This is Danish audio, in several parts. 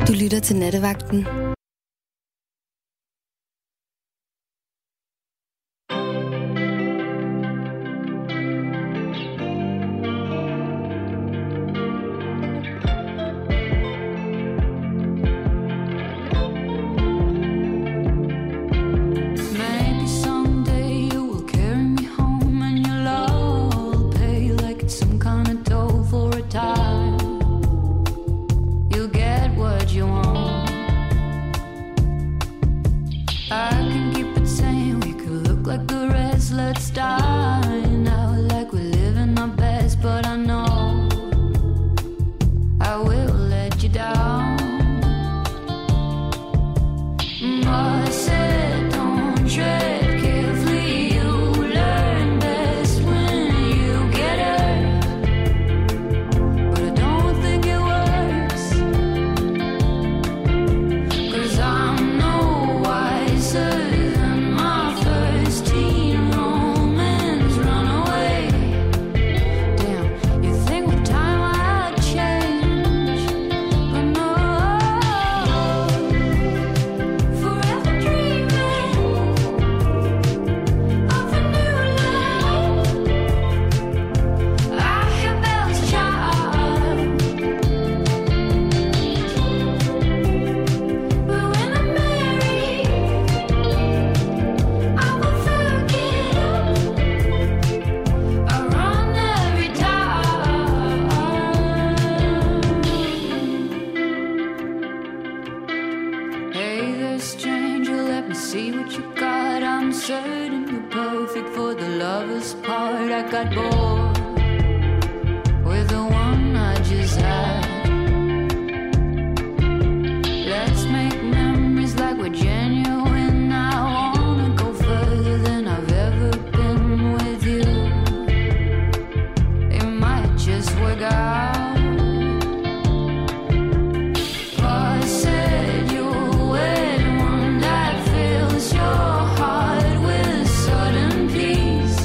Du lytter til Nattevagten. Let's die now like we're living our best, but I know I will let you down. I said don't tread carefully, you learn best when you get hurt, but I don't think it works, 'cause I'm no wiser than my first teen. I got bored with the one I just had. Let's make memories like we're genuine. I wanna go further than I've ever been with you. It might just work out. I said you're wed one that fills your heart with sudden peace.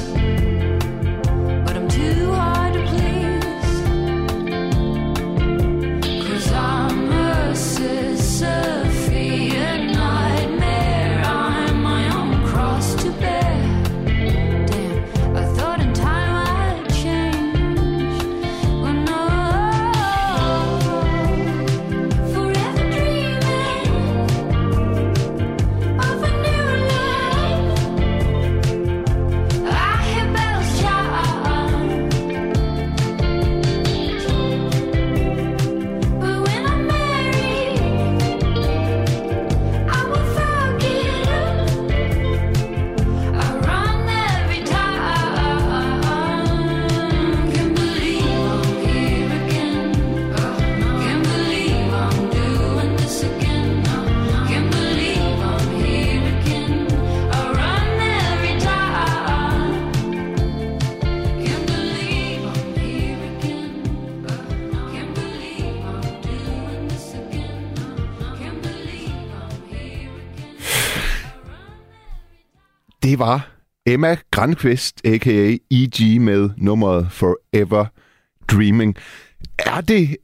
Det var Emma Granqvist, a.k.a. E.G. med nummeret Forever Dreaming. Er det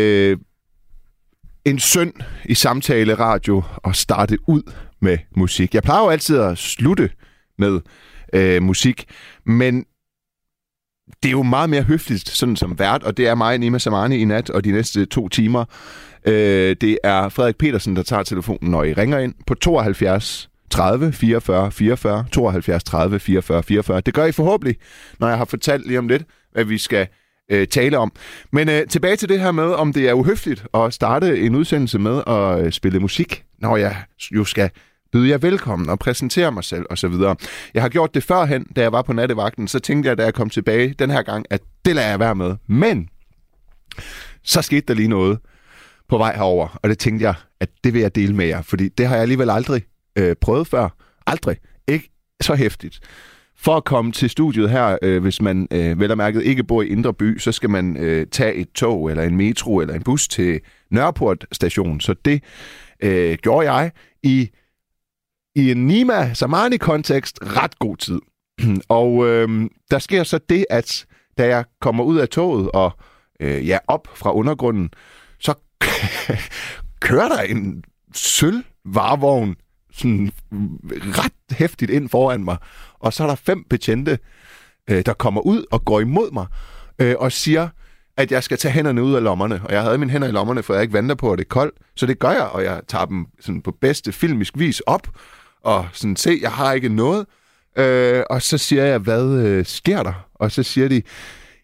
en synd i samtale radio at starte ud med musik? Jeg plejer jo altid at slutte med musik, men det er jo meget mere høfligt, sådan som vært, og det er mig, Nima Samani, i nat og de næste 2 timer. Det er Frederik Petersen, der tager telefonen, når I ringer ind på 72 30 44 44, 72 30 44 44. Det gør I forhåbentlig, når jeg har fortalt lige om lidt, hvad vi skal tale om. Men tilbage til det her med, om det er uhøfligt at starte en udsendelse med at spille musik, når jeg jo skal byde jer velkommen og præsentere mig selv osv. Jeg har gjort det førhen, da jeg var på nattevagten, så tænkte jeg, da jeg kom tilbage den her gang, at det lader jeg være med. Men så skete der lige noget på vej herover, og det tænkte jeg, at det vil jeg dele med jer, fordi det har jeg alligevel aldrig prøvet før. Aldrig. Ikke så hæftigt. For at komme til studiet her, hvis man vel og mærket ikke bor i Indre By, så skal man tage et tog eller en metro eller en bus til Nørreport station. Så det gjorde jeg i en Nima Samani-kontekst ret god tid. Og der sker så det, at da jeg kommer ud af toget og op fra undergrunden, så kører der en sølvvarevogn sådan ret hæftigt ind foran mig, og så er der 5 betjente, der kommer ud og går imod mig, og siger, at jeg skal tage hænderne ud af lommerne. Og jeg havde mine hænder i lommerne, for jeg ikke venter på, at det er koldt. Så det gør jeg, og jeg tager dem sådan på bedste filmisk vis op, og sådan, se, jeg har ikke noget. Og så siger jeg, hvad sker der? Og så siger de,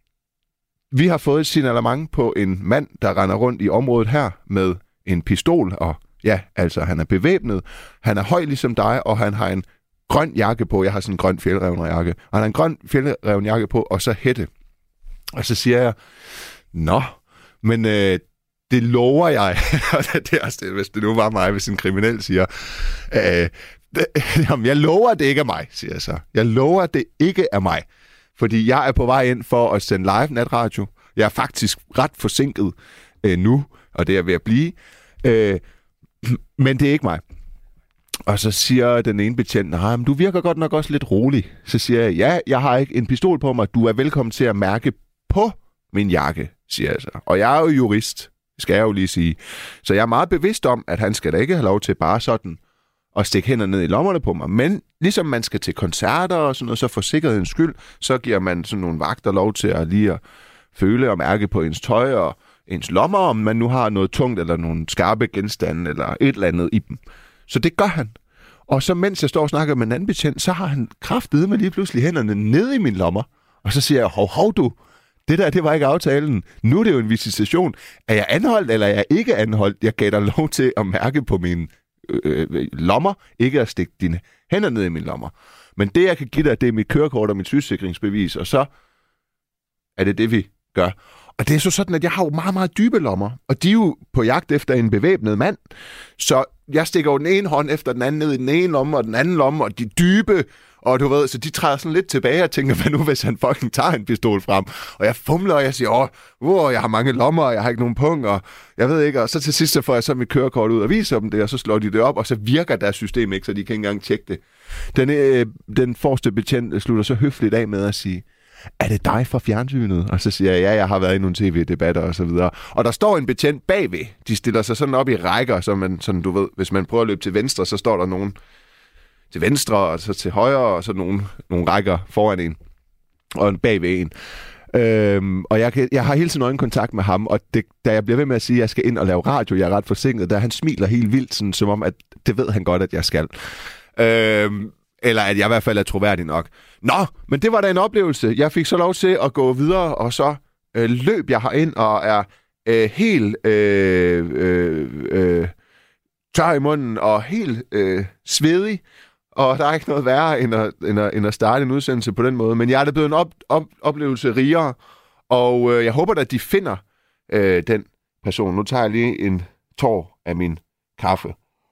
vi har fået et signalement på en mand, der render rundt i området her med en pistol, og ja, altså han er bevæbnet, han er høj ligesom dig, og han har en grøn jakke på. Jeg har sådan en grøn fjeldrevnerjakke. Og han har en grøn fjeldrevnerjakke på, og så hætte. Og så siger jeg, nå, men det lover jeg. Det er også det, hvis det nu var mig, hvis en kriminel siger, jamen, jeg lover, det ikke er mig, siger jeg så. Jeg lover, det ikke er mig. Fordi jeg er på vej ind for at sende live natradio. Jeg er faktisk ret forsinket nu, og det er ved at blive. Men det er ikke mig. Og så siger den ene betjent, nej, men du virker godt nok også lidt rolig. Så siger jeg, ja, jeg har ikke en pistol på mig. Du er velkommen til at mærke på min jakke, siger jeg så. Og jeg er jo jurist, skal jeg jo lige sige. Så jeg er meget bevidst om, at han skal da ikke have lov til bare sådan at stikke hænderne ned i lommerne på mig. Men ligesom man skal til koncerter og sådan noget, så for sikkerhedens skyld, så giver man sådan nogle vagter lov til at lige at føle og mærke på ens tøj og ens lommer, om man nu har noget tungt eller nogle skarpe genstande eller et eller andet i dem. Så det gør han. Og så mens jeg står og snakker med en anden betjent, så har han kraftedeme lige pludselig hænderne nede i mine lommer. Og så siger jeg, hov du, det var ikke aftalen. Nu er det jo en visitation. Er jeg anholdt, eller er jeg ikke anholdt? Jeg gav dig lov til at mærke på mine lommer, ikke at stikke dine hænder ned i mine lommer. Men det, jeg kan give dig, det er mit kørekort og mit sygesikringsbevis, og så er det, vi gør. Og det er så sådan, at jeg har jo meget, meget dybe lommer, og de er jo på jagt efter en bevæbnet mand. Så jeg stikker jo den ene hånd efter den anden ned i den ene lomme, og den anden lomme, og de dybe, og du ved, så de træder sådan lidt tilbage og tænker, hvad nu, hvis han fucking tager en pistol frem? Og jeg fumler, og jeg siger, jeg har mange lommer, og jeg har ikke nogen punkt, og jeg ved ikke, og så til sidst, så får jeg så mit kørekort ud og viser dem det, og så slår de det op, og så virker deres system ikke, så de kan ikke engang tjekke det. Den forreste betjent slutter så høfligt af med at sige, er det dig fra fjernsynet? Og så siger jeg, ja, jeg har været i nogle tv-debatter og så videre. Og der står en betjent bagved. De stiller sig sådan op i rækker, så man, sådan, du ved, hvis man prøver at løbe til venstre, så står der nogen til venstre, og så til højre, og så nogle rækker foran en, og bagved en. Og jeg har hele tiden øjenkontakt med ham, og da jeg bliver ved med at sige, at jeg skal ind og lave radio, jeg er ret forsinket, da han smiler helt vildt, sådan, som om, at det ved han godt, at jeg skal. Eller at jeg i hvert fald er troværdig nok. Nå, men det var da en oplevelse. Jeg fik så lov til at gå videre, og så løb jeg herind og er helt tør i munden og helt svedig. Og der er ikke noget værre end at starte en udsendelse på den måde. Men jeg er da blevet en oplevelse rigere, og jeg håber at de finder den person. Nu tager jeg lige en tår af min kaffe.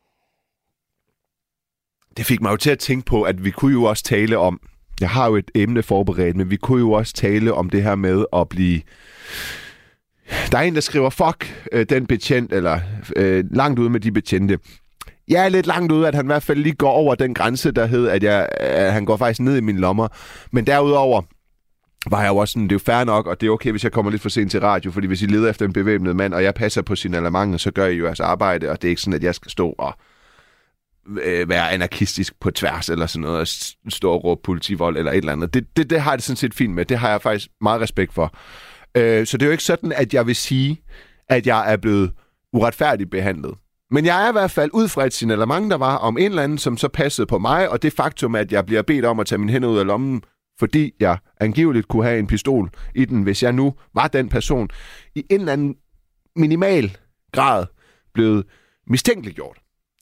Det fik mig jo til at tænke på, at vi kunne jo også tale om, jeg har jo et emne forberedt, men vi kunne jo også tale om det her med at blive... Der er en, der skriver, fuck den betjent, eller langt ude med de betjente. Jeg er lidt langt ude, at han i hvert fald lige går over den grænse, der hed, at han går faktisk ned i mine lommer. Men derudover var jeg jo også sådan, det er jo fair nok, og det er okay, hvis jeg kommer lidt for sent til radio, fordi hvis I leder efter en bevæbnet mand, og jeg passer på signalementer, så gør I jo jeres arbejde, og det er ikke sådan, at jeg skal stå og være anarkistisk på tværs, eller sådan noget, og stå og råbe politivold, eller et eller andet. Det har jeg det sådan set fint med. Det har jeg faktisk meget respekt for. Så det er jo ikke sådan, at jeg vil sige, at jeg er blevet uretfærdigt behandlet. Men jeg er i hvert fald ud fra et signalement, der var om en eller anden, som så passede på mig, og det faktum, at jeg bliver bedt om at tage mine hænder ud af lommen, fordi jeg angiveligt kunne have en pistol i den, hvis jeg nu var den person, i en eller anden minimal grad blevet mistænkeliggjort.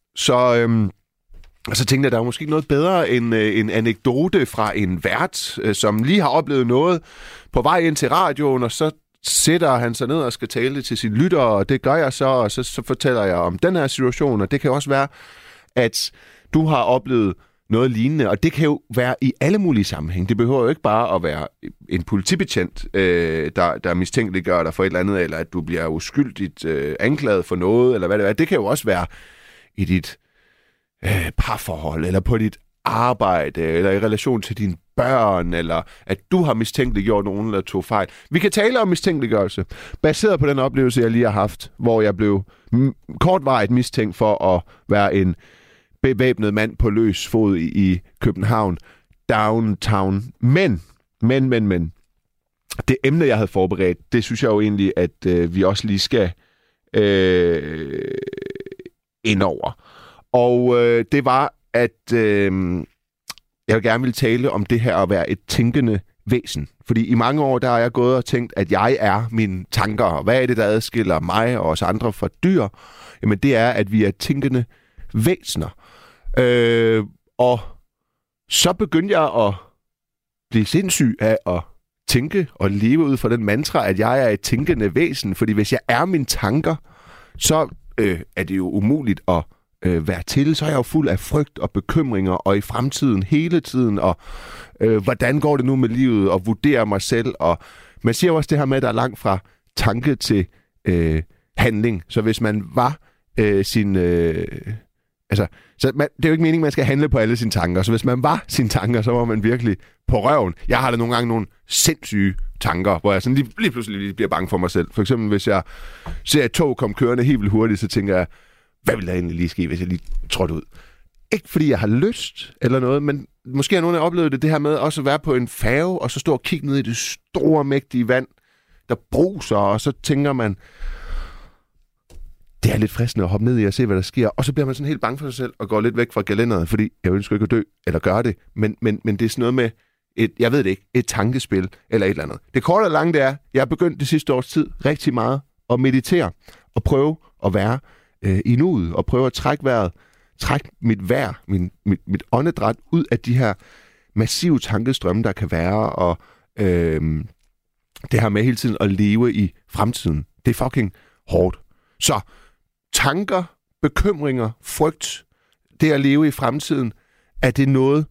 Så tænkte jeg, der er måske noget bedre end en anekdote fra en vært, som lige har oplevet noget på vej ind til radioen, og så sætter han sig ned og skal tale til sine lyttere, og det gør jeg så, og så fortæller jeg om den her situation, og det kan også være, at du har oplevet noget lignende, og det kan jo være i alle mulige sammenhæng. Det behøver jo ikke bare at være en politibetjent, der mistænkeliggør dig for et eller andet, eller at du bliver uskyldigt anklaget for noget, eller hvad det er. Det kan jo også være i dit parforhold, eller på dit arbejde, eller i relation til din børn, eller at du har mistænkeliggjort nogen, eller tog fejl. Vi kan tale om mistænkeliggørelse, baseret på den oplevelse, jeg lige har haft, hvor jeg blev kortvarigt mistænkt for at være en bevæbnet mand på løs fod i København, downtown. Men, det emne, jeg havde forberedt, det synes jeg jo egentlig, at vi også lige skal indover. Og det var, at jeg gerne ville tale om det her at være et tænkende væsen. Fordi i mange år, der har jeg gået og tænkt, at jeg er mine tanker. Og hvad er det, der adskiller mig og os andre fra dyr? Jamen, det er, at vi er tænkende væsener. Og så begyndte jeg at blive sindssyg af at tænke og leve ud fra den mantra, at jeg er et tænkende væsen. Fordi hvis jeg er mine tanker, så er det jo umuligt at være til. Så er jeg jo fuld af frygt og bekymringer, og i fremtiden hele tiden, og hvordan går det nu med livet, og vurdere mig selv. Og man siger også det her med, at der er langt fra tanke til handling. Så hvis man var sin... det er jo ikke meningen, at man skal handle på alle sine tanker. Så hvis man var sine tanker, så var man virkelig på røven. Jeg har da nogle gange nogle sindssyge tanker, hvor jeg sådan lige pludselig bliver bange for mig selv. For eksempel, hvis jeg ser et tog komme kørende helt vildt hurtigt, så tænker jeg, hvad ville der egentlig lige ske, hvis jeg lige trådte ud? Ikke fordi jeg har lyst eller noget, men måske har nogen af jer oplevet det her med også at være på en færge, og så stå og kigge ned i det store, mægtige vand, der bruser, og så tænker man, det er lidt fristende at hoppe ned i og se, hvad der sker. Og så bliver man sådan helt bange for sig selv og går lidt væk fra gelænderet, fordi jeg ønsker ikke at dø eller gøre det. Men det er sådan noget med, jeg ved det ikke, et tankespil eller et eller andet. Det korte og lange det er, jeg har begyndt det sidste års tid rigtig meget at meditere og prøve at være i nuet og prøve at trække vejret, trække mit vejr, mit åndedræt ud af de her massive tankestrømme, der kan være, og det her med hele tiden at leve i fremtiden. Det er fucking hårdt. Så tanker, bekymringer, frygt, det at leve i fremtiden, er det noget,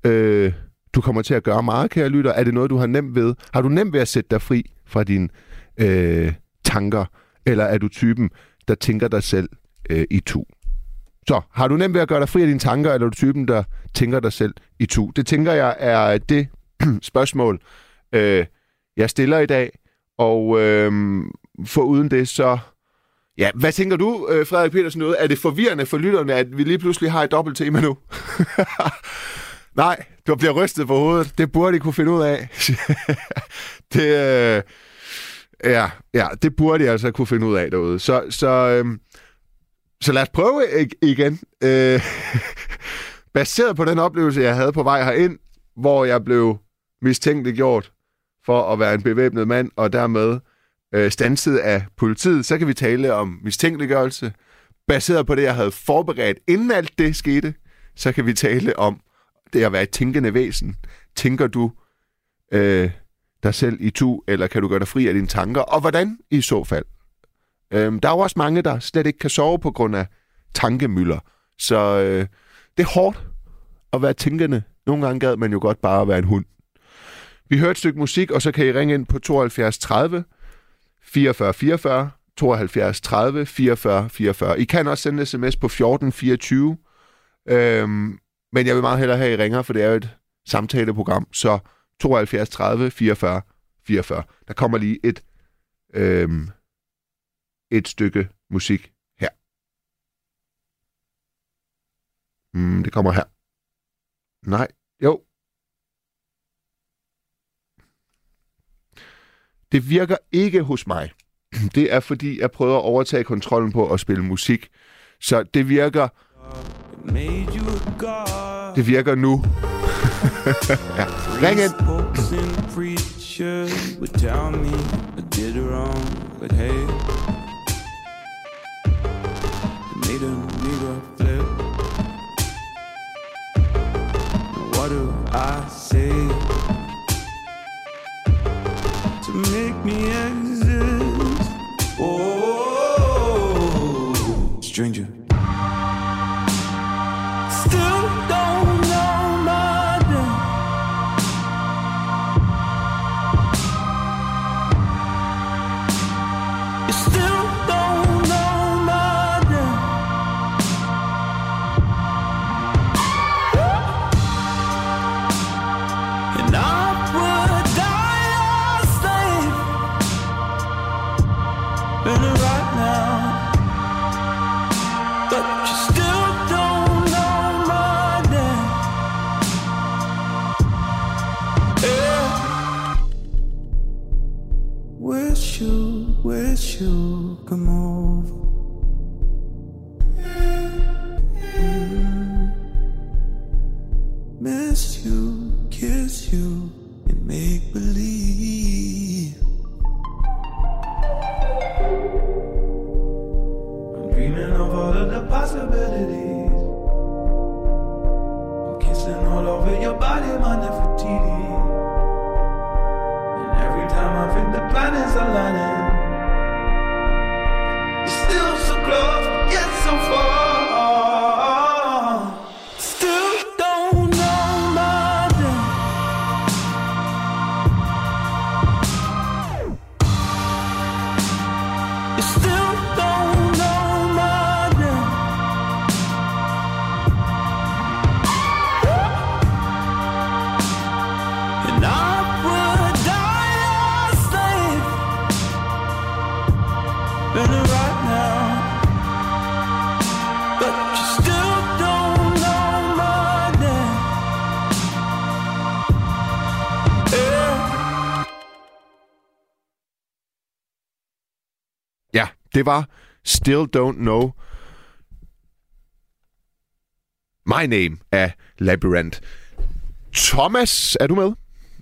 du kommer til at gøre meget, kære lytter? Er det noget, du har nemt ved? Har du nemt ved at sætte dig fri fra dine tanker? Eller er du typen, der tænker dig selv i tu? Så har du nemt ved at gøre dig fri af dine tanker, eller er du typen, der tænker dig selv i tu? Det tænker jeg er det spørgsmål, jeg stiller i dag. Og foruden det, så... Ja, hvad tænker du, Frederik Petersen, noget? Er det forvirrende for lytterne, at vi lige pludselig har et dobbelt tema nu? Nej, du bliver rystet på hovedet. Det burde I kunne finde ud af. Det burde I altså kunne finde ud af derude. Så lad os prøve igen. Baseret på den oplevelse, jeg havde på vej herind, hvor jeg blev mistænkeliggjort for at være en bevæbnet mand, og dermed standset af politiet, så kan vi tale om mistænkeliggørelse. Baseret på det, jeg havde forberedt, inden alt det skete, så kan vi tale om det at være et tænkende væsen. Tænker du dig selv i tu, eller kan du gøre dig fri af dine tanker? Og hvordan i så fald? Der er jo også mange, der slet ikke kan sove på grund af tankemylder. Så det er hårdt at være tænkende. Nogle gange gad man jo godt bare være en hund. Vi hører et stykke musik, og så kan I ringe ind på 72 30 44 44, 72 30 44 44. I kan også sende sms på 14 24. Men jeg vil meget hellere have, at I ringer, for det er jo et samtaleprogram. Så 72 30 44 44. Der kommer lige et stykke musik her. Det kommer her. Nej, jo. Det virker ikke hos mig. Det er fordi, jeg prøver at overtage kontrollen på at spille musik. Så det virker... Det virker nu. Ja. Ring ind. What do I say to make me exist? Oh, stranger. Still don't know my name. You still don't know my name. wish you come over. Miss you, kiss you, and make believe. I'm dreaming of all of the possibilities. I'm kissing all over your body, my Nefertiti. And every time I think the planets are lining, you're still so close, yet so far. Ja, det var Still Don't Know My Name af Labyrinth. Thomas, er du med?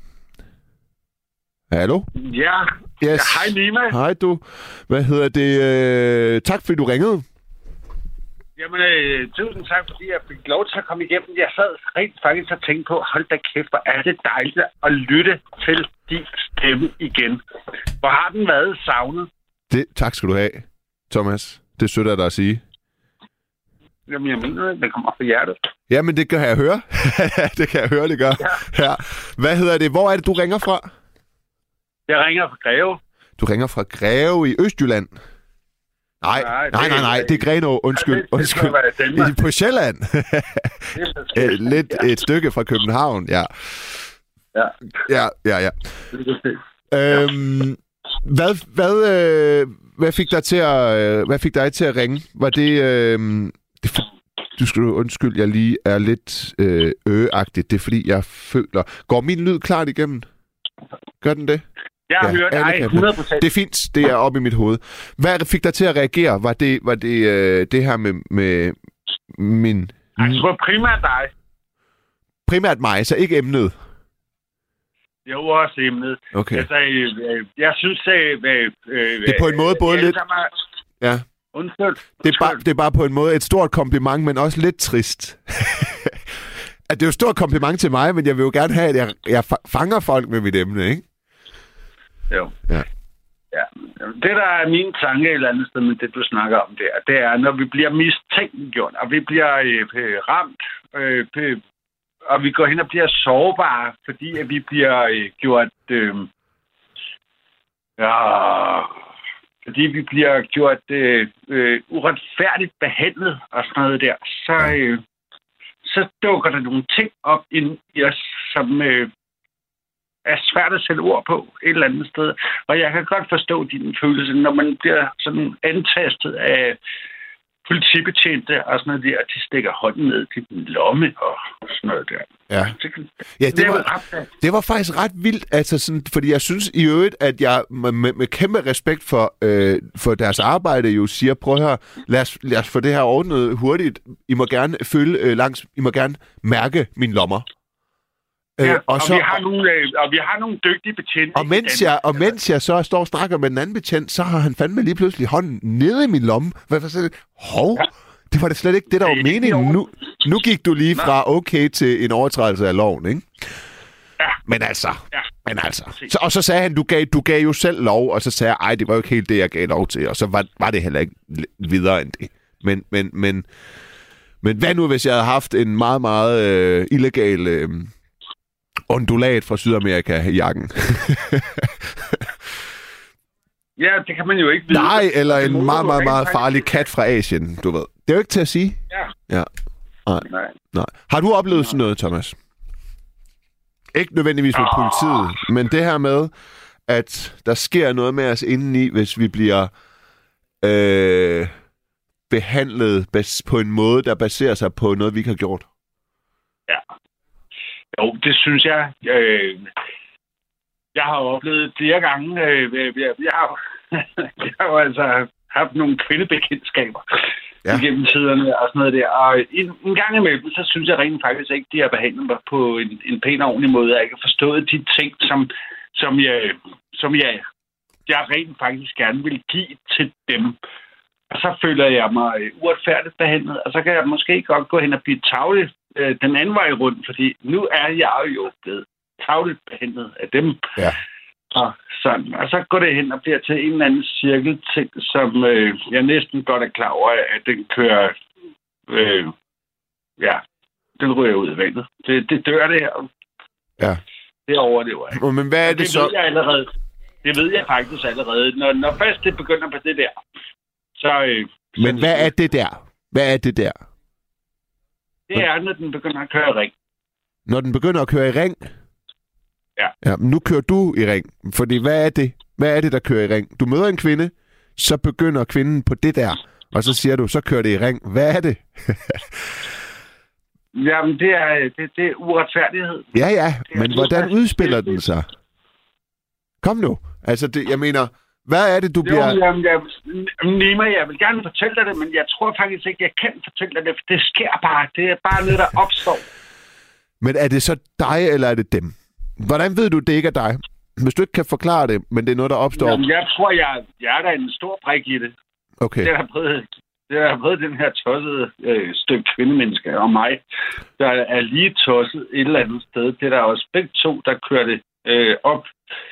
Hallo? Ja. Yes. Hej Nima. Hej du. Hvad hedder det? Tak fordi du ringede. Jamen, tusind tak, fordi jeg fik lov til at komme igennem. Jeg sad rent faktisk og tænkte på, hold da kæft, hvor er det dejligt at lytte til din stemme igen. Hvor har den været savnet? Tak skal du have, Thomas. Det er sødt af dig at sige. Jamen, jeg mener, det kommer fra hjertet. Jamen, det kan jeg høre. Det kan jeg høre, det gør. Ja. Hvad hedder det? Hvor er det, du ringer fra? Jeg ringer fra Greve. Du ringer fra Greve i Østjylland? Nej. Det er Grenaa. Undskyld. Det på Sjælland. Lidt et stykke fra København, ja. Ja. Hvad fik dig til at ringe? Var det du skal undskylde, jeg lige er lidt øgeagtigt. Det er fordi jeg føler. Går min lyd klart igennem? Gør den det? Jeg har hørt dig 100%. Det er fint. Det er oppe i mit hoved. Hvad fik dig til at reagere? Var det det her med min? Det var primært dig. Primært mig, så ikke emnet. Jo, også emnet. Okay. Altså, jeg synes, det er på en måde både lidt. Ja. Undskyld. Det er bare på en måde et stort kompliment, men også lidt trist. At det er jo et stort kompliment til mig, men jeg vil jo gerne have, at jeg fanger folk med mit emne, ikke? Jo. Ja. Det, der er min tanke et eller andet sted med det, du snakker om der, det er, når vi bliver mistænkeliggjort, og vi bliver ramt, og vi går hen og bliver sårbare, fordi at vi bliver gjort... fordi vi bliver gjort uretfærdigt behandlet og sådan noget der, så dukker der nogle ting op ind i os, som er svært at sætte ord på et eller andet sted. Og jeg kan godt forstå din følelse, når man bliver sådan antastet af politibetjente og sådan noget der, de stikker hånden ned til din lomme og sådan noget der. Ja, det var faktisk ret vildt, altså sådan, fordi jeg synes i øvrigt, at jeg med kæmpe respekt for deres arbejde jo siger, prøv at høre, lad os få det her ordnet hurtigt. I må gerne I må gerne mærke mine lommer. Ja, og vi har nogle dygtige betjente. Mens jeg så står og snakker med den anden betjent, så har han fandme lige pludselig hånden nede i min lomme. Det var det slet ikke det, der var meningen. Nu gik du lige fra okay til en overtrædelse af loven, ikke? Ja. Men altså. Og så sagde han, du gav jo selv lov, og så sagde jeg, det var jo ikke helt det, jeg gav lov til. Og så var det heller ikke videre end det. Men hvad nu, hvis jeg havde haft en meget, meget illegal... undulat fra Sydamerika i jakken. Ja, det kan man jo ikke vide. Nej, eller en meget, meget, meget farlig kat fra Asien, du ved. Det er jo ikke til at sige. Ja. Nej. Har du oplevet sådan noget, Thomas? Ikke nødvendigvis med politiet, men det her med, at der sker noget med os indeni, hvis vi bliver behandlet på en måde, der baserer sig på noget, vi ikke har gjort. Ja. Jo, det synes jeg. Jeg har oplevet flere gange, jeg har jo altså haft nogle kvindebekendtskaber igennem tiderne og sådan noget der. Og en gang imellem, så synes jeg rent faktisk ikke, de har behandlet mig på en pæn og ordentlig måde. Jeg ikke har forstået de ting, som jeg rent faktisk gerne vil give til dem. Og så føler jeg mig uretfærdigt behandlet, og så kan jeg måske godt gå hen og blive tavlig den anden vej rundt, fordi nu er jeg jo blevet tavligt behandlet af dem. Ja. Og så går det hen og bliver til en eller anden cirkelting, som jeg næsten godt er klar over, at den kører... den ryger ud i vandet. Det dør det her. Ja. Det overlever jeg. Men hvad er det så? Det ved jeg faktisk allerede. Når først det begynder på det der, så... Men hvad er det der? Hvad er det der? Det er, når den begynder at køre i ring. Når den begynder at køre i ring? Ja, men nu kører du i ring. Fordi hvad er det? Hvad er det, der kører i ring? Du møder en kvinde, så begynder kvinden på det der, og så siger du, så kører det i ring. Hvad er det? Jamen, det er uretfærdighed. Ja, men hvordan udspiller den sig? Kom nu. Altså, jeg mener, hvad er det, du bliver... Nima, jeg vil gerne fortælle dig det, men jeg tror faktisk ikke, jeg kan fortælle dig det, for det sker bare. Det er bare noget, der opstår. Men er det så dig, eller er det dem? Hvordan ved du, det ikke er dig? Hvis du ikke kan forklare det, men det er noget, der opstår... Jamen, jeg tror, jeg er da en stor brik i det. Okay. Det har prøvet den her tossede stykke kvindemenneske og mig, der er lige tosset et eller andet sted. Det er der også begge to, der kører det op.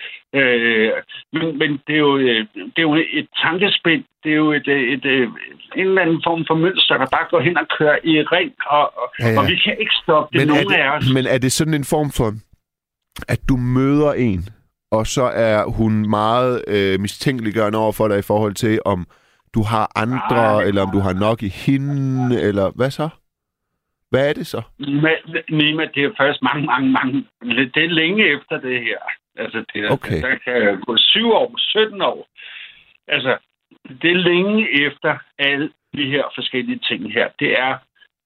Men det er jo et tankespind. Det er jo en eller anden form for mønster, der bare går hen og kører i ring, og vi kan ikke stoppe det, nogen af os. Men er det sådan en form for, at du møder en, og så er hun meget mistænkeliggørende over for dig i forhold til, om du har andre, eller om du har nok i hende, eller hvad så? Hvad er det så? Nima, det er først mange. Det er længe efter det her. Altså, der kan gå 7 år, 17 år. Altså, det er længe efter alle de her forskellige ting her. Det er...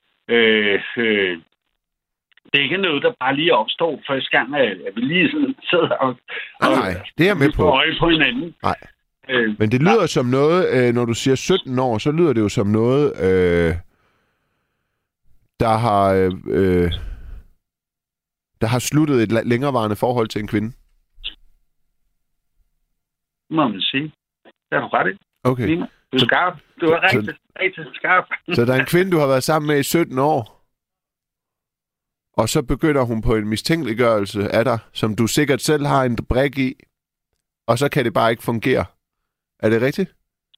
det er ikke noget, der bare lige opstår første gang, at vi lige sådan sidder og nej, det er jeg med på. Øje på hinanden. Nej. Men det lyder som noget, når du siger 17 år, så lyder det jo som noget, der har sluttet et længerevarende forhold til en kvinde. Må man sige. Det er du ret i. Okay. Du er skarp. Du er rigtig skarp. Så der er en kvinde, du har været sammen med i 17 år, og så begynder hun på en mistænkeliggørelse af dig, som du sikkert selv har en brik i, og så kan det bare ikke fungere. Er det rigtigt?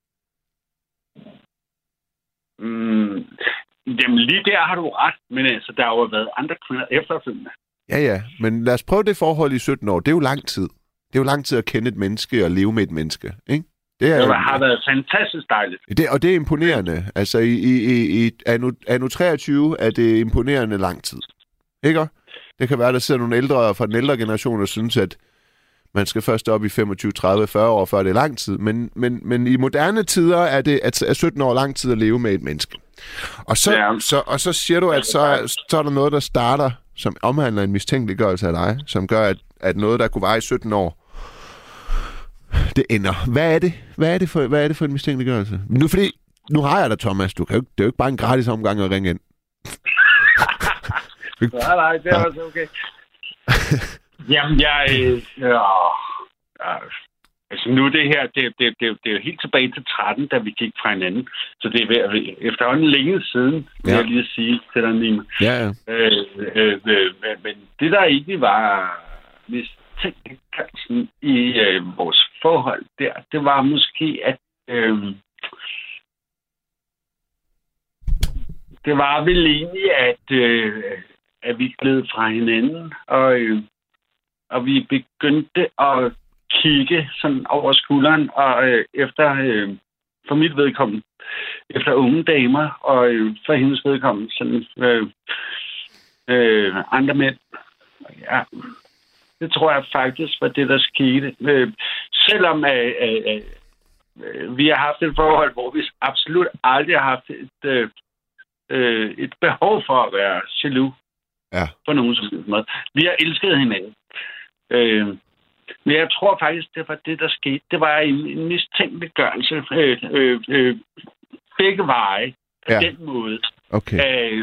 Jamen lige der har du ret, men altså, der har jo været andre kvinder efterfølgende. Ja, men lad os prøve det forhold i 17 år. Det er jo lang tid. Det er jo lang tid at kende et menneske og leve med et menneske, ikke? Det har været fantastisk dejligt. Og det er imponerende. Altså i anno 23 er det imponerende lang tid. Ikke? Det kan være, der sidder nogle ældre fra den ældre generation, der synes, at man skal først op i 25, 30, 40 år, før det er lang tid. Men i moderne tider er det er 17 år lang tid at leve med et menneske. Og så siger du, at så er der noget, der starter, som omhandler en mistænkeliggørelse af dig, som gør, at noget, der kunne vare i 17 år, det ender. Hvad er det for en mistænkeliggørelse? Nu har jeg dig, Thomas. Det er jo ikke bare en gratis omgang at ringe ind. Nej, det er også okay. Jamen, altså nu det her, det er jo helt tilbage til 13, da vi gik fra hinanden. Så det er efterhånden længe siden, vil jeg lige sige til dig, Nima. Ja. Men det, der egentlig var mistænkeligheden i vores forhold der, det var måske, at det var vel egentlig, at vi gled fra hinanden, og vi begyndte at kigge sådan over skulderen, og for mit vedkommende, efter unge damer, og for hendes vedkommende, sådan andre mænd. Ja, det tror jeg faktisk var det, der skete. Selvom vi har haft et forhold, hvor vi absolut aldrig har haft et behov for at være jaloux på nogen som helst måde. Vi har elsket hinanden. Men jeg tror faktisk, det var det, der skete. Det var en mistænkeliggørelse begge veje på den måde. Okay.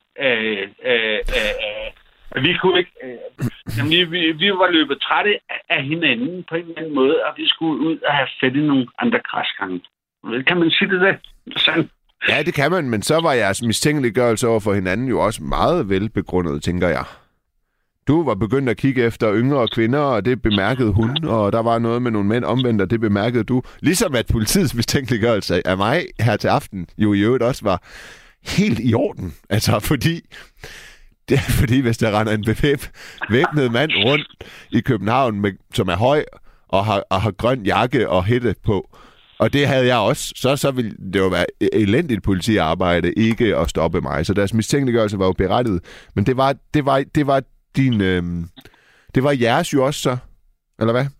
Vi kunne ikke... vi var løbet trætte af hinanden på en eller anden måde, og vi skulle ud og have fedt i nogle andre græsgange. Kan man sige det? Sådan. Ja, det kan man, men så var jeres mistænkeliggørelse over for hinanden jo også meget velbegrundet, tænker jeg. Du var begyndt at kigge efter yngre kvinder, og det bemærkede hun, og der var noget med nogle mænd omvendt, og det bemærkede du. Ligesom at politiets mistænkeliggørelse af mig her til aften jo i øvrigt også var helt i orden. Altså, fordi hvis der render en væbnet mand rundt i København, som er høj og har grøn jakke og hætte på, og det havde jeg også, så ville det jo være elendigt politiarbejde ikke at stoppe mig. Så deres mistænkeliggørelse var jo berettiget. Men det var din... det var jeres jo også så, eller hvad?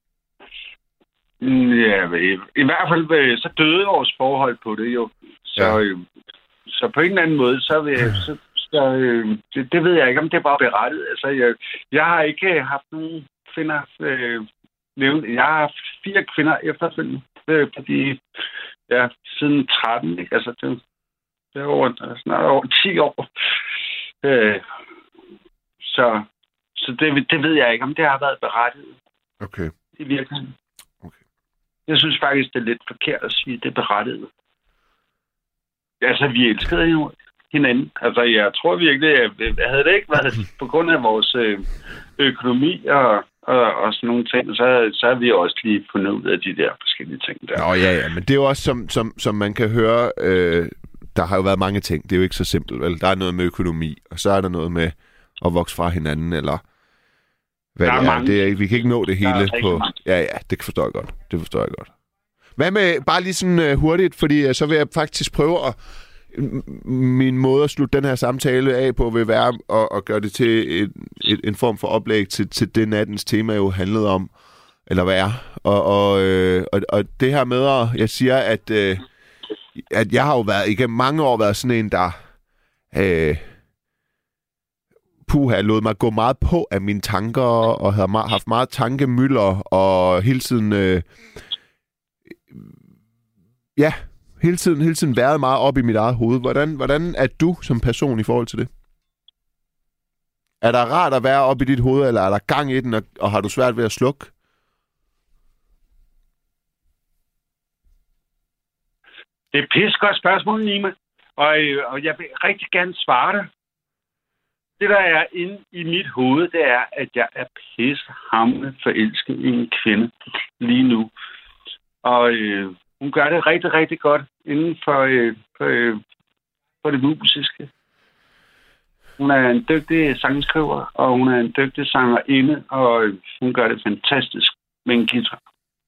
Ja, i hvert fald så døde vores forhold på det jo. Så på en eller anden måde, så vil jeg... det ved jeg ikke, om det var berettiget. Altså, jeg har ikke haft nogen kvinder nævnt. Jeg har haft 4 kvinder efterfølgende. Fordi siden 13, ikke? Altså, det er snart over 10 år. Så det ved jeg ikke, om det har været berettiget. Okay. I virkeligheden. Okay. Jeg synes faktisk, det er lidt forkert at sige, at det er berettiget. Altså, vi elskede jo hinanden. Altså, jeg tror virkelig, at havde det ikke været på grund af vores økonomi og sådan nogle ting, så har vi også lige fundet ud af de der forskellige ting der. Nå ja, men det er jo også, som man kan høre, der har jo været mange ting. Det er jo ikke så simpelt, vel? Der er noget med økonomi, og så er der noget med at vokse fra hinanden, eller hvad det er. Det er. Vi kan ikke nå det hele på... Ja, det forstår jeg godt. Det forstår jeg godt. Hvad med, bare lige sådan hurtigt, fordi så vil jeg faktisk prøve at... Min måde at slutte den her samtale af på vil være at gøre det til en form for oplæg til det nattens tema jo handlede om, eller hvad er. Og det her med, at jeg siger, at jeg har jo igennem mange år været sådan en, der lod mig gå meget på af mine tanker, og havde haft meget tankemylder, og hele tiden hele tiden været meget op i mit eget hoved. Hvordan er du som person i forhold til det? Er der rart at være op i dit hoved, eller er der gang i den, og har du svært ved at slukke? Det er et pissegodt spørgsmål, Nima. Og jeg vil rigtig gerne svare det. Det, der er inde i mit hoved, det er, at jeg er pissehamrende forelsket i en kvinde lige nu. Og hun gør det rigtig, rigtig godt inden for det musiske. Hun er en dygtig sangskriver, og hun er en dygtig sangerinde, og hun gør det fantastisk med en guitar.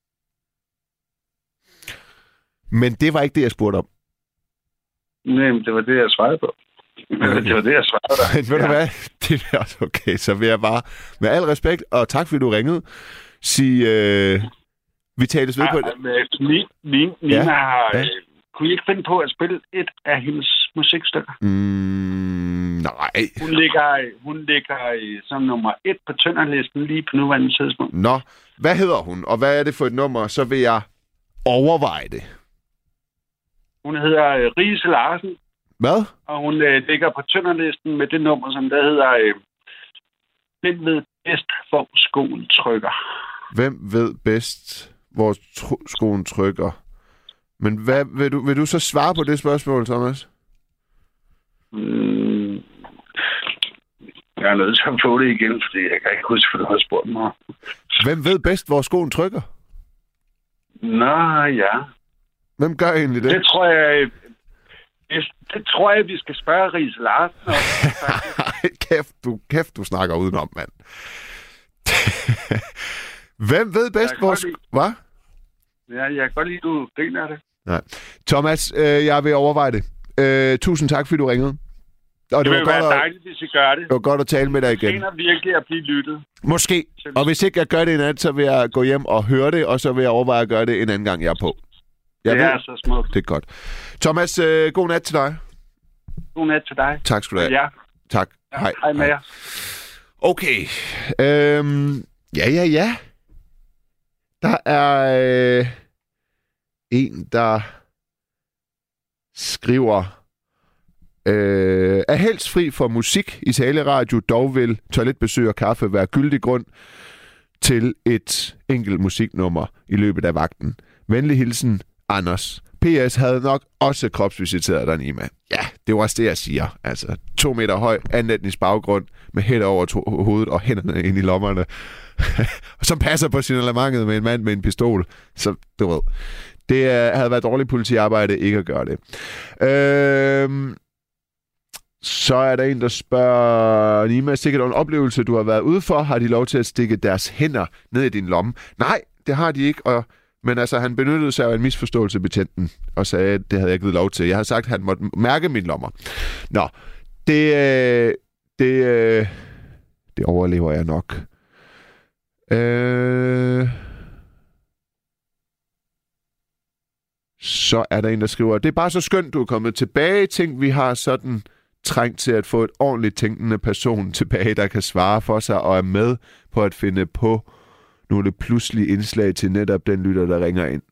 Men det var ikke det, jeg spurgte om. Nej, men det var det, jeg svarede på. Okay. Det var det, jeg svarede dig. Men ved du hvad? Det er også okay. Så vil jeg bare, med al respekt, og tak fordi du ringede, sige, vi tales ved på det. Nina har... Kunne I ikke finde på at spille et af hendes musikstykker? Nej. Hun ligger som nummer 1 på Tønderlisten lige på nuværende tidspunkt. Nå, hvad hedder hun? Og hvad er det for et nummer? Så vil jeg overveje det. Hun hedder Riese Larsen. Hvad? Og hun ligger på Tønderlisten med det nummer, som der hedder Hvem ved bedst, hvor skoen trykker? Hvem ved bedst, hvor skoen trykker? Men hvad, vil du så svare på det spørgsmål, Thomas? Jeg er nødt til at få det igen, fordi jeg kan ikke huske, hvad du har spurgt mig. Hvem ved bedst, hvor skoen trykker? Nå, ja. Hvem gør egentlig det? Det tror jeg, vi skal spørge Riese Larsen om. kæft, du snakker udenom, mand. Hvem ved bedst, hvor... Hvad? Ja, jeg kan godt lide, du griner af det. Nej. Thomas, jeg vil overveje det. Tusind tak, fordi du ringede. Og det vil være dejligt, hvis I gør det. Det var godt at tale med dig igen. Det er virkelig at blive lyttet. Måske. Og hvis ikke jeg gør det en anden, så vil jeg gå hjem og høre det, og så vil jeg overveje at gøre det en anden gang, jeg er på. Det er så smukt. Det er godt. Thomas, god nat til dig. God nat til dig. Tak skal du have. Ja. Tak. Ja, hej med jer. Okay. Ja. Der er en, der skriver... er helst fri for musik i taleradio, dog vil toiletbesøg og kaffe være gyldig grund til et enkelt musiknummer i løbet af vagten. Venlig hilsen, Anders. PS havde nok også kropsvisiteret dig, Nima. Ja, det var også det, jeg siger. Altså, 2 meter høj, anden etnisk baggrund, med hænder over hovedet og hænderne ind i lommerne, som passer på signalementet med en mand med en pistol. Så, du ved, det havde været dårligt politiarbejde ikke at gøre det. Så er der en, der spørger, Nima, sikkert en oplevelse, du har været ude for. Har de lov til at stikke deres hænder ned i din lomme? Nej, det har de ikke, men altså, han benyttede sig af en misforståelse, betjenten, og sagde, at det havde jeg ikke givet lov til. Jeg har sagt, at han måtte mærke mine lommer. Nå, det overlever jeg nok. Så er der en, der skriver, det er bare så skønt, du er kommet tilbage. Tænk, vi har sådan trængt til at få et ordentligt tænkende person tilbage, der kan svare for sig og er med på at finde på nogle pludselige indslag til netop den lytter, der ringer ind.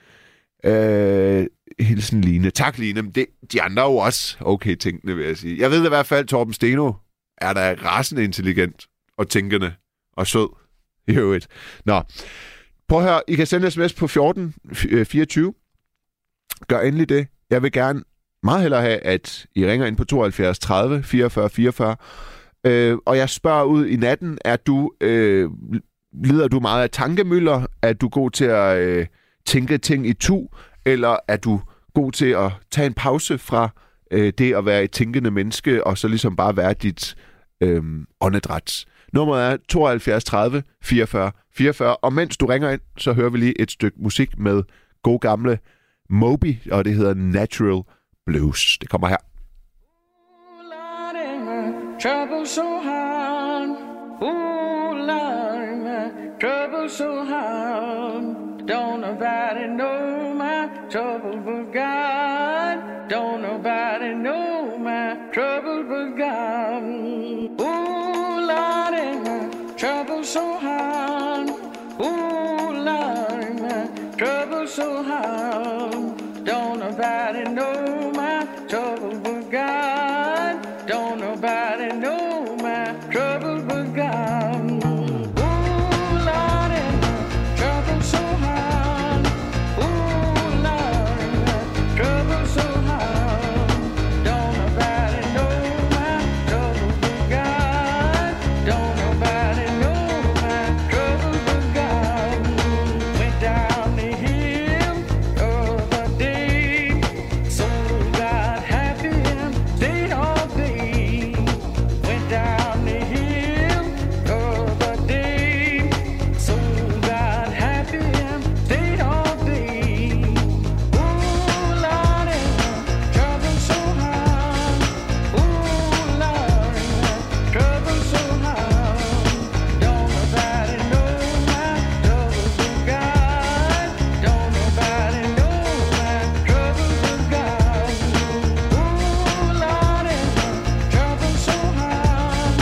Hilsen Line. Tak, Line. De andre er jo også okay tænkende, vil jeg sige. Jeg ved i hvert fald, Torben Steno er der rasende intelligent og tænkende og sød i øvrigt. Nå, prøv at høre. I kan sende sms på 1424. Gør endelig det. Jeg vil gerne meget hellere have, at I ringer ind på 72 30 44 44. Og jeg spørger ud i natten, lider du meget af tankemylder? Er du god til at tænke ting i tu? Eller er du god til at tage en pause fra det at være et tænkende menneske, og så ligesom bare være dit åndedræt? Nummeret er 72 30 44 44. Og mens du ringer ind, så hører vi lige et stykke musik med god gamle Moby, og det hedder Natural Blues. Det kommer her. Trouble so hard, ooh Lord, my trouble so hard. Don't nobody know my trouble but God. Don't nobody know my trouble but God. Ooh Lord, my trouble so hard, ooh Lord, my trouble so hard. Don't nobody know my trouble but God. Don't nobody know my trouble but God. Ooh, Lord, my trouble so hard. Ooh, Lord, my trouble so hard. Don't nobody know my trouble but God. Don't nobody know my trouble but God. Went down the hill of a day, so got happy and stayed all day. Went down the hill of a day, so got happy and stayed all day. Ooh, Lord, trouble so hard. Ooh, Lord, trouble so hard. Don't nobody know my trouble but God. Don't nobody know my trouble but God. Ooh, Lord, trouble so hard.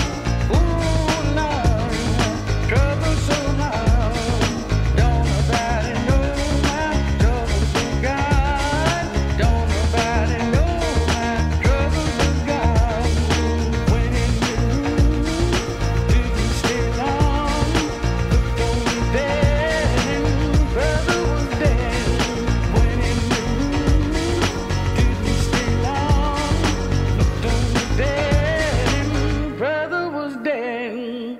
Ooh, Lord, trouble so hard. Don't nobody know my trouble but God. Don't nobody know my trouble but God. When in the room, didn't stay long. Looked over there and brother was dead. When in the room, didn't stay long. Looked over there and brother was dead.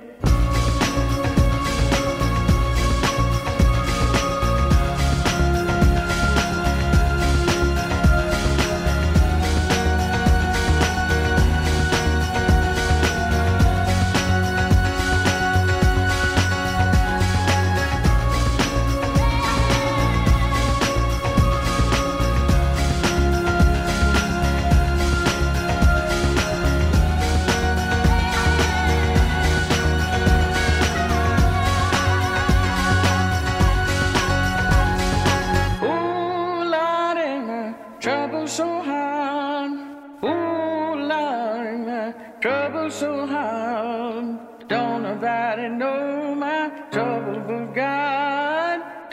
Ooh, Lord, my trouble so hard. Ooh, Lord, my trouble so hard. Don't nobody know my trouble but God.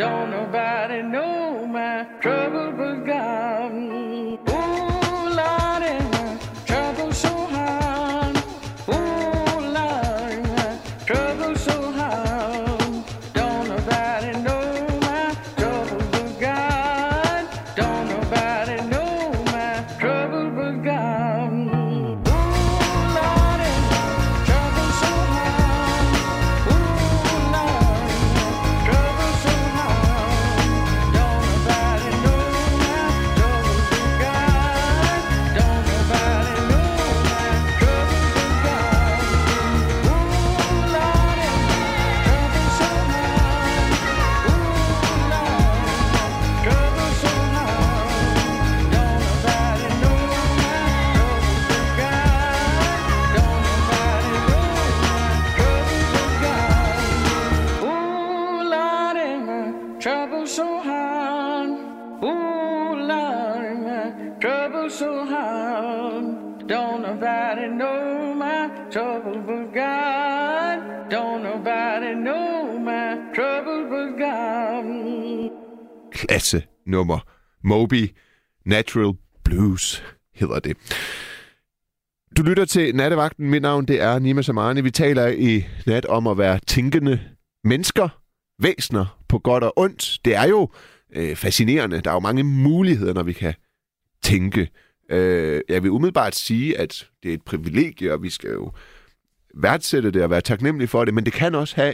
nobody know my trouble but God. Ooh, Lordy, my trouble so hard. Ooh, Lordy, my trouble so hard. Don't nobody know my trouble but God. Don't nobody know my trouble but God. Ooh, Lordy, my trouble so hard. Ooh, Lordy, my trouble so hard. Don't nobody know my trouble but God. Don't nobody know my trouble but God. Ooh, Lordy, my trouble so hard. Ooh, Lordy, my trouble so hard. Don't nobody know my trouble but God. Don't nobody know my trouble but God. Ooh, Lordy, my trouble so hard. Ooh, Lordy, my trouble so hard. Don't nobody know my trouble but God. Don't nobody know my trouble but God. Klasse nummer. Moby Natural Blues hedder det. Du lytter til Nattevagten. Mit navn det er Nima Samani. Vi taler i nat om at være tænkende mennesker, væsener på godt og ondt. Det er jo fascinerende. Der er jo mange muligheder, når vi kan tænke. Jeg vil umiddelbart sige, at det er et privilegie, og vi skal jo værdsætte det og være taknemmelige for det, men det kan også have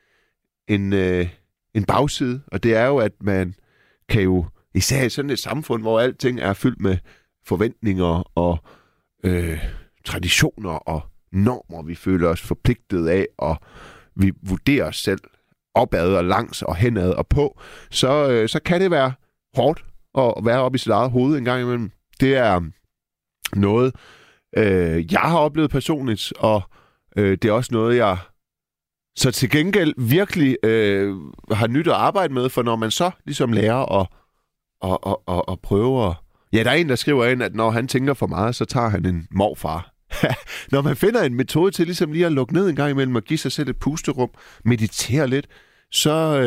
en bagside, og det er jo, at man kan jo, især i sådan et samfund, hvor alting er fyldt med forventninger og traditioner og normer, vi føler os forpligtet af, og vi vurderer os selv opad og langs og henad og på, så kan det være hårdt at være oppe i sit eget hoved en gang imellem. Det er noget, jeg har oplevet personligt, og det er også noget, jeg så til gengæld virkelig har nyt at arbejde med, for når man så ligesom lærer at prøve at... Ja, der er en, der skriver ind, at når han tænker for meget, så tager han en morfar. Når man finder en metode til ligesom lige at lukke ned en gang imellem og give sig selv et pusterum, meditere lidt, så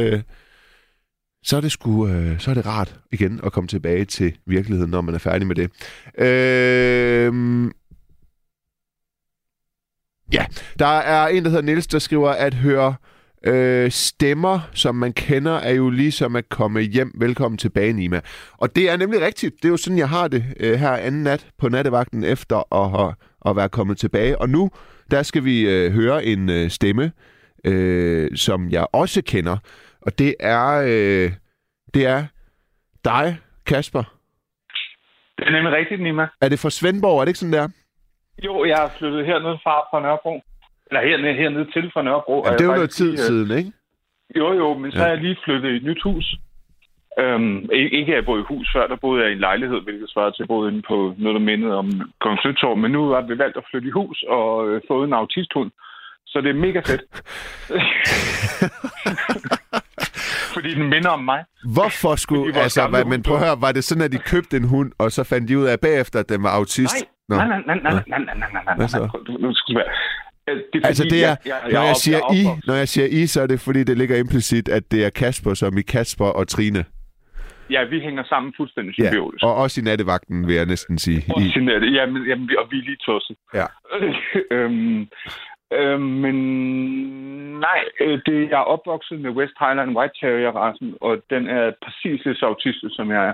er det rart igen at komme tilbage til virkeligheden, når man er færdig med det. Ja, der er en, der hedder Niels, der skriver, at høre stemmer, som man kender, er jo ligesom at komme hjem. Velkommen tilbage, Nima. Og det er nemlig rigtigt. Det er jo sådan, jeg har det her anden nat på nattevagten, efter at være kommet tilbage. Og nu, der skal vi høre en stemme, som jeg også kender. Og det er dig, Kasper. Det er nemlig rigtigt, Nima. Er det fra Svendborg? Er det ikke sådan der? Jo, jeg har flyttet hernede fra Nørrebro. Eller hernede til fra Nørrebro. Ja, det er jo noget tid siden, ikke? Jo, men så er jeg lige flyttet i et nyt hus. Ikke at jeg boede i hus før, der boede jeg i en lejlighed, hvilket svarede til at boede inde på noget, der mindede om Kongens Nytorv. Men nu har vi valgt at flytte i hus og fået en autisthund. Så det er mega fedt. Fordi den minder om mig. Hvorfor skulle... men prøv at høre, var det sådan, at de købte en hund, og så fandt de ud af bagefter, at den var autist? Nej. Nu skal du være... Når jeg siger I, så er det fordi, det ligger implicit, at det er Kasper, som i Kasper og Trine. Ja, vi hænger sammen fuldstændig symbiotisk. Og også i nattevagten, vil jeg næsten sige. Også i natte, jamen, og vi er lige tosset. Ja. Men nej, jeg er opvokset med West Highland White Terrier-rassen, og den er præcis lige så autistisk, som jeg er.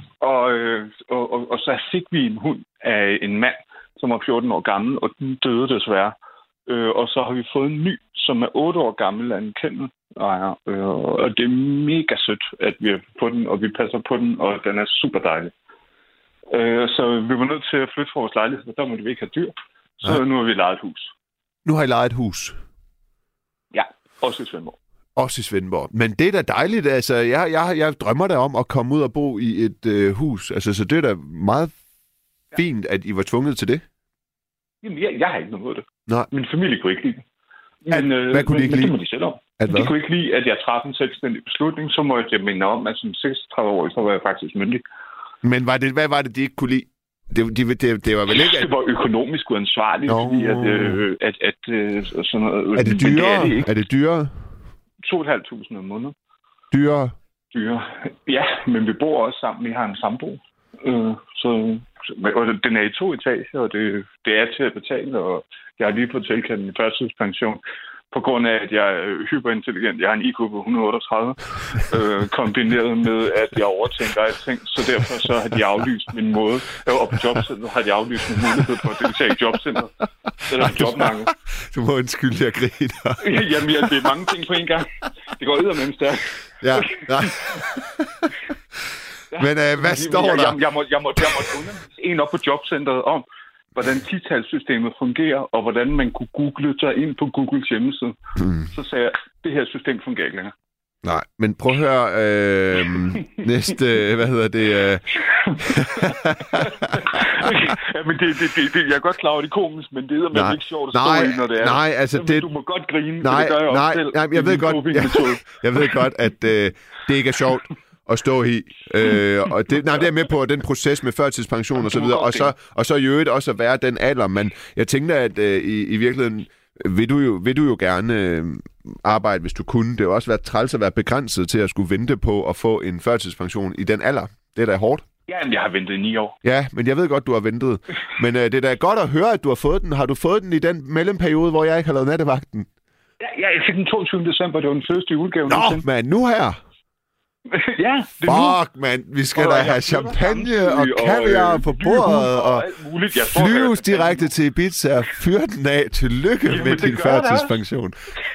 Og så fik vi en hund af en mand, som var 14 år gammel, og den døde desværre. Og så har vi fået en ny, som er 8 år gammel af en kennel. Og det er mega sødt, at vi har på den, og vi passer på den, og den er super dejlig. Så vi var nødt til at flytte fra vores lejlighed, og der måtte vi ikke have dyr. Så nu har vi lejet et hus. Nu har I lejet et hus? Ja, også i Svendborg. Også i Svendborg. Men det er da dejligt. Altså, jeg drømmer da om at komme ud og bo i et hus. Altså, så det er da meget fint, at I var tvunget til det. Jamen, jeg har ikke noget mod det. Nej. Min familie kunne ikke lide det. Hvad kunne de ikke lide? Det må de selv om. De kunne ikke lide, at jeg træffede en selvstændig beslutning. Så må jeg minde om, at som 36-årig, så var jeg faktisk myndig. Men hvad var det, de ikke kunne lide? Det var vel ikke... Det var økonomisk uansvarligt, fordi at sådan noget... Er det dyrere? Er det dyrere? 2.500 om måneden. Dyrere? Dyre. Ja, men vi bor også sammen. Vi har en sambo. Og den er i 2 etager, og det er til at betale, og jeg har lige fået tilkendt min førtidspension. På grund af, at jeg er hyperintelligent. Jeg har en IQ på 138, kombineret med, at jeg overtænker alting. Så derfor så har de aflyst min måde. Og på jobcenteret har de aflyst min mulighed for at deltage i jobcenteret. Eller jobmarkedet. Du må undskylde, jeg griner. Jamen, det er mange ting på en gang. Det går eddermame stærkt. Ja. Men hvad står der? Jeg måtte en op på jobcenteret om, hvordan 10-talssystemet fungerer, og hvordan man kunne google sig ind på Googles hjemmeside. Så sagde jeg, det her system fungerer ikke længere. Nej, men prøv at høre næste, hvad hedder det? Ja, men jeg er godt klar over, det er komisk, men det er ikke sjovt at stå i, når det er. Nej, altså det... Du må godt grine, nej, det gør jeg også selv. Nej, jeg ved godt, at det ikke er sjovt at stå i. Og det er med på den proces med førtidspension og så videre, og så i øvrigt også at være den alder. Men jeg tænkte, at i virkeligheden vil du jo gerne arbejde, hvis du kunne. Det har også været træls at være begrænset til at skulle vente på at få en førtidspension i den alder. Det er da hårdt. Ja, men jeg har ventet i 9 år. Ja, men jeg ved godt, du har ventet. Men det er da godt at høre, at du har fået den. Har du fået den i den mellemperiode, hvor jeg ikke har lavet nattevagten? Ja, jeg fik den 22. december. Det var den første julegave. Nå, men nu her... Ja, det er fuck, mand. Vi skal da have champagne og kaviar på bordet og flyves direkte til Ibiza og fyre den af. Tillykke med din førtidspension.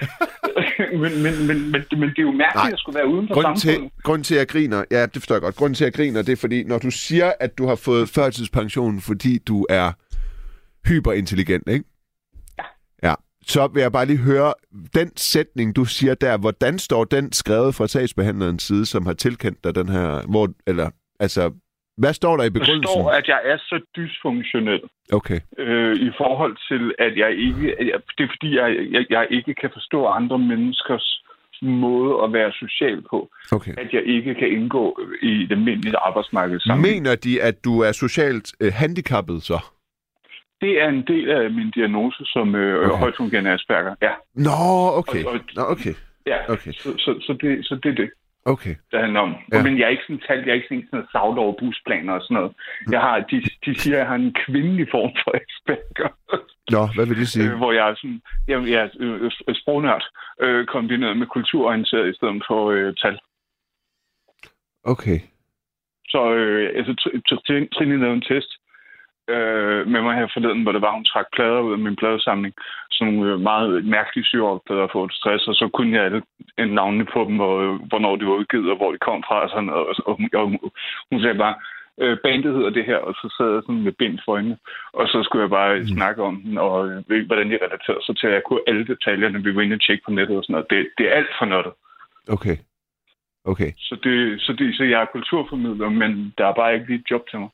men det er jo mærkeligt at skulle være uden for samfundet. Grunden til, at jeg griner, ja, det forstår jeg godt. Grunden til, at jeg griner, det er fordi, når du siger, at du har fået førtidspension, fordi du er hyperintelligent, ikke? Ja. Så vil jeg bare lige høre, den sætning, du siger der, hvordan står den skrevet fra sagsbehandlerens side, som har tilkendt dig den her, hvad står der i begrundelsen? Der står, at jeg er så dysfunktionel. Okay. I forhold til, at jeg ikke... Det er fordi, jeg ikke kan forstå andre menneskers måde at være social på. Okay. At jeg ikke kan indgå i det almindelige arbejdsmarked sammen. Mener de, at du er socialt handicappet så? Det er en del af min diagnose som højtfungerende Asperger, ja. Nå, okay. Okay. Ja, okay. Så det er det. Okay. Det handler om. Ja. Men jeg er ikke sådan noget savlet over busplaner og sådan noget. Jeg har, de siger, at jeg har en kvindelig form for Asperger. Nå, hvad vil det sige? Hvor jeg er sådan, jeg er sprognørd, kombineret med kulturorienteret i stedet for tal. Okay. Så Trine lavede en test med mig her forleden, hvor det var, hun trak plader ud af min pladesamling. Sådan nogle meget mærkelige syreopplader for stress, og så kunne jeg alle navnene på dem, og hvornår de var udgivet, og hvor de kom fra. Og sådan noget. Og hun sagde bare, bandet hedder det her, og så sad jeg sådan med bind for øjnene. Og så skulle jeg bare snakke om den, og hvordan de relaterer sig til, at jeg kunne alle detaljerne, vi var inde og tjekke på nettet og sådan noget. Det er alt for noget. Okay. Okay. Så jeg er kulturformidler, men der er bare ikke lige et job til mig.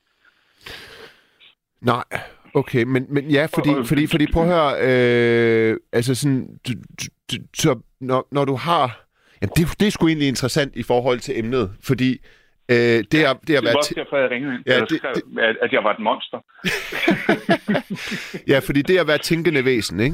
Nej, okay, men ja, fordi prøv at høre, altså sådan, så når du har, jamen det er sgu egentlig interessant i forhold til emnet, fordi det har været... Det var også derfor, jeg ringede ind, at jeg var et monster. Ja, fordi det at være tænkende væsen, ikke?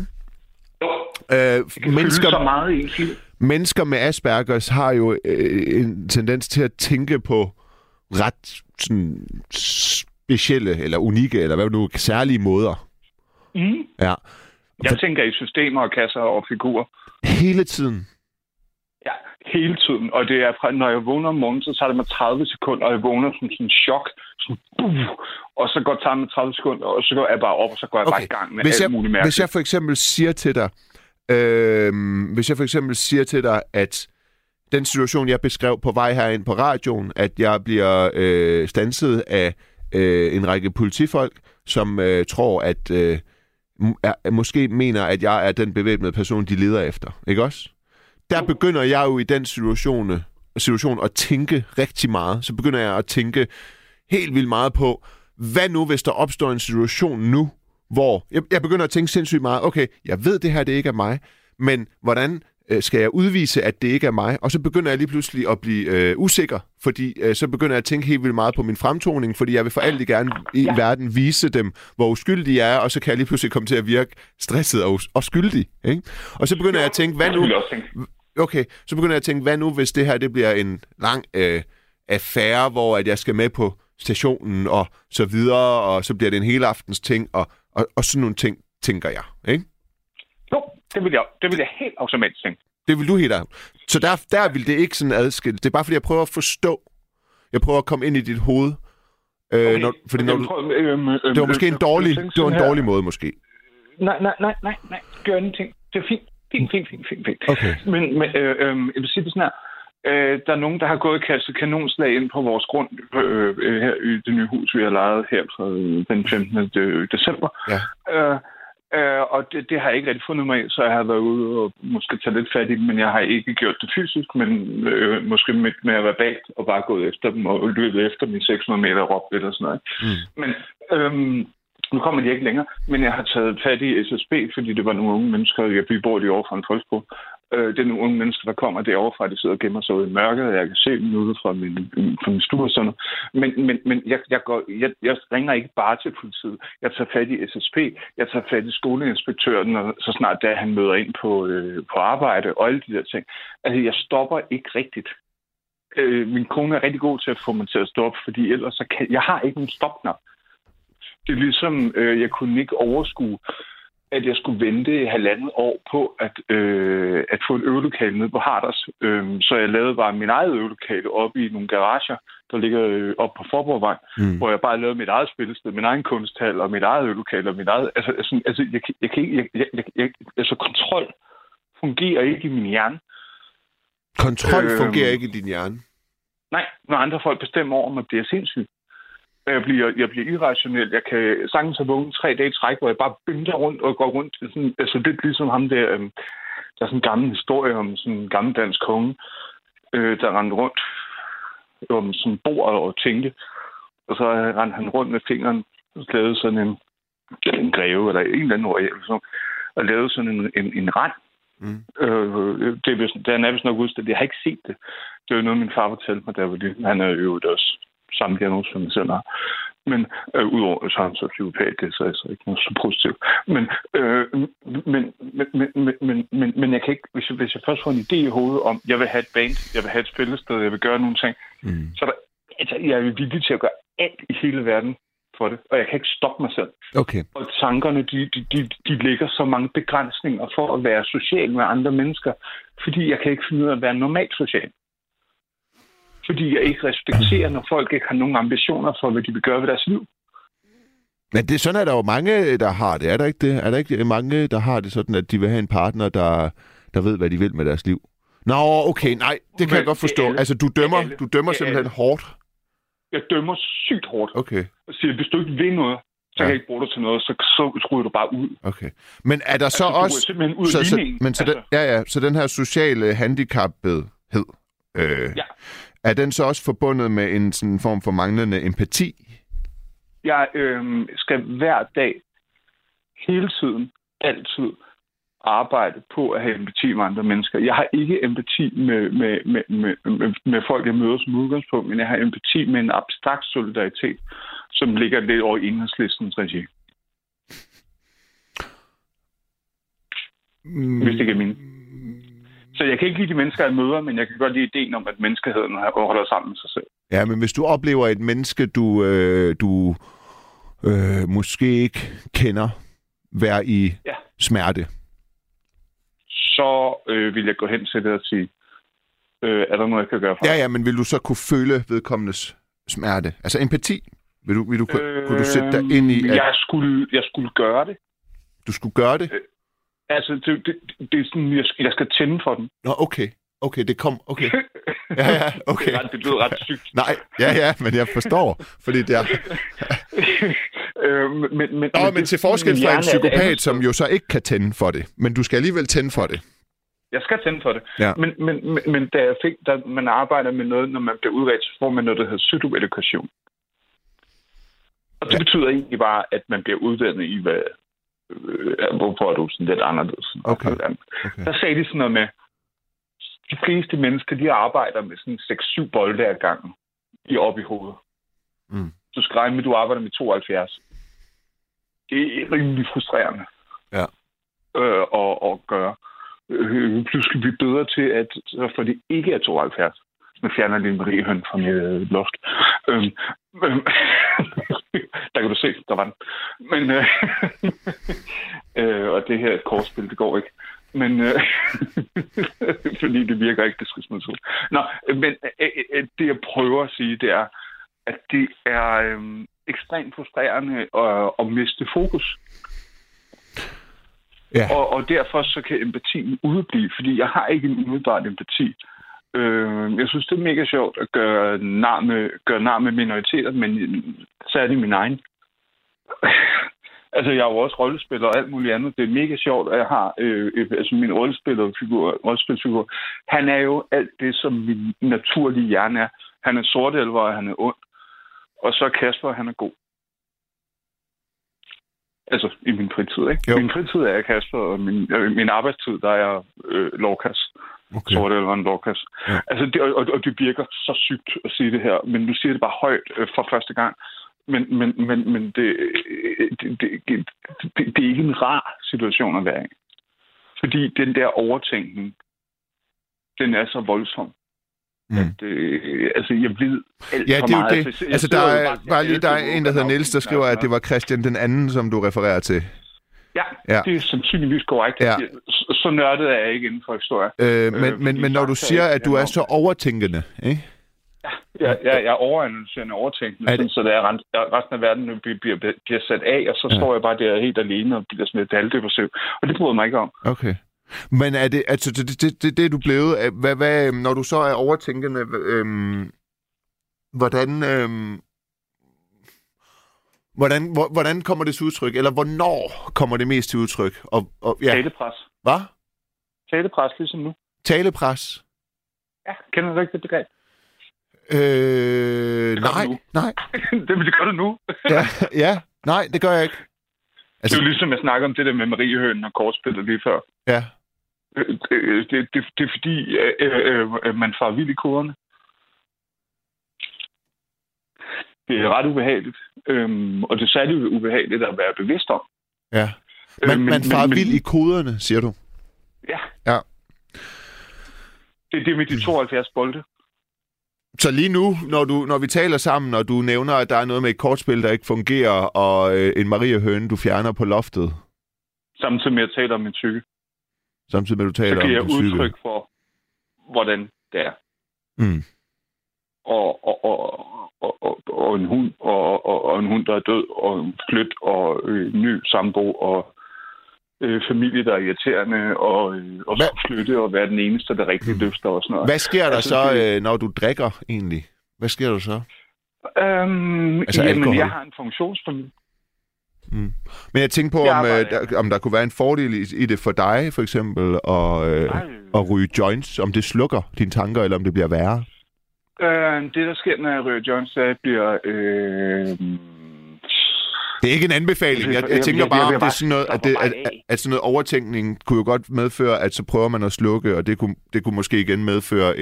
Mennesker med Aspergers har jo en tendens til at tænke på ret sådan specielle eller unikke, eller hvad nu, særlige måder. Mm. Ja. Jeg tænker i systemer og kasser og figurer. Hele tiden? Ja, hele tiden. Og det er fra, når jeg vågner om morgenen, så tager det mig 30 sekunder, og jeg vågner som sådan en chok. Sådan, og så tager det mig 30 sekunder, og så går jeg bare op, og så går jeg bare i gang med alt muligt mærkeligt. Hvis jeg for eksempel siger til dig, at den situation, jeg beskrev på vej herind på radioen, at jeg bliver standset af en række politifolk, som tror, at måske mener, at jeg er den bevæbnede person, de leder efter. Ikke også? Der begynder jeg jo i den situation at tænke rigtig meget. Så begynder jeg at tænke helt vildt meget på, hvad nu, hvis der opstår en situation nu, hvor jeg begynder at tænke sindssygt meget, okay, jeg ved det her, det ikke er mig, men hvordan skal jeg udvise, at det ikke er mig? Og så begynder jeg lige pludselig at blive usikker, fordi så begynder jeg at tænke helt vildt meget på min fremtoning, fordi jeg vil for alt gerne i verden vise dem, hvor uskyldig jeg er, og så kan jeg lige pludselig komme til at virke stresset og skyldig. Ikke? Og så begynder jeg at tænke, hvad nu? okay, så begynder jeg at tænke, hvad nu, hvis det her det bliver en lang affære, hvor at jeg skal med på stationen og så videre, og så bliver det en hele aftens ting, og sådan nogle ting, tænker jeg, ikke? Jo, det vil jeg helt automatisk tænke. Det vil du helt af. Så der vil det ikke sådan adskille. Det er bare fordi, jeg prøver at forstå. Jeg prøver at komme ind i dit hoved. Okay. Fordi når du... Det var måske en dårlig måde, måske. Nej. Gør ingenting. Det er fint. Okay. Men jeg vil sige det sådan her. Der er nogen, der har gået og kastet kanonslag ind på vores grund her i det nye hus, vi har lejet her fra den 15. december. Ja. Og det har jeg ikke rigtig fundet mig af, så jeg har været ude og måske tage lidt fat i dem, men jeg har ikke gjort det fysisk, men måske med at være bag og bare gået efter dem og løbet efter mine 600 meter råb eller sådan noget. Men nu kommer de ikke længere, men jeg har taget fat i SSB, fordi det var nogle unge mennesker, vi bor lige over fra en folkeskole. Det er nogle unge mennesker, der kommer derovre fra, de sidder og gemmer sig ude i mørket, og jeg kan se dem ude fra min stue og sådan noget. Men jeg ringer ikke bare til politiet. Jeg tager fat i SSP, jeg tager fat i skoleinspektøren, så snart da han møder ind på arbejde og alle de der ting. Altså, jeg stopper ikke rigtigt. Min kone er rigtig god til at få mig til at stoppe, fordi ellers så jeg har ikke nogen stopknap. Det er ligesom, jeg kunne ikke overskue, at jeg skulle vente 1,5 år på at få et øvelokale nede på Harders. Så jeg lavede bare min eget øvelokale oppe i nogle garager, der ligger oppe på Forborgvej, hvor jeg bare lavede mit eget spillested, min egen kunsthal og mit eget øvelokale og mit eget... Altså, kontrol fungerer ikke i min hjerne. Kontrol fungerer ikke i din hjerne? Nej, når andre folk bestemmer over mig, bliver jeg sindssyg. Jeg bliver irrationel. Jeg kan sagtens have vågnet 3 dage i træk, hvor jeg bare binder rundt og går rundt. Sådan, altså lidt ligesom ham der. Der er sådan en gammel historie om sådan en gammel dansk konge, der rendte rundt om sådan en bord og tænkte. Og så rendte han rundt med fingeren og lavede sådan en greve eller en eller anden ord, og lavede sådan en rand. Det er vist nok udstillet. Jeg har ikke set det. Det var noget, min far fortalte mig, der var det. Han er jo også samme diagnose, som jeg selv har. Men udover så har han så psykopat, det er så ikke noget så positivt. Men jeg kan ikke, hvis jeg først får en idé i hovedet om, jeg vil have et band, jeg vil have et spillested, jeg vil gøre nogle ting, så jeg er villig til at gøre alt i hele verden for det, og jeg kan ikke stoppe mig selv. Okay. Og tankerne, de lægger så mange begrænsninger for at være social med andre mennesker, fordi jeg kan ikke finde ud af at være normalt social. Fordi jeg ikke respekterer, når folk ikke har nogen ambitioner for, hvad de vil gøre ved deres liv. Men sådan er der jo mange, der har det. Er der ikke det? Er der ikke mange, der har det sådan, at de vil have en partner, der ved, hvad de vil med deres liv? Nå, okay, nej, det kan jeg godt forstå. Altså, du dømmer simpelthen hårdt? Jeg dømmer sygt hårdt. Okay. Jeg siger, hvis du ikke vil noget, så kan jeg ikke bruge dig til noget, så ryger du bare ud. Okay. Men er der så altså, også... Du er simpelthen ud af ligningen. Så den her sociale handicapethed, er den så også forbundet med en sådan form for manglende empati? Jeg skal hver dag, hele tiden, altid arbejde på at have empati med andre mennesker. Jeg har ikke empati med folk, jeg møder som udgangspunkt, men jeg har empati med en abstrakt solidaritet, som ligger lidt over Enhedslistens regi. Hvis det giver mening. Så jeg kan ikke lide de mennesker, jeg møder, men jeg kan godt lide ideen om, at menneskeheden holder sammen med sig selv. Ja, men hvis du oplever et menneske, du måske ikke kender, være i smerte, så vil jeg gå hen til det og sige, er der noget, jeg kan gøre for? Ja, men vil du så kunne føle vedkommendes smerte? Altså empati? Kunne du sætte dig ind i... Jeg skulle gøre det. Du skulle gøre det? Altså, det er sådan, jeg skal tænde for den. Nå, okay. Okay, det kom... Okay. Ja, okay. Det lyder ret sygt. Nej, ja, men jeg forstår, fordi det er... men til forskel fra en psykopat, som jo så ikke kan tænde for det, men du skal alligevel tænde for det. Jeg skal tænde for det. Ja. Men da man arbejder med noget, når man bliver udredt, så får man noget, der hedder psykoedukation. Og det betyder egentlig bare, at man bliver uddannet i, hvorfor er du sådan lidt anderledes. Okay. Der sagde de sådan noget med, de fleste mennesker, de arbejder med sådan 6-7 bolde ad gangen op i hovedet. Du skal regne med, at du arbejder med 72. Det er rimelig frustrerende at gøre. pludselig blive bedre til, at for det ikke er 72. Nu fjerner lige en mariehøn fra mit loft. Der kan du se, der var den. Men, og det her kortspil, det går ikke. Men fordi det virker ikke, det skal smides ud. Nå, men det jeg prøver at sige, det er, at det er ekstremt frustrerende at miste fokus. Ja. Og derfor så kan empatien udeblive, fordi jeg har ikke en umiddelbart empati. Jeg synes, det er mega sjovt at gøre nar med minoriteter, men særligt min egen. Altså, jeg er jo også rollespiller og alt muligt andet. Det er mega sjovt, at jeg har min rollespilfigur. Han er jo alt det, som min naturlige hjerne er. Han er sortelver, og han er ond. Og så Kasper, han er god. Altså, i min fritid, ikke? Jo. Min fritid er jeg Kasper, og min arbejdstid, der er jeg Lorcas. Okay. Sortelveren Lorcas. Ja. Altså, det virker så sygt at sige det her, men du siger det bare højt for første gang. Men det er ikke en rar situation at være i. Fordi den der overtænkning, den er så voldsom. At, altså, jeg ved alt ja, for det er jo meget. det. Altså, der er en, der hedder Niels, der skriver, at det var Christian den anden, som du refererer til. Ja, det er sandsynligvis korrekt. Ja. Så nørdet er jeg ikke inden for historie. Men når du siger, at du er så overtænkende, ikke? Ja, jeg er overanalyserende overtænkende, så det er resten af verden bliver sat af, og så står jeg bare der helt alene og bliver sådan lidt halvdepressiv. Og det bryder mig ikke om. Okay. Men er det, altså, det er du blevet, hvad, når du så er overtænkende, hvordan kommer det til udtryk? Eller hvornår kommer det mest til udtryk? Ja. Talepres. Hvad? Talepres, ligesom nu. Talepres? Ja, kender du ikke det begreb? Nej. Det gør du nu. ja, nej, det gør jeg ikke. Altså, det er jo ligesom, jeg snakker om det der med mariehønen og kortspillet lige før. Ja. Det er fordi, man farer vild i koderne. Det er ret ubehageligt. Og det er særligt ubehageligt at være bevidst om. Ja. Man farer vild i koderne, siger du? Ja. Det er med de 72 bolde. Så lige nu, når vi taler sammen, og du nævner, at der er noget med et kortspil, der ikke fungerer, og en mariehøne, du fjerner på loftet. Samtidig med at tale om min psyke. Samtidig med, at du taler om din psyke. Så giver jeg udtryk for, hvordan det er. Og en hund, og en hund, der er død, og en flyt, og en ny sambo, og familie, der er irriterende, og så flytte, og være den eneste, der rigtig løfter og sådan noget. Hvad sker der så, når du drikker egentlig? Hvad sker der så? Jamen, jeg har en funktionsfamilie. Men jeg tænker på, om der kunne være en fordel i det for dig, for eksempel, at ryge joints, om det slukker dine tanker, eller om det bliver værre? Det, der sker, når jeg ryger joints, det bliver... Det er ikke en anbefaling. Jeg tænker bare, om det er sådan noget, at sådan noget overtænkning kunne jo godt medføre, at så prøver man at slukke, og det kunne måske igen medføre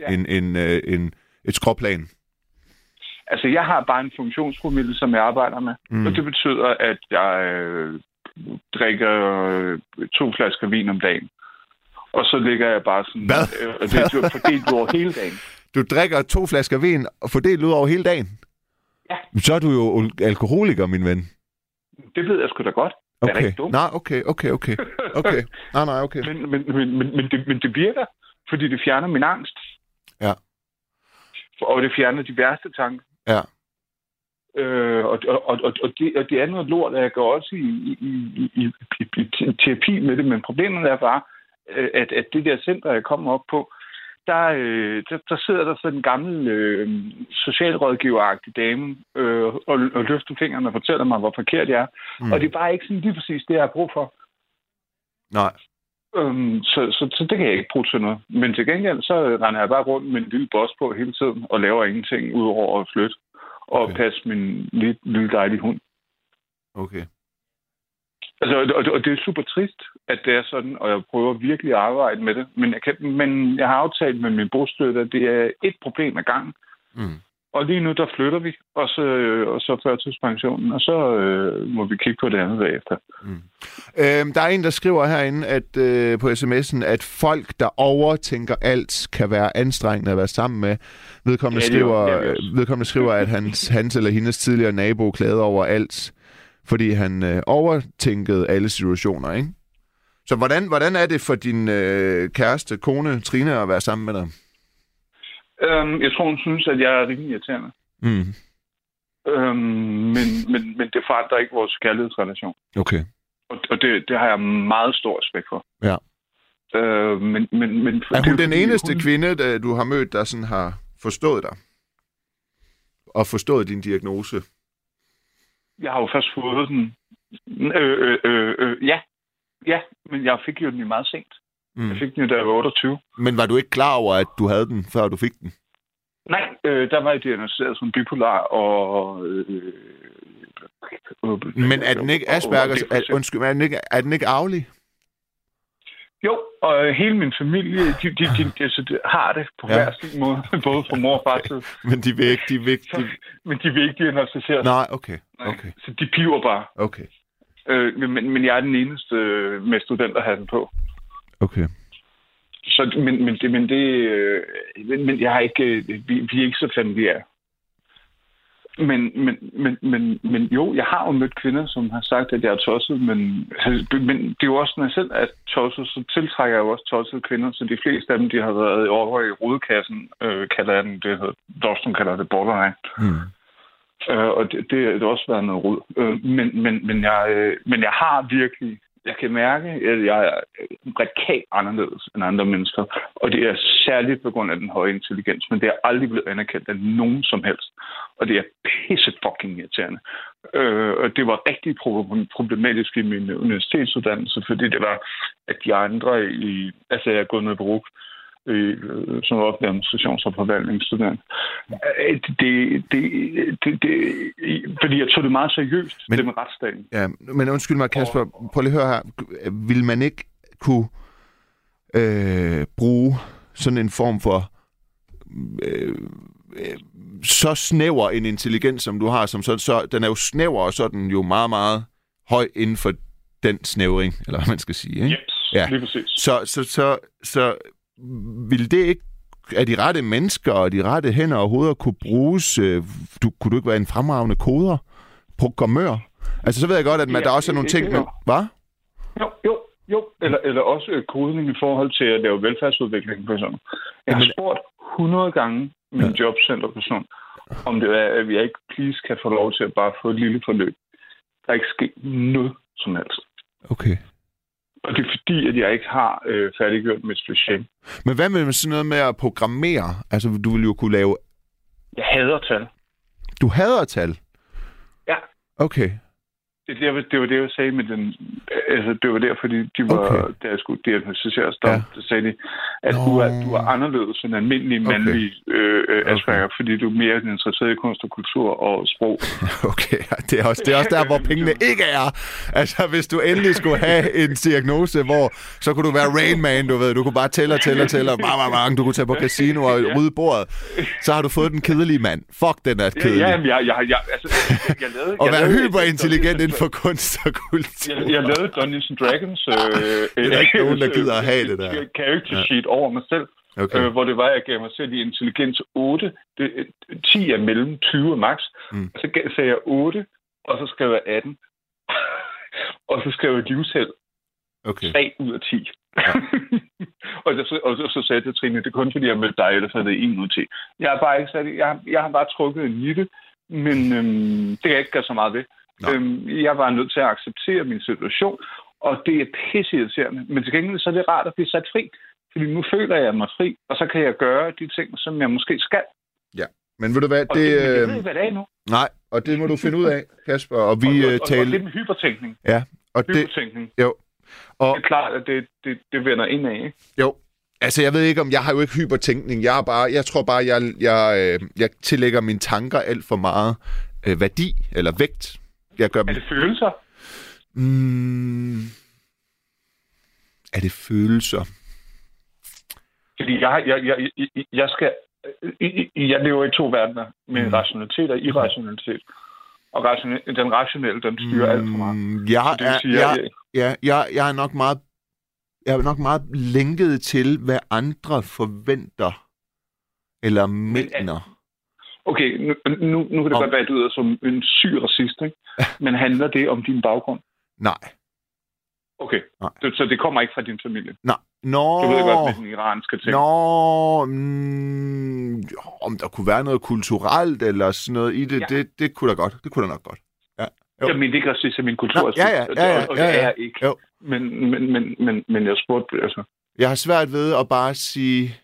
et skråplan. Altså, jeg har bare en funktionspromille, som jeg arbejder med. Og det betyder, at jeg drikker 2 flasker vin om dagen. Og så ligger jeg bare sådan... Hvad? Det er fordelt over hele dagen. Du drikker 2 flasker vin og fordelt ud over hele dagen? Ja. Så er du jo alkoholiker, min ven. Det ved jeg sgu da godt. Okay. Det er rigtig dumt. Nej, okay. Nej, okay. Men det virker, fordi det fjerner min angst. Ja. Og det fjerner de værste tanker. Ja. Og det er noget lort, at jeg går også i terapi med det, men problemet er bare, at det der center, jeg kommer op på, der sidder der sådan en gammel socialrådgiver-agtig dame og løfter fingrene og fortæller mig, hvor forkert jeg er. Og det er bare ikke sådan lige præcis det, jeg har brug for. Nej. Så det kan jeg ikke bruge til noget. Men til gengæld, så render jeg bare rundt med en lille boss på hele tiden og laver ingenting udover at flytte og passe min lille dejlige hund. Okay. Altså, og det er super trist, at det er sådan, og jeg prøver virkelig at arbejde med det. Men jeg har aftalt med min bostøtte, at det er et problem ad gangen. Og lige nu, der flytter vi, og så førtidspensionen, og så må vi kigge på det andet bagefter. Der er en, der skriver herinde at, på sms'en, at folk, der overtænker alt, kan være anstrengende at være sammen med. Vedkommende skriver, at hans eller hendes tidligere nabo klagede over alt, fordi han overtænkede alle situationer, ikke? Så hvordan er det for din kæreste, kone, Trine, at være sammen med dig? Jeg tror, hun synes, at jeg er rimelig irriterende. Men det forandrer ikke vores kærlighedsrelation. Okay. Og det har jeg meget stor respekt for. Ja. Men er hun den eneste kvinde, du har mødt, der sådan har forstået dig? Og forstået din diagnose? Jeg har jo først fået den. Ja, men jeg fik jo den meget sent. Jeg fik den jo, da jeg var 28. Men var du ikke klar over, at du havde den, før du fik den? Nej, der var jeg diagnosticeret som bipolar, og... men er den ikke Aspergers? Undskyld, er den ikke arvelig? Jo, og hele min familie, de har det på hver sin måde, både fra mor og far til. Men de vil ikke... Men de vil ikke diagnosticeres. Nej, okay. Så de piver bare. Okay. Men jeg er den eneste med studenterhatten på. Okay. Så, men jeg har ikke... Vi er ikke så familiære. Men jo, jeg har jo mødt kvinder, som har sagt, at jeg er tosset, men det er jo også, når jeg selv er tosset, så tiltrækker jeg jo også tossede kvinder, så de fleste af dem, de har været over i rodekassen, kalder jeg den, det hedder, Dorsten kalder det borderline. Og det har også været noget rod. Men jeg har virkelig... Jeg kan mærke, at jeg er radikalt anderledes end andre mennesker. Og det er særligt på grund af den høje intelligens. Men det er aldrig blevet anerkendt af nogen som helst. Og det er pisse fucking irriterende. Og det var rigtig problematisk i min universitetsuddannelse, fordi det var, at de andre altså jeg er gået med brug som offentlig administrations- og forvaltningsstudent. Fordi jeg tog det meget seriøst, det med retsstaten. Ja, men undskyld mig, Kasper, prøv lige at høre her. Vil man ikke kunne bruge sådan en form for så snæver en intelligens, som du har, som så den er jo snæver, og så er den jo meget, meget høj inden for den snævring, eller hvad man skal sige, ikke? Yes, ja. Lige præcis. Så vil det ikke, at de rette mennesker og de rette hænder og hoveder kunne bruges, kunne du ikke være en fremragende koder, programmør? Altså, så ved jeg godt, at der også er nogle ting, men... Hvad? Jo. Eller også kodning i forhold til at lave velfærdsudvikling for sådan. Jeg har spurgt 100 gange min jobcenterperson, om det er, at vi ikke please kan få lov til at bare få et lille forløb. Der er ikke sket noget som helst. Okay. Og det er fordi, at jeg ikke har færdiggjort mit speciale. Men hvad med sådan noget med at programmere? Altså, du ville jo kunne lave... Jeg hader tal. Du hader tal? Ja. Okay. Det var det, jeg sagde med den... Altså, det var der, fordi de var, da jeg skulle diagnostiseres, der sagde de, at du er anderledes end almindelig mandlig Asperger, fordi du er mere interesseret i kunst og kultur og sprog. Okay, det er også der, hvor pengene ikke er. Altså, hvis du endelig skulle have en diagnose, hvor så kunne du være Rain Man, du ved. Du kunne bare tælle. Du kunne tage på casino og rydde bordet. Så har du fået den kedelige mand. Fuck, den er kedelig. Ja, jeg lavede... Og være hyperintelligent inden for kunst og kultur. Jeg lavede Dungeons & Dragons. Det er ikke nogen, der gider at have det der. Character sheet over mig selv. Okay. Hvor det var, at jeg gav mig selv i intelligens 8. 10 er mellem 20 og max. Og så sagde jeg 8, og så skrev jeg 18. og så skrev jeg livsheld. 3 ud af 10. Ja. og så sagde jeg til Trine, det er kun fordi, jeg mødte dig, ellers er det 1 ud af 10. Jeg har bare ikke sat det. Jeg har bare trukket en nitte, men det kan jeg ikke gøre så meget ved. Jeg var nødt til at acceptere min situation, og det er pisseirriterende. Men til gengæld så er det rart at blive sat fri, fordi nu føler jeg mig fri, og så kan jeg gøre de ting, som jeg måske skal. Ja, men ved du hvad, jeg ved ikke, hvad det er nu. Nej, og det må du finde ud af, Kasper. Og vi taler... Og det med hypertænkning. Ja, og hypertænkning. Jo. Og... Det er klart, at det vender indad, ikke? Jo. Altså, jeg ved ikke om... Jeg har jo ikke hypertænkning. Jeg tror bare, jeg tillægger mine tanker alt for meget værdi eller vægt. Jeg gør dem... Er det følelser? Er det følelser? Fordi jeg skal Jeg lever i to verdener med rationalitet og irrationalitet. Og den rationelle, den styrer alt for meget. Jeg er nok meget lænket til, hvad andre forventer eller mener. Okay, nu kan det godt være, at du er som en syg racist, ikke? Men handler det om din baggrund? Nej. Okay, Nej. Så det kommer ikke fra din familie? Nej. Nå. Du ved godt, med den iranske ting. Om der kunne være noget kulturelt eller sådan noget i det, det kunne der godt. Det kunne der nok godt. Ja. Jeg mener ikke racist, min kultur. Og det er ikke. Jo. Men jeg spurgte, altså. Jeg har svært ved at bare sige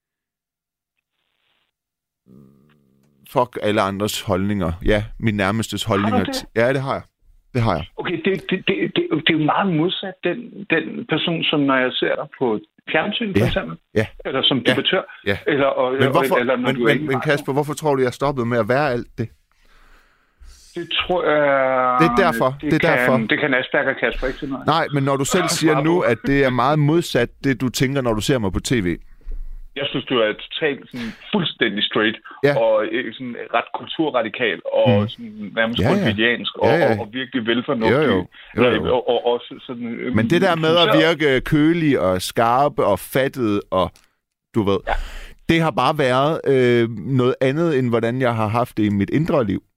fuck alle andres holdninger. Ja, min nærmestes holdninger. Ja, det har jeg. Det har jeg. Okay, det er jo meget modsat den person, som når jeg ser dig på fjernsyn, for eksempel. Ja. Eller som debattør. Ja. Men Kasper, hvorfor tror du, jeg stoppede med at være alt det? Det tror jeg... Det er derfor. Det kan Asperger Kasper ikke til noget. Nej, men når du selv siger nu, at det er meget modsat det, du tænker, når du ser mig på tv. Jeg synes, du er totalt sådan, fuldstændig straight, og sådan ret kulturradikal, og sådan, nærmest grundvidiansk, og virkelig velfornuftig. Jo. Og også sådan, men det der med at virke kølig og skarpe og fattet, og du ved, det har bare været noget andet, end hvordan jeg har haft det i mit indre liv.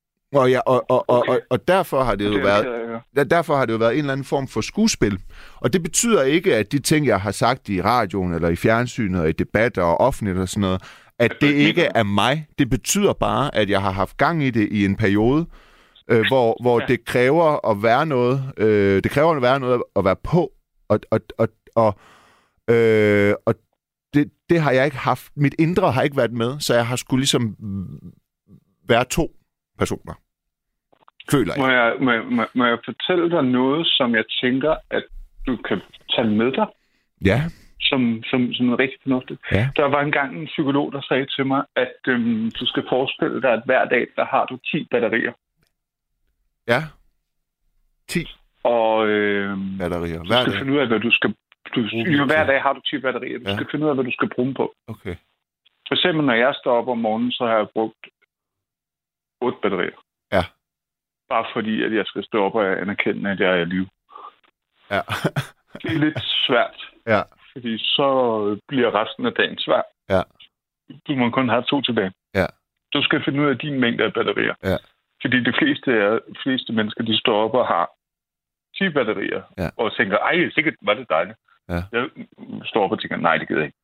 Og derfor har det jo været en eller anden form for skuespil. Og det betyder ikke, at de ting, jeg har sagt i radioen, eller i fjernsynet, og i debatter og offentligt og sådan noget, at det ikke er mig. Det betyder bare, at jeg har haft gang i det i en periode, hvor det kræver at være noget. Det kræver at være noget at være på. Og det har jeg ikke haft. Mit indre har ikke været med, så jeg har skulle ligesom være to personer. Føler jeg. Må jeg fortælle dig noget, som jeg tænker, at du kan tage med dig? Ja. Som noget rigtig fornuftigt. Ja. Der var engang en psykolog, der sagde til mig, at du skal forestille dig, at hver dag, der har du 10 batterier. Ja. 10 og batterier. Du skal finde ud af, hvad du skal... hver dag har du 10 batterier. Du skal finde ud af, hvad du skal bruge dem på. Okay. For eksempel, når jeg står op om morgenen, så har jeg brugt 8 batterier. Ja. Bare fordi, at jeg skal stå op og anerkende, at jeg er i live. Ja. Det er lidt svært. Ja. Fordi så bliver resten af dagen svær. Ja. Du må kun have 2 tilbage. Ja. Du skal finde ud af din mængde af batterier. Ja. Fordi de fleste mennesker, de står op og har 10 batterier. Ja. Og tænker, ej, sikkert var det dejligt. Ja. Jeg står op og tænker, nej, det gider jeg ikke.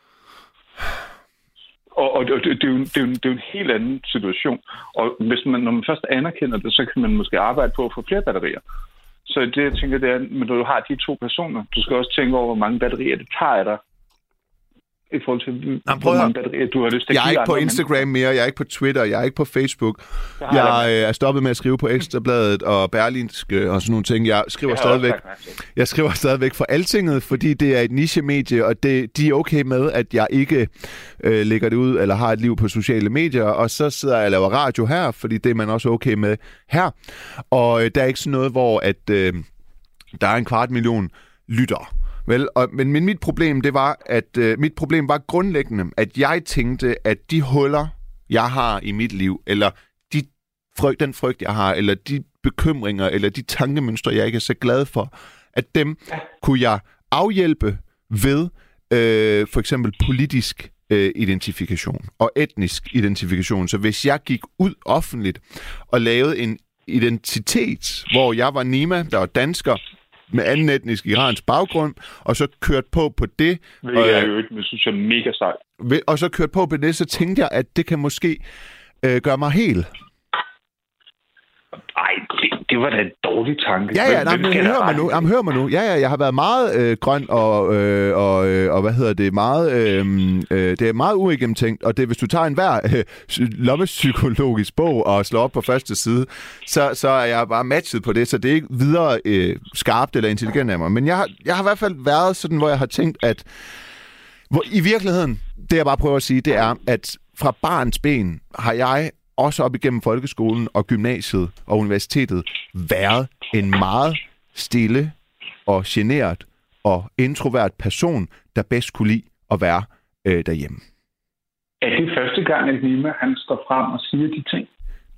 Og det er jo en helt anden situation. Og når man først anerkender det, så kan man måske arbejde på at få flere batterier. Så det, jeg tænker, det er, når du har de 2 personer, du skal også tænke over, hvor mange batterier det tager af dig. I forhold til, hvor mange batterier du har lyst til at give. Jeg er ikke på Instagram mere, jeg er ikke på Twitter, jeg er ikke på Facebook. Jeg er stoppet med at skrive på Ekstrabladet og Berlingske og sådan nogle ting. Jeg skriver stadigvæk for Altinget, fordi det er et niche-medie, og de er okay med, at jeg ikke lægger det ud eller har et liv på sociale medier. Og så sidder jeg og laver radio her, fordi det er man også okay med her. Og der er ikke sådan noget, hvor at, der er 250.000 lyttere. Vel, men mit problem, det var, at mit problem var grundlæggende, at jeg tænkte, at de huller, jeg har i mit liv, eller den frygt, jeg har, eller de bekymringer, eller de tankemønstre, jeg ikke er så glad for, at dem kunne jeg afhjælpe ved for eksempel politisk identifikation og etnisk identifikation. Så hvis jeg gik ud offentligt og lavede en identitet, hvor jeg var Nima, der var dansker, med anden etnisk iransk baggrund, og så kørt på det. Det er jo ikke, men synes jeg er mega sejt. Og så kørt på det, så tænkte jeg, at det kan måske gøre mig hel. Ej, det var da en dårlig tanke. Hør mig nu. Ja, jeg har været meget grøn og hvad hedder det, meget det er meget uigennemtænkt, og det hvis du tager enhver lommepsykologisk bog og slår op på første side, så er jeg bare matchet på det, så det er ikke videre skarpt eller intelligent af mig. Men jeg har i hvert fald været sådan, hvor jeg har tænkt, at i virkeligheden, det jeg bare prøver at sige, det er, at fra barns ben har jeg også op igennem folkeskolen og gymnasiet og universitetet, været en meget stille og genert og introvert person, der bedst kunne lide at være derhjemme. Er det første gang, at Nima han står frem og siger de ting?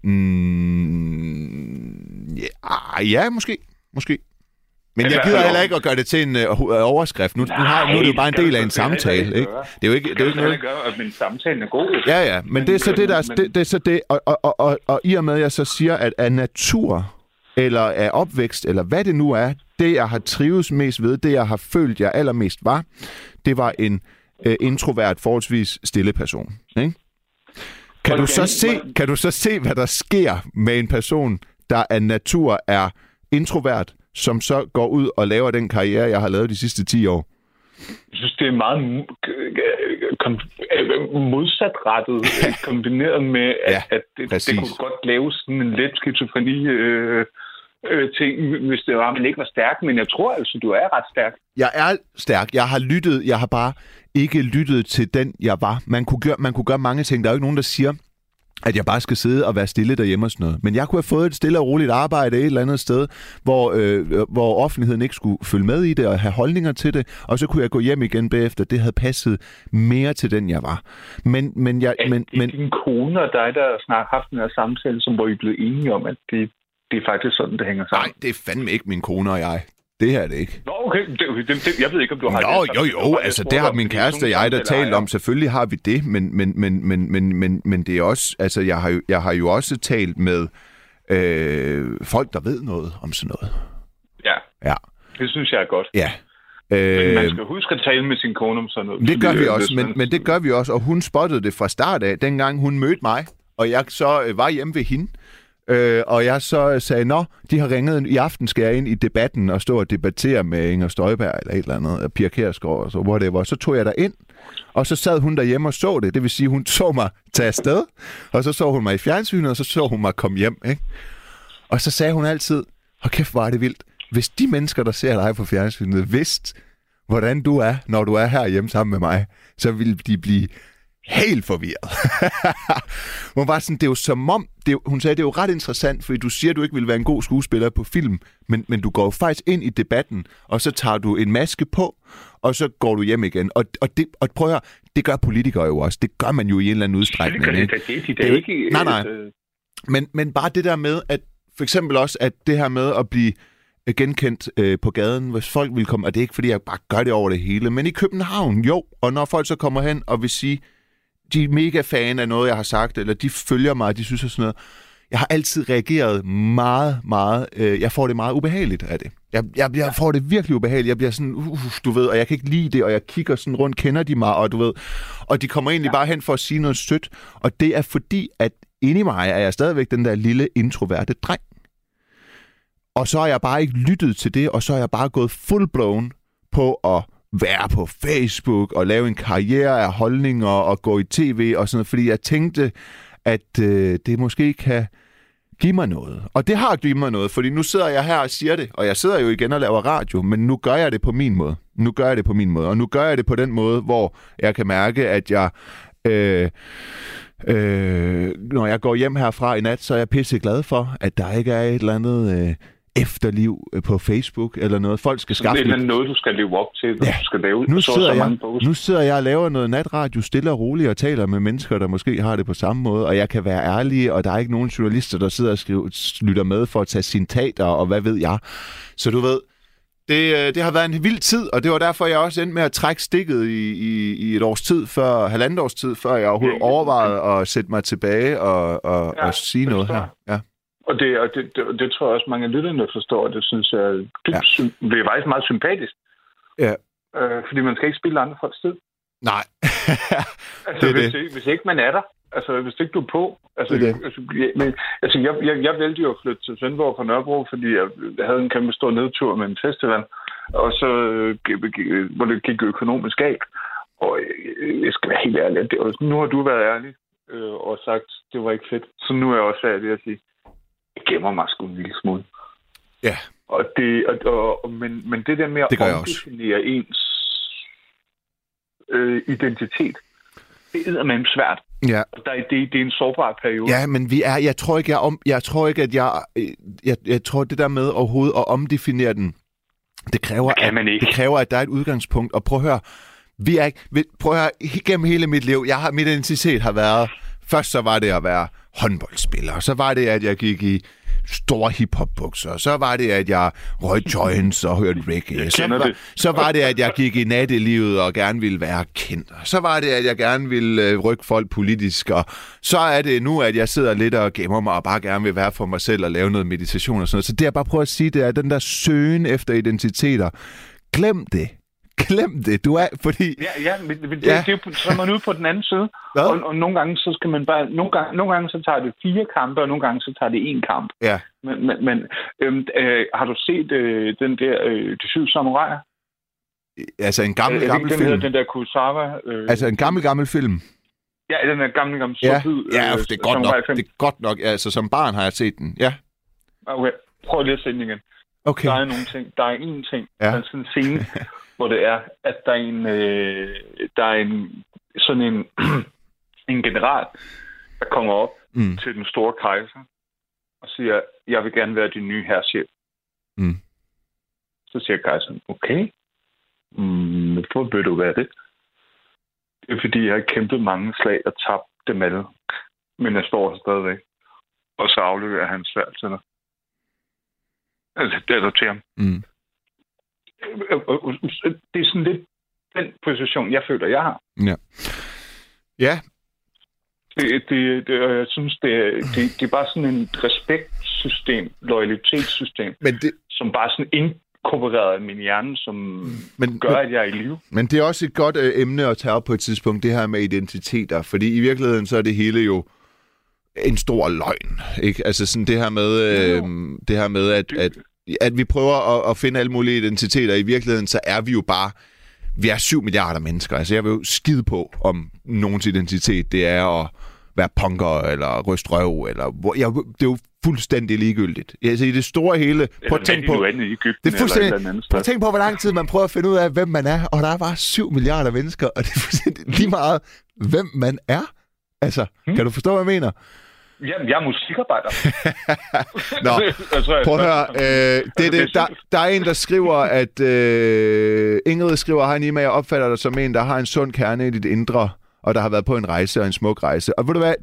Ja, måske. Men Altså, jeg gider heller ikke at gøre det til en overskrift. Nu er det jo bare en del af en samtale, ikke? Det er jo ikke noget. Det gør, men samtalen er god. Ja, men det er så det der, det er så det, og i og med at jeg så siger, at af natur eller af opvækst eller hvad det nu er, det jeg har trives mest ved, det jeg har følt jeg allermest var, det var en introvert, forholdsvis stille person, ikke? Kan du så se, hvad der sker med en person, der af natur er introvert, som så går ud og laver den karriere, jeg har lavet de sidste 10 år? Jeg synes, det er meget modsatrettet, kombineret med, at det kunne godt lave sådan en let skizofreni ting, hvis det var, man ikke var stærk. Men jeg tror altså, du er ret stærk. Jeg er stærk. Jeg har bare ikke lyttet til den, jeg var. Man kunne gøre mange ting. Der er jo ikke nogen, der siger, at jeg bare skal sidde og være stille derhjemme og sådan noget. Men jeg kunne have fået et stille og roligt arbejde et eller andet sted, hvor offentligheden ikke skulle følge med i det og have holdninger til det, og så kunne jeg gå hjem igen bagefter. Det havde passet mere til den, jeg var. Men din kone og dig, der snart haft den her samtale, som hvor I blev enige om, at det er faktisk sådan, det hænger sammen? Nej, det er fandme ikke min kone og jeg. Det her er det ikke. Nå, okay. Jeg ved ikke, om du har det. Jo, altså det har min kæreste og jeg der talt om. Selvfølgelig har vi det, men det er også, altså jeg har jo også talt med folk, der ved noget om sådan noget. Ja. Det synes jeg er godt. Ja. Men man skal huske at tale med sin kone om sådan noget. Det gør vi også, men det gør vi også, og hun spottede det fra start af, dengang hun mødte mig, og jeg så var hjemme ved hende. Og jeg så sagde, de har ringet i aften, skal jeg ind i debatten og stå og debattere med Inger Støjberg eller et eller andet, Pia Kjærsgaard og så whatever. Så tog jeg der ind, og så sad hun derhjemme og så det. Det vil sige, hun så mig tage afsted, og så hun mig i fjernsynet, og så hun mig komme hjem, ikke? Og så sagde hun altid, kæft, hvor er det vildt. Hvis de mennesker, der ser dig på fjernsynet, vidste, hvordan du er, når du er herhjemme sammen med mig, så ville de blive helt forvirret. Hun var sådan, det er jo som om, hun sagde, det er jo ret interessant, fordi du siger, du ikke vil være en god skuespiller på film, men du går jo faktisk ind i debatten, og så tager du en maske på, og så går du hjem igen. Og prøv at høre, det gør politikere jo også. Det gør man jo i en eller anden udstrækning. Det er ikke... Nej. Men bare det der med, at for eksempel også, at det her med at blive genkendt på gaden, hvis folk vil komme, og det er ikke fordi, jeg bare gør det over det hele, men i København, jo, og når folk så kommer hen og vil sige, de er mega fan af noget, jeg har sagt, eller de følger mig, de synes sådan noget. Jeg har altid reageret meget, jeg får det meget ubehageligt af det. Jeg får det virkelig ubehageligt. Jeg bliver sådan, du ved, og jeg kan ikke lide det, og jeg kigger sådan rundt, kender de mig, og du ved, og de kommer egentlig bare hen for at sige noget sødt, og det er fordi, at inde i mig er jeg stadigvæk den der lille introverte dreng. Og så har jeg bare ikke lyttet til det, og så har jeg bare gået full-blown på at være på Facebook og lave en karriere af holdninger og gå i tv og sådan noget, fordi jeg tænkte, at det måske kan give mig noget. Og det har givet mig noget, fordi nu sidder jeg her og siger det, og jeg sidder jo igen og laver radio, men nu gør jeg det på min måde. Og nu gør jeg det på den måde, hvor jeg kan mærke, at jeg... når jeg går hjem herfra i nat, så er jeg pisse glad for, at der ikke er et eller andet... efterliv på Facebook eller noget. Folk skal skaffe... Det er noget, du skal leve op til, når du skal lave nu sidder jeg og laver noget natradio stille og roligt og taler med mennesker, der måske har det på samme måde, og jeg kan være ærlig, og der er ikke nogen journalister, der sidder og lytter med for at tage citater, og hvad ved jeg. Så du ved, det har været en vild tid, og det var derfor, jeg også endte med at trække stikket i et års tid, halvandet års tid, før jeg overhovedet overvejede at sætte mig tilbage og sige noget her. Ja. Og det tror jeg også, mange af lytterne forstår, og det synes jeg det er faktisk meget sympatisk. Ja. Fordi man skal ikke spille andre folks tid. Nej. Hvis ikke man er der, altså hvis ikke du er på. Jeg valgte jo at flytte til Svendborg fra Nørrebro, fordi jeg havde en kæmpe stor nedtur med en festival, og så hvor det gik økonomisk galt. Og jeg skal være helt ærlig. Nu har du været ærlig og sagt, det var ikke fedt. Så nu er jeg også ærlig at sige, jeg gemmer mig sgu en lille smule. Ja. Men det der med at omdefinere ens identitet, det er eddermame svært. Ja. Det er en sårbar periode. Ja, men jeg tror det der med overhovedet at omdefinere den, det kræver, at der er et udgangspunkt. Og prøv at høre, Vi er ikke... Prøv at høre, gennem hele mit liv, mit identitet har været... Først så var det at være håndboldspiller, så var det, at jeg gik i store hiphop-bukser, så var det, at jeg røg joints og hørte reggae, så var det, at jeg gik i nattelivet og gerne ville være kendt, så var det, at jeg gerne ville rykke folk politisk, og så er det nu, at jeg sidder lidt og gemmer mig og bare gerne vil være for mig selv og lave noget meditation og sådan noget. Så det jeg bare prøver at sige, det er den der søgen efter identiteter. Glem det. Glem det, du er, fordi... Det er jo, så er man ude på den anden side, og nogle gange så skal man bare... Nogle gange så tager det 4 kampe, og nogle gange så tager det 1 kamp. Ja. Men har du set den der De 7 samuraier? Altså en gammel film? Hedder den der Kurosawa... Altså en gammel film? Ja, den er gammel sort-hvid. Ja, det er godt nok. Det er godt nok. Altså som barn har jeg set den, ja. Okay, prøv lige at se den igen. Okay. Der er nogle ting. Der er en ting. Ja. Der er sådan en scene... hvor det er, at der er en general, der kommer op til den store kejser og siger, jeg vil gerne være din nye herrchef. Så siger kejseren, okay, hvorfor vil du være det? Det er fordi, jeg har kæmpet mange slag og tabt dem alle, men jeg står stadigvæk. Og så afleverer han svært til dig. Altså, det er der til ham. Det er sådan lidt den position, jeg føler, jeg har. Ja. Ja. Jeg synes, det er bare sådan en respektsystem, loyalitetssystem, som bare sådan inkorporeret i min hjerne, som gør, at jeg er i live. Men det er også et godt emne at tage op på et tidspunkt, det her med identiteter, fordi i virkeligheden så er det hele jo en stor løgn, ikke? Altså sådan det her med at vi prøver at finde alle mulige identiteter. I virkeligheden, så er vi jo bare... Vi er 7 milliarder mennesker. Altså, jeg vil jo skide på, om nogens identitet, det er at være punker, eller ryst røv, eller... det er jo fuldstændig ligegyldigt. Altså, i det store hele... Prøv at tænke på... Det er fuldstændig... Prøv at tænke på, hvor lang tid man prøver at finde ud af, hvem man er. Og der er bare 7 milliarder mennesker, og det er fuldstændig lige meget, hvem man er. Altså, kan du forstå, hvad jeg mener? Jamen, jeg er musikarbejder. Nå, prøv at høre. Der er en, der skriver, at Ingrid skriver, hej Nima, jeg opfatter dig som en, der har en sund kerne i dit indre, og der har været på en rejse og en smuk rejse. Og ved du hvad,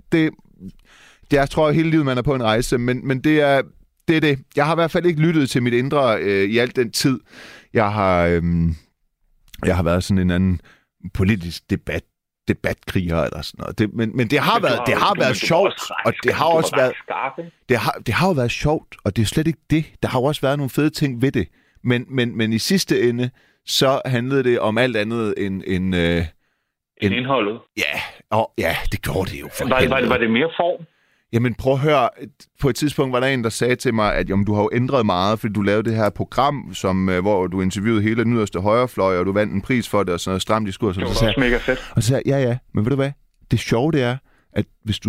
jeg tror hele livet, man er på en rejse, men det er det. Jeg har i hvert fald ikke lyttet til mit indre i al den tid. Jeg har været sådan en anden politisk debatkriger eller sådan noget. Men det har været sjovt, og det har også været det har jo været sjovt, og det er slet ikke det. Der har jo også været nogle fede ting ved det. Men i sidste ende så handlede det om alt andet end indholdet. Ja, det gjorde det jo. Var det mere form? Jamen prøv at høre, på et tidspunkt var der en, der sagde til mig, at du har jo ændret meget, fordi du lavede det her program, hvor du interviewede hele den yderste højrefløj, og du vandt en pris for det, og sådan noget stramt diskurs. Det var også mega fedt. Og så sagde jeg, ja, men ved du hvad? Det sjove det er, at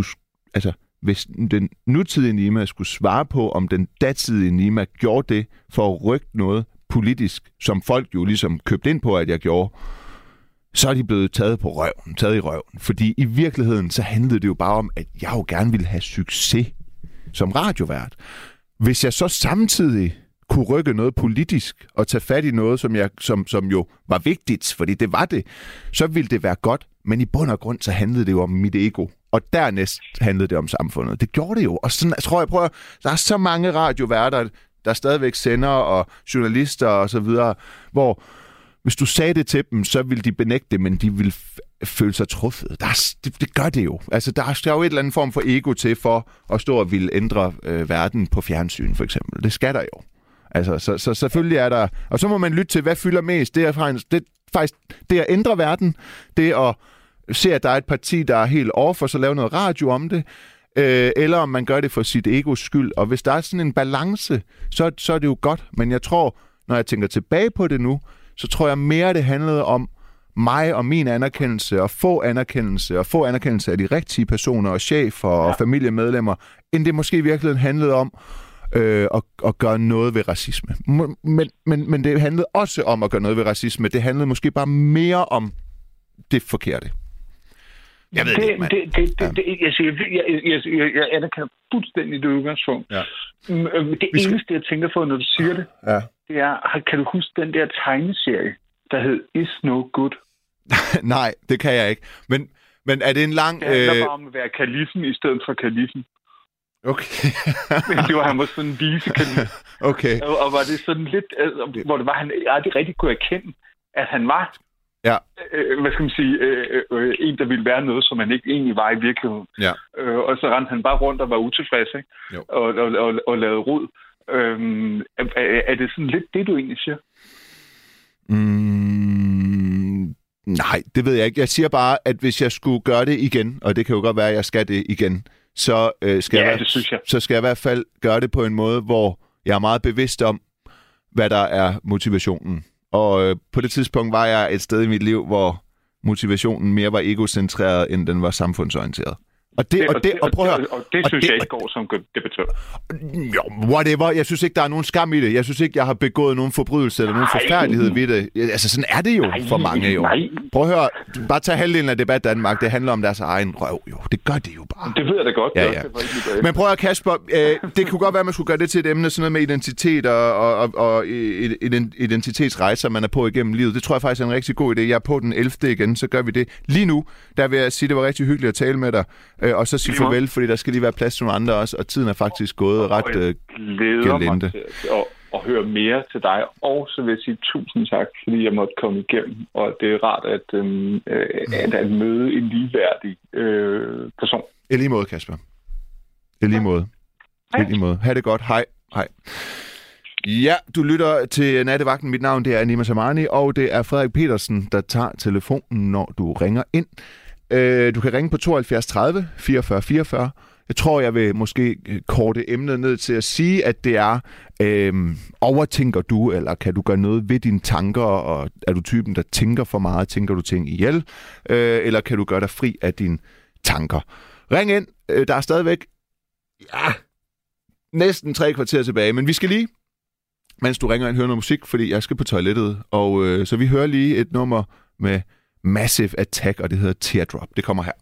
hvis den nutidige Nima skulle svare på, om den datidige Nima gjorde det for at rykke noget politisk, som folk jo ligesom købte ind på, at jeg gjorde, så er de blevet taget i røven. Fordi i virkeligheden, så handlede det jo bare om, at jeg jo gerne ville have succes som radiovært. Hvis jeg så samtidig kunne rykke noget politisk og tage fat i noget, som jo var vigtigt, fordi det var det, så ville det være godt. Men i bund og grund, så handlede det jo om mit ego. Og dernæst handlede det om samfundet. Det gjorde det jo. Og sådan, tror jeg, der er så mange radioværter, der stadigvæk sender, og journalister og så videre, hvor hvis du sagde det til dem, så ville de benægte det, men de ville føle sig truffet. Det gør det jo. Altså, der er jo et eller andet form for ego til for at stå og ville ændre verden på fjernsyn, for eksempel. Det skal der jo. Altså, så selvfølgelig er der... Og så må man lytte til, hvad fylder mest. Det er faktisk det at ændre verden. Det at se, at der er et parti, der er helt off, og så lave noget radio om det. Eller om man gør det for sit egos skyld. Og hvis der er sådan en balance, så er det jo godt. Men jeg tror, når jeg tænker tilbage på det nu, så tror jeg mere, det handlede om mig og min anerkendelse, og få anerkendelse af de rigtige personer, og chefer og familiemedlemmer, end det måske i virkeligheden handlede om at gøre noget ved racisme. Men det handlede også om at gøre noget ved racisme. Det handlede måske bare mere om det forkerte. Jeg ved det ikke, mand. Jeg anerkender fuldstændig det udgangspunkt. Ja. Det eneste, jeg tænker på, når du siger det, det er, kan du huske den der tegneserie, der hed Is No Good? Nej, det kan jeg ikke. Men er det en lang... Det handler bare om at være kalifen i stedet for kalifen. Okay. Det var, han var sådan en visekalif. Okay. Og var det sådan lidt, hvor det var, han aldrig rigtig kunne erkende, at han var, Ja. hvad skal man sige, en, der ville være noget, som han ikke egentlig var i virkeligheden. Ja. Og så rendte han bare rundt og var utilfreds, ikke? Jo. Og lavede rod. Er det sådan lidt det, du egentlig siger? Nej, det ved jeg ikke. Jeg siger bare, at hvis jeg skulle gøre det igen, og det kan jo godt være, at jeg skal det igen, så skal jeg i hvert fald gøre det på en måde, hvor jeg er meget bevidst om, hvad der er motivationen. Og på det tidspunkt var jeg et sted i mit liv, hvor motivationen mere var egocentreret, end den var samfundsorienteret. Og prøv at høre. Og det synes jeg ikke går som debattør. Jo, whatever. Jeg synes ikke, der er nogen skam i det. Jeg synes ikke, jeg har begået nogen forbrydelse eller nogen forfærdelighed ved det. Altså, sådan er det jo for mange jo. Prøv at høre. Bare tag halvdelen af Debat Danmark. Det handler om deres egen røv, jo. Det gør det jo bare. Det ved jeg da godt. Ja. Men prøv at Kasper, det kunne godt være, at man skulle gøre det til et emne, sådan noget med identitet og identitetsrejser, man er på igennem livet. Det tror jeg faktisk er en rigtig god idé. Jeg er på den 11. igen, så gør vi det. Lige nu, der vil jeg sige, det var rigtig hyggeligt at tale med dig. Og så sige farvel, fordi der skal lige være plads til nogle andre også, og tiden er faktisk gået ret gelinde. Og høre mere til dig, og så vil jeg sige tusind tak, fordi jeg måtte komme igennem, og det er rart at møde en ligeværdig person. I lige måde, Kasper. I lige måde. Ha' det godt. Hej. Ja, du lytter til Nattevagten. Mit navn det er Nima Samani, og det er Frederik Petersen, der tager telefonen, når du ringer ind. Du kan ringe på 72 30 44 44. Jeg tror, jeg vil måske korte emnet ned til at sige, at det er, overtænker du, eller kan du gøre noget ved dine tanker, og er du typen, der tænker for meget, tænker du ting ihjel, eller kan du gøre dig fri af dine tanker? Ring ind, der er stadigvæk næsten 3 kvarter tilbage, men vi skal lige, mens du ringer ind, høre noget musik, fordi jeg skal på toilettet, og så vi hører lige et nummer med Massive Attack, og det hedder Teardrop. Det kommer her.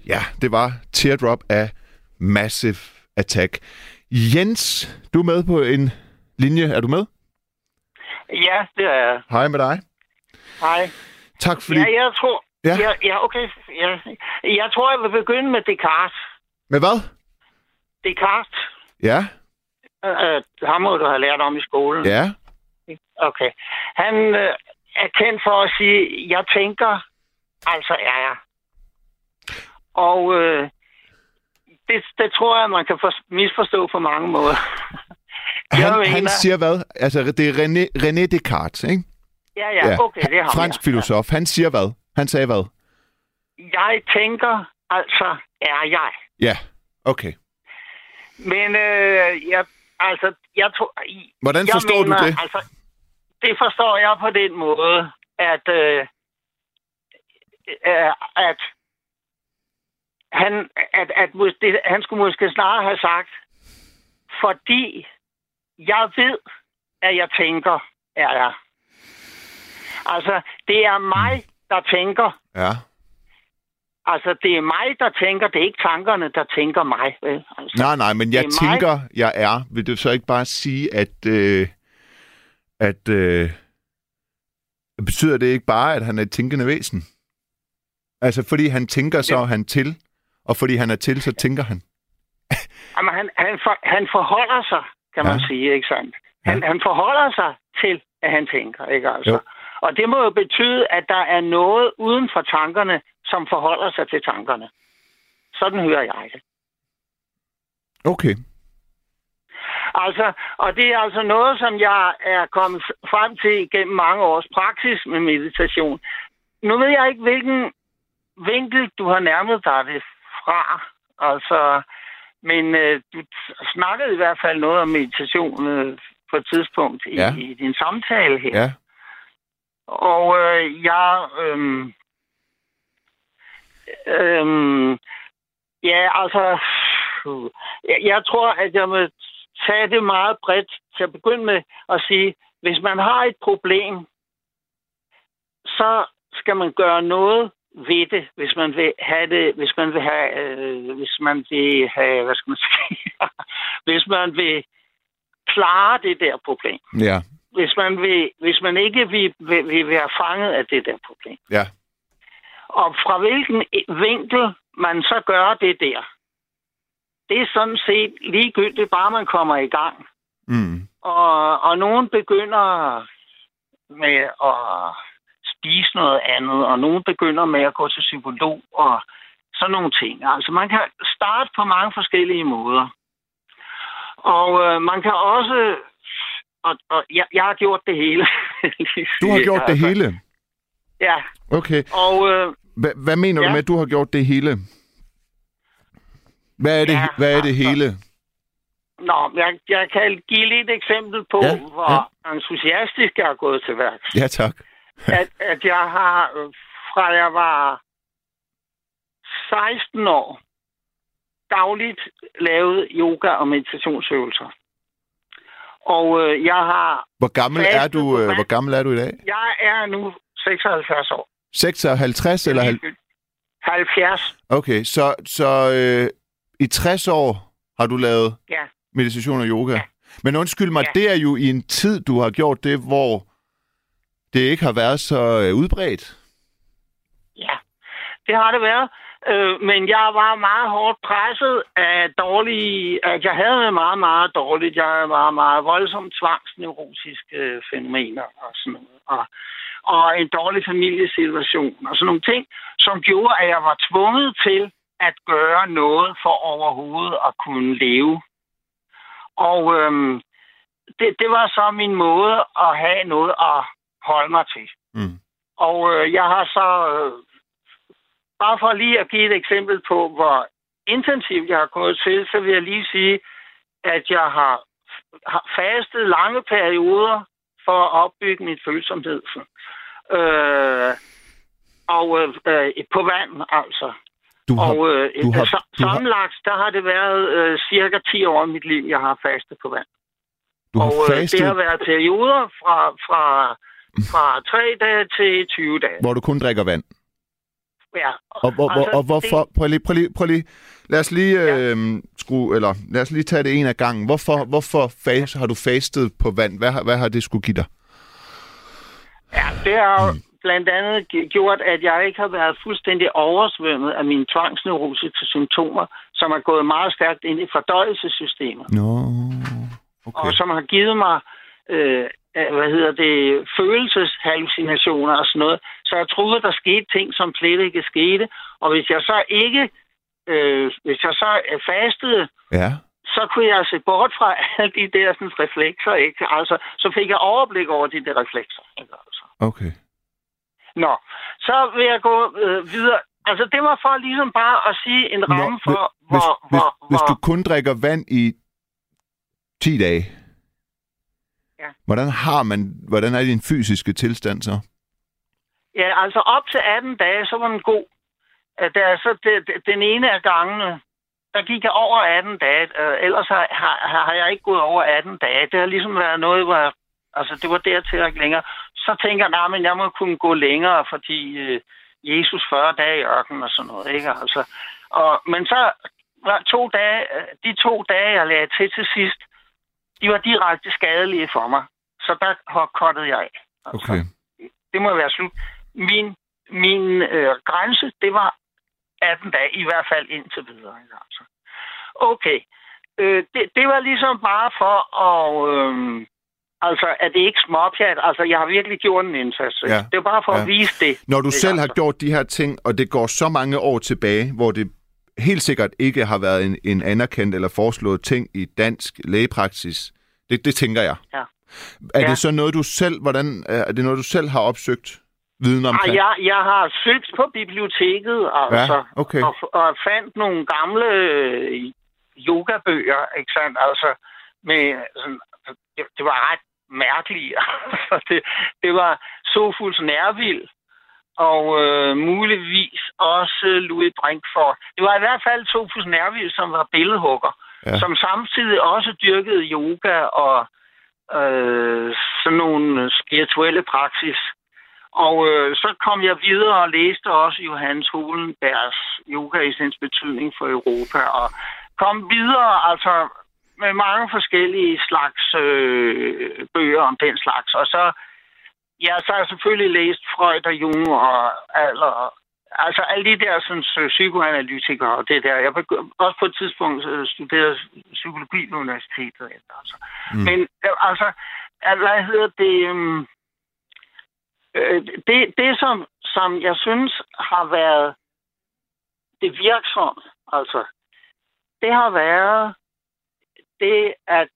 Ja, det var Teardrop af Massive Attack. Jens, du er med på en linje. Er du med? Ja, det er jeg. Hej med dig. Hej. Tak fordi... Ja, jeg tror... Ja. Ja, okay. Ja. Jeg tror, jeg vil begynde med Descartes. Med hvad? Descartes. Ja. Ham må du have lært om i skolen. Ja. Okay. Han er kendt for at sige, jeg tænker, altså er jeg. Og det tror jeg, man kan misforstå på mange måder. Han siger hvad? Altså, det er René Descartes, ikke? Ja, okay, det har fransk filosof. Han siger hvad? Han sagde hvad? Jeg tænker, altså er jeg. Ja, okay. Men jeg tror... Hvordan forstår du det? Altså, det forstår jeg på den måde, at han skulle måske snarere have sagt, fordi jeg ved, at jeg tænker, er jeg. Altså, det er mig, der tænker. Ja. Altså, det er mig, der tænker. Det er ikke tankerne, der tænker mig. Altså, Nej, men jeg tænker, jeg er. Vil du så ikke bare sige, at betyder det ikke bare, at han er et tænkende væsen? Altså, fordi han tænker, så er han til, og fordi han er til, så tænker han. Jamen, han forholder sig, kan man sige, ikke sandt? Han forholder sig til, at han tænker, ikke altså? Jo. Og det må jo betyde, at der er noget uden for tankerne, som forholder sig til tankerne. Sådan hører jeg det. Okay. Altså, og det er altså noget, som jeg er kommet frem til gennem mange års praksis med meditation. Nu ved jeg ikke, hvilken vinkel du har nærmet dig det fra. Altså, men du snakkede i hvert fald noget om meditation på et tidspunkt i din samtale her. Ja. Og jeg tror, at jeg må tage det meget bredt til at begynde med at sige, hvis man har et problem, så skal man gøre noget ved det, hvis man vil have det, hvis man vil have, hvad skal man sige, hvis man vil klare det der problem. Ja. Hvis man ikke vil være fanget af det der problem. Ja. Og fra hvilken vinkel man så gør det der, det er sådan set ligegyldigt, bare man kommer i gang. Mm. Og nogen begynder med at spise noget andet, og nogen begynder med at gå til psykolog og sådan nogle ting. Altså man kan starte på mange forskellige måder. Og man kan også... Og jeg har gjort det hele. Du har gjort det hele? Ja. Okay. Og, hvad mener du med, at du har gjort det hele? Hvad er det hele? Nå, jeg kan give lidt et eksempel på, hvor entusiastisk jeg har gået til værks. Ja, tak. at jeg har, fra jeg var 16 år, dagligt lavet yoga og meditationsøvelser. Og jeg har... Hvor gammel er du i dag? Jeg er nu 76 år. 56 eller 70? Okay, så i 60 år har du lavet meditation og yoga. Ja. Men undskyld mig, det er jo i en tid, du har gjort det, hvor det ikke har været så udbredt. Ja, det har det været. Men jeg var meget hårdt presset af at jeg havde det meget, meget dårligt. Jeg havde meget, meget voldsomt tvangsneurotiske fænomener og sådan noget. Og en dårlig familiesituation og sådan nogle ting, som gjorde, at jeg var tvunget til at gøre noget for overhovedet at kunne leve. Og det var så min måde at have noget at holde mig til. Mm. Og jeg har så... bare for lige at give et eksempel på, hvor intensivt jeg har gået til, så vil jeg lige sige, at jeg har fastet lange perioder for at opbygge min følsomhed. På vand, altså. Sammenlagt, der har det været cirka 10 år i mit liv, jeg har fastet på vand. Det har været perioder fra 3 dage til 20 dage. Hvor du kun drikker vand? Ja. Og hvorfor... Prøv lige. Lad os lige lad os lige tage det en af gangen. Hvorfor har du fastet på vand? Hvad har det skulle give dig? Ja, det har blandt andet gjort, at jeg ikke har været fuldstændig oversvømmet af mine tvangsneurotiske symptomer, som er gået meget stærkt ind i fordøjelsessystemet. Okay. Og som har givet mig følelseshallucinationer og sådan noget. Så jeg troede, der skete ting, som slet ikke skete. Og hvis jeg så fastede, så kunne jeg se bort fra alle de der sådan, reflekser, ikke? Altså, så fik jeg overblik over de der reflekser. Ikke? Altså. Okay. Nå, så vil jeg gå videre. Altså, det var for ligesom bare at sige en ramme for, hvis du kun drikker vand i 10 dage, hvordan er din fysiske tilstand så? Ja, altså op til 18 dage, så var den god. Den ene af gangene, der gik jeg over 18 dage. Ellers har jeg ikke gået over 18 dage. Det har ligesom været noget, hvor det var dertil og ikke længere. Så tænker jeg, men jeg må kunne gå længere, fordi Jesus 40 dage i ørkenen og sådan noget, ikke? Altså, men så var de 2 dage, jeg lagde til sidst, de var direkte skadelige for mig. Så der kottede jeg af. Altså, okay. Det må være slut. Min grænse, det var 18 dage, i hvert fald indtil videre. Altså. Okay. Det var ligesom bare for at at det ikke småpjat. Altså, jeg har virkelig gjort en indsats. Ja. Det var bare for at vise det. Når du selv har gjort de her ting, og det går så mange år tilbage, hvor det helt sikkert ikke har været en anerkendt eller foreslået ting i dansk lægepraksis, det tænker jeg. Ja. Er det så noget, du selv har opsøgt viden omkring? Jeg har søgt på biblioteket, altså, ja, okay. og fandt nogle gamle yogabøger, ikke sandt? Altså, med sådan, det var ret mærkeligt. det var Sofuls Nærvild, og muligvis også Louis Brinkford. Det var i hvert fald Sofuls Nærvild, som var billedhugger, som samtidig også dyrkede yoga og sådan nogle spirituelle praksis. Og så kom jeg videre og læste også Johannes Holenbergs Yoga i sin betydning for Europa, og kom videre altså med mange forskellige slags bøger om den slags. Og så har jeg selvfølgelig læst Freud og Jung og altså alle de der sådan, psykoanalytikere og det der. Jeg også på et tidspunkt studeret psykologi på universitetet. Altså. Men altså, hvad hedder det? Det som jeg synes har været det virksomme, altså, det har været det at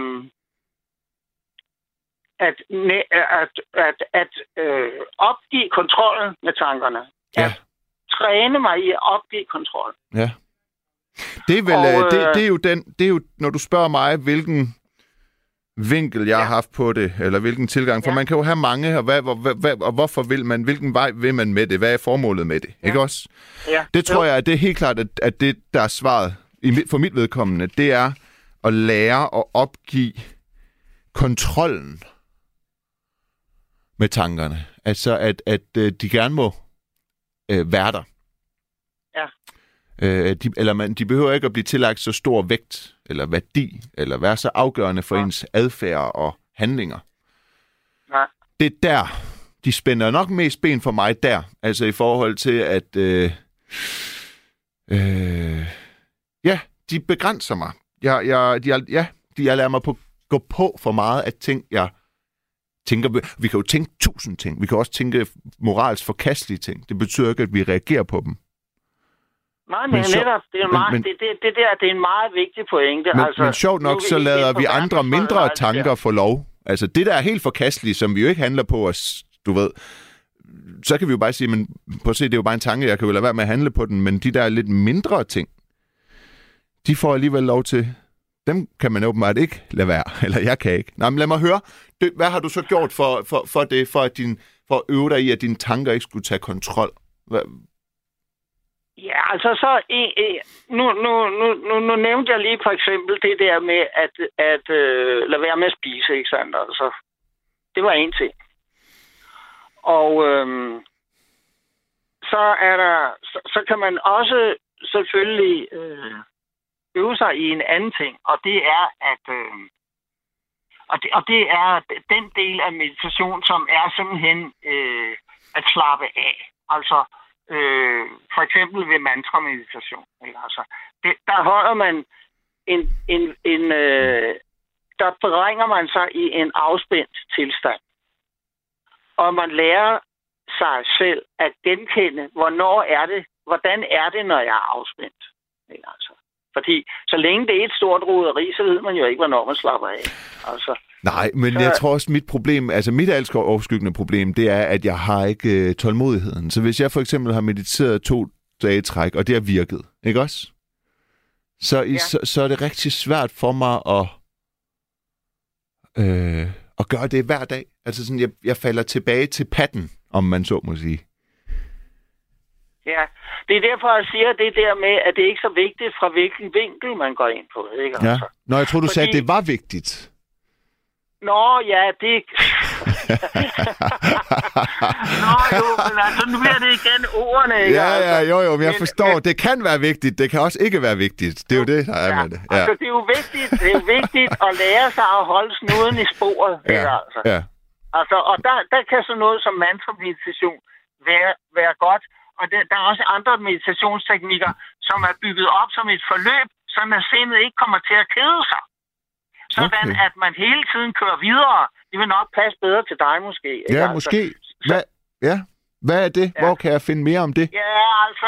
opgive kontrollen med tankerne. Ja. At træne mig i at opgive kontrollen. Ja. Det er vel det er jo når du spørger mig, hvilken vinkel jeg har haft på det, eller hvilken tilgang, for man kan jo have mange, og hvorfor vil man, hvilken vej vil man med det, hvad er formålet med det, ikke også? Ja. Det tror jeg, at det er helt klart, at det, der er svaret, for mit vedkommende, det er at lære at opgive kontrollen med tankerne. Altså, at de gerne må være der. Ja. De behøver ikke at blive tillagt så stor vægt, eller værdi, eller være så afgørende for ens adfærd og handlinger. Nej. Det er der, de spænder nok mest ben for mig der, altså i forhold til, at de begrænser mig. Jeg lader mig gå på for meget af ting, jeg tænker. Vi kan jo tænke 1000 ting. Vi kan også tænke moralsk forkastelige ting. Det betyder ikke, at vi reagerer på dem. Nej, men netop, det er en meget vigtig pointe. Men sjovt nok, så lader vi andre mindre tanker få lov. Altså det, der er helt forkastelige, som vi jo ikke handler på os, du ved, så kan vi jo bare sige, men prøv at se, det er jo bare en tanke, jeg kan jo lade være med at handle på den, men de der lidt mindre ting, de får alligevel lov til. Dem kan man åbenbart ikke lade være, eller jeg kan ikke. Nej, men lad mig høre, hvad har du så gjort for det, for at øve dig i, at dine tanker ikke skulle tage kontrol? Ja, altså så nu nævnte jeg lige for eksempel det der med at lade være med at spise, ikke sandt? Altså, det var en ting. Og så kan man også selvfølgelig øve sig i en anden ting, og det er at det er den del af meditation, som er simpelthen at slappe af. Altså for eksempel ved mantra-meditation. Ikke? Altså, der holder man der bringer man sig i en afspændt tilstand. Og man lærer sig selv at genkende, hvordan er det, når jeg er afspændt. Ikke? Altså. Fordi så længe det er et stort roderi, så ved man jo ikke, hvornår man slapper af. Altså. Nej, men jeg tror også, mit problem, altså mit alt overskyggende problem, det er, at jeg har ikke tålmodigheden. Så hvis jeg for eksempel har mediteret 2 dage i træk, og det har virket, ikke også? Så er det rigtig svært for mig at gøre det hver dag. Altså sådan, jeg falder tilbage til patten, om man så må sige. Ja, det er derfor, jeg siger det der med, at det er ikke så vigtigt, fra hvilken vinkel man går ind på. Ikke? Ja. Altså. Nå, jeg tror, du sagde, at det var vigtigt. Nå, ja, det... Nå, jo, men altså, nu bliver det igen ordene, ikke? Jo, men jeg forstår, det kan være vigtigt, det kan også ikke være vigtigt. Det er jo det, der er med det. Ja. Altså, det er jo vigtigt at lære sig at holde snuden i sporet, ikke altså? Ja. Altså, og der kan sådan noget som mantra-meditation være godt, og der er også andre meditationsteknikker, som er bygget op som et forløb, så man sindet ikke kommer til at kede sig. Sådan, at man hele tiden kører videre. Det vil nok passe bedre til dig, måske. Ikke? Ja, måske. Hvad er det? Ja. Hvor kan jeg finde mere om det? Ja, altså,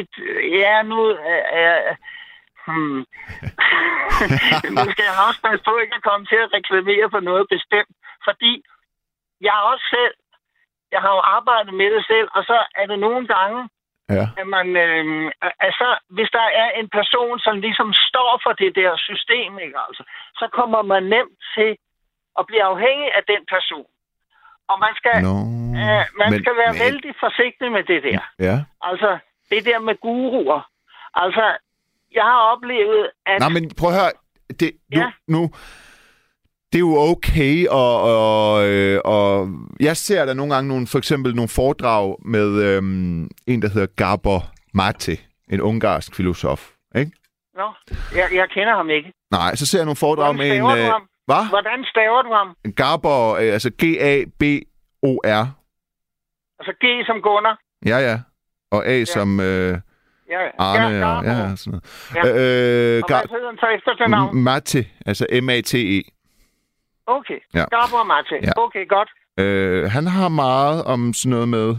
nu skal jeg også passe på, ikke at komme til at reklamere for noget bestemt. Fordi jeg har jo arbejdet med det selv, og så er det nogle gange, at man, hvis der er en person, som ligesom står for det der system, ikke, altså, så kommer man nemt til at blive afhængig af den person. Og man skal være vældig forsigtig med det der. Ja. Altså, det der med guruer. Altså, jeg har oplevet, at... Nej, men prøv at høre. Nu det er jo okay, og jeg ser der nogle gange for eksempel nogle foredrag med en, der hedder Gabor Mate, en ungarsk filosof, ikke? Nå, jeg kender ham ikke. Nej, så ser jeg nogle foredrag med en... Hvad? Hvordan staver du ham? Gabor, altså G-A-B-O-R. Altså G som Gunnar? Ja. Og A som... Arne og sådan noget. Ja. Og hvad hedder han så efter til navn? Mate, altså M-A-T-E. Okay, Gabor Mate. Ja. Okay, godt. Han har meget om sådan noget med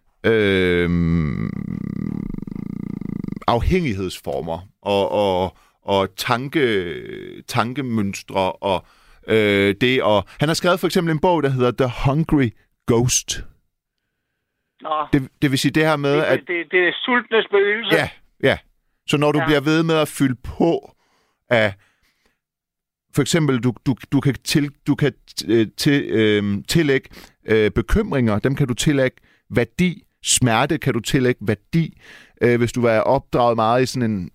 afhængighedsformer og tankemønstre og det. Og han har skrevet for eksempel en bog, der hedder The Hungry Ghost. Nå. Det vil sige det her med, at... Det er sultne spøgelse. Ja. Så når du bliver ved med at fylde på af... For eksempel, du kan tillægge bekymringer, dem kan du tillægge værdi. Smerte kan du tillægge værdi. Hvis du er opdraget meget i sådan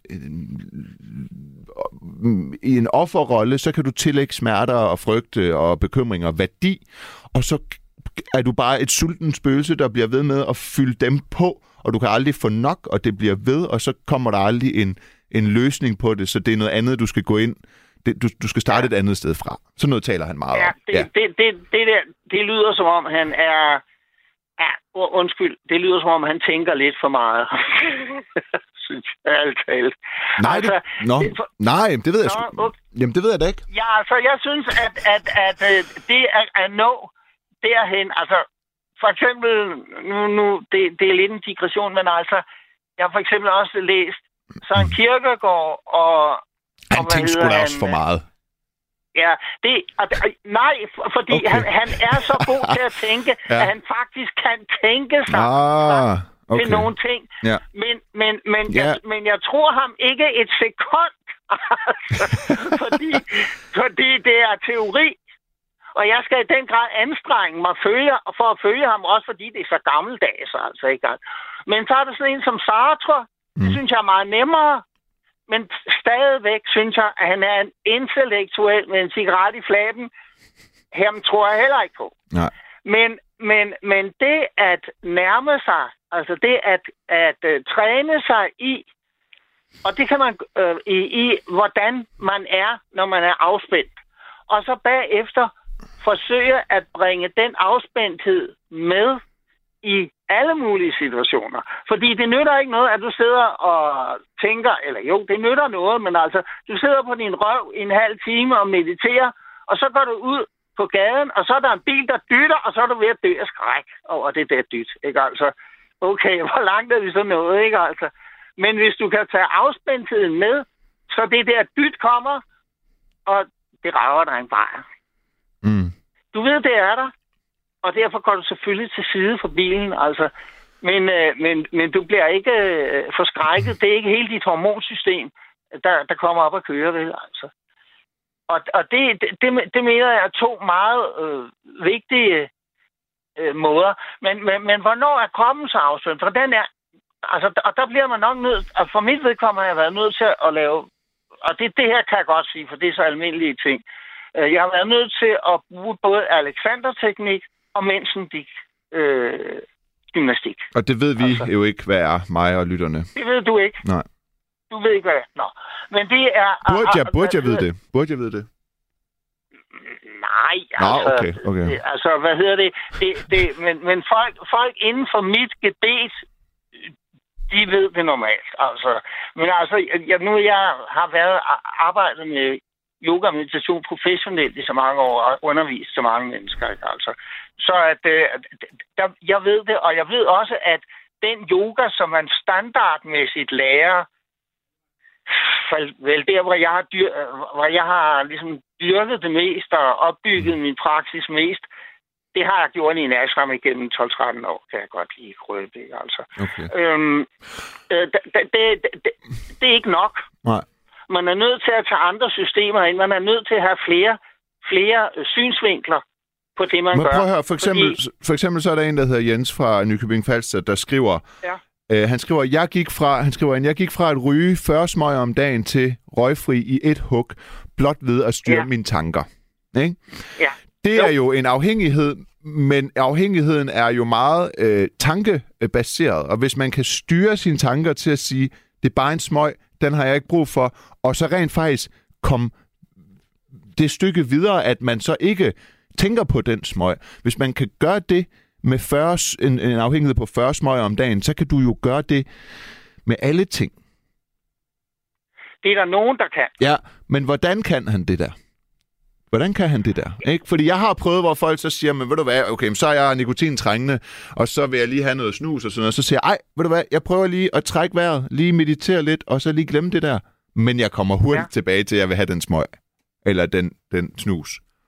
i en offerrolle, så kan du tillægge smerter og frygte og bekymringer værdi. Og så er du bare et sultent spøgelse, der bliver ved med at fylde dem på, og du kan aldrig få nok, og det bliver ved, og så kommer der aldrig en løsning på det, så det er noget andet, du skal gå ind. Du skal starte et andet sted fra. Sådan noget taler han meget om. Det lyder som om han er... Ja, undskyld. Det lyder som om han tænker lidt for meget. Synes jeg alt talt. Nej, Nej, det ved jeg sgu. Jamen, det ved jeg da ikke. Ja, altså, jeg synes, at det at nå derhen... Altså, for eksempel... Nu det er lidt en digression, men altså... Jeg har for eksempel også læst Søren Kierkegaard og... Han tænkte sgu da også for meget. Ja, nej, fordi han er så god til at tænke, at han faktisk kan tænke sig til nogle ting. Ja. Men jeg tror ham ikke et sekund, fordi det er teori. Og jeg skal i den grad anstrenge mig for at følge ham, også fordi det er så gammeldags. Altså, ikke? Men så er der sådan en som Sartre. Det synes jeg er meget nemmere. Men stadigvæk synes jeg, at han er en intellektuel med en cigaret i flaben. Ham tror jeg heller ikke på. Nej. Men det at nærme sig, altså det at træne sig i, og det kan man i hvordan man er, når man er afspændt. Og så bagefter forsøge at bringe den afspændthed med i alle mulige situationer. Fordi det nytter ikke noget, at du sidder og tænker, eller jo, det nytter noget, men altså, du sidder på din røv i en halv time og mediterer, og så går du ud på gaden, og så er der en bil, der dytter, og så er du ved at dø af skræk over det der dyt, ikke altså? Okay, hvor langt er vi så nået, ikke altså? Men hvis du kan tage afspændtheden med, så det der dyt kommer, og det rager dig en bajer. Mm. Du ved, det er der, og derfor går du selvfølgelig til side for bilen, altså. Men du bliver ikke forskrækket. Det er ikke hele dit hormonsystem, der kommer op og kører, vel, altså. Og det mener jeg er to meget vigtige måder. Men hvornår er kroppen så afspændt? For den er, altså, og der bliver man nok nødt, og for mit vedkommende har jeg været nødt til at lave, og det her kan jeg godt sige, for det er så almindelige ting. Jeg har været nødt til at bruge både Alexander-teknik og Mensendik gymnastik. Og det ved vi jo ikke, hvad er, mig og lytterne. Det ved du ikke. Nej. Du ved ikke, hvad det er. Nå. Men det er... Burde jeg vide det? Burde jeg vide det? Nej, altså... Okay. Altså, hvad hedder det? Men folk inden for mit gebet, de ved det normalt. Altså, men altså, jeg har været arbejdet med yoga og meditation professionelt i så mange år og undervist så mange mennesker. Ikke? Altså, så at jeg ved det, og jeg ved også, at den yoga, som man standardmæssigt lærer, vel der, hvor jeg har ligesom dyrket det mest og opbygget min praksis mest, det har jeg gjort i en ashram igennem 12-13 år, kan jeg godt lige røbe det, altså. Okay. Det er ikke nok. Nej. Man er nødt til at tage andre systemer ind. Man er nødt til at have flere synsvinkler på det, man gør. Prøv at høre, for eksempel så er der en, der hedder Jens fra Nykøbing Falster, der skriver... Ja. Han skriver, jeg gik fra at ryge 40 smøger om dagen til røgfri i et hug, blot ved at styre mine tanker. Ikke? Ja. Det er jo en afhængighed, men afhængigheden er jo meget tankebaseret. Og hvis man kan styre sine tanker til at sige, det er bare en smøg, den har jeg ikke brug for, og så rent faktisk komme det stykke videre, at man så ikke tænker på den smøg. Hvis man kan gøre det med en afhængighed på 40 smøger om dagen, så kan du jo gøre det med alle ting. Det er der nogen, der kan. Ja, men hvordan kan han det der? Hvordan kan han det der? Ikke? Fordi jeg har prøvet, hvor folk så siger, men ved du hvad, okay, så er jeg nikotintrængende, og så vil jeg lige have noget snus og sådan noget. Så siger jeg, ved du hvad, jeg prøver lige at trække vejret, lige meditere lidt, og så lige glemme det der. Men jeg kommer hurtigt tilbage til, at jeg vil have den smøg. Eller den snus.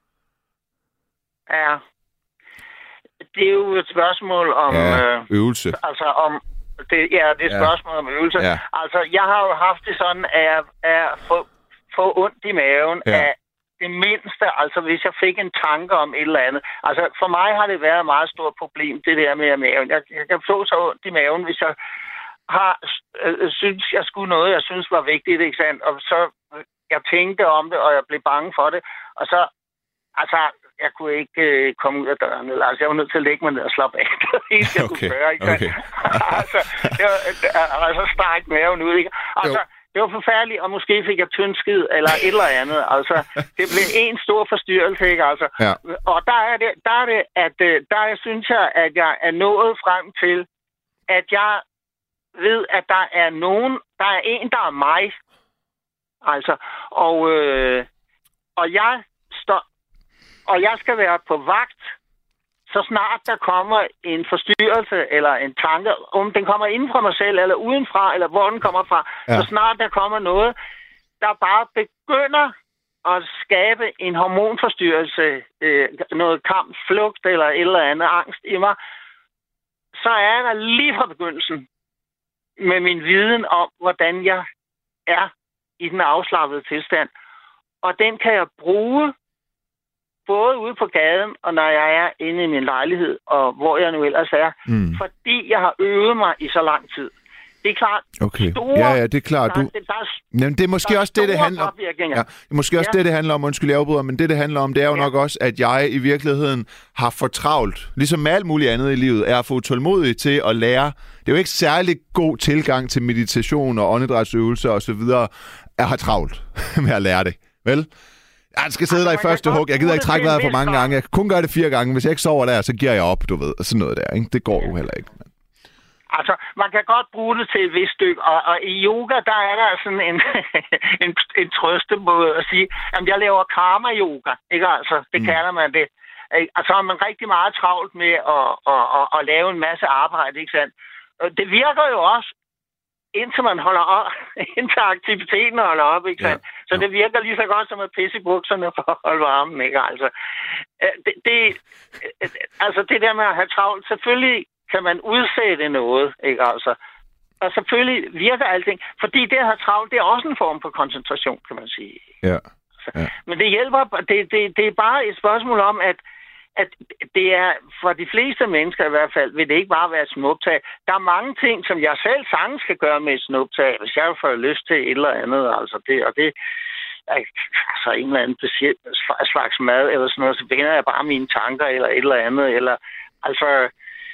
Ja. Det er jo et spørgsmål om... øvelse. Altså om... Det er et spørgsmål om øvelse. Ja. Altså, jeg har jo haft det sådan, at få ondt i maven af det mindste, altså hvis jeg fik en tanke om et eller andet. Altså, for mig har det været et meget stort problem, det der med maven. Jeg kan få så ondt i maven, hvis jeg synes, jeg skulle noget, jeg synes var vigtigt, ikke sandt? Og så jeg tænkte om det, og jeg blev bange for det. Og så, altså, jeg kunne ikke komme ud af døren. Altså, jeg var nødt til at lægge mig ned og slappe af. Det var det eneste, jeg kunne gøre, ikke sandt? Okay. altså strække maven ud, ikke? Altså, det var forfærdeligt, og måske fik jeg tyndskid eller et eller andet. Altså, det blev en stor forstyrrelse, ikke? Altså, og der synes jeg, at jeg er nået frem til, at jeg ved, at der er en, der er mig. Altså, og jeg skal være på vagt, så snart der kommer en forstyrrelse eller en tanke, om den kommer inden fra mig selv, eller udenfra, eller hvor den kommer fra, så snart der kommer noget, der bare begynder at skabe en hormonforstyrrelse, noget kamp, flugt eller et eller andet angst i mig, så er der lige fra begyndelsen med min viden om, hvordan jeg er i den afslappede tilstand. Og den kan jeg bruge både ude på gaden, og når jeg er inde i min lejlighed, og hvor jeg nu ellers er, fordi jeg har øvet mig i så lang tid. Det er klart. Okay. Store, Ja, det er klart. Jamen, det er måske også det handler om. Ja, måske også det handler om, undskyld, jeg afbryder, men det handler om, det er jo nok også, at jeg i virkeligheden har for travlt, ligesom med alt muligt andet i livet, er for utålmodig til at lære. Det er jo ikke særlig god tilgang til meditation og åndedrætsøvelser og så videre. Jeg har travlt med at lære det, vel? Jeg skal sidde der i første hug. Jeg gider ikke trække vejret for mange gange. Jeg kan kun gøre det 4 gange. Hvis jeg ikke sover der, så giver jeg op, du ved. Og sådan noget der, ikke? Det går jo heller ikke. Altså, man kan godt bruge det til et vist stykke, og i yoga, der er der sådan en trøstemåde at sige, at jeg laver karma-yoga, ikke altså? Det kalder man det. Altså, er man rigtig meget travlt med at lave en masse arbejde, ikke sandt? Det virker jo også, indtil man holder op, indtil aktiviteten holder op, ikke sandt? Ja. Så det virker lige så godt som at pisse i bukserne for at holde varmen, ikke altså? Altså, det der med at have travlt, selvfølgelig kan man udsætte noget, ikke altså? Og selvfølgelig virker alting, fordi det at have travlt, det er også en form for koncentration, kan man sige. Ja. Ja. Men det hjælper, det er bare et spørgsmål om, at det er, for de fleste mennesker i hvert fald, vil det ikke bare være et snuptag. Der er mange ting, som jeg selv sagtens skal gøre med et snuptag, hvis jeg får lyst til et eller andet, altså det, og det altså en eller anden slags mad, eller sådan noget, så vender jeg bare mine tanker, eller et eller andet, eller altså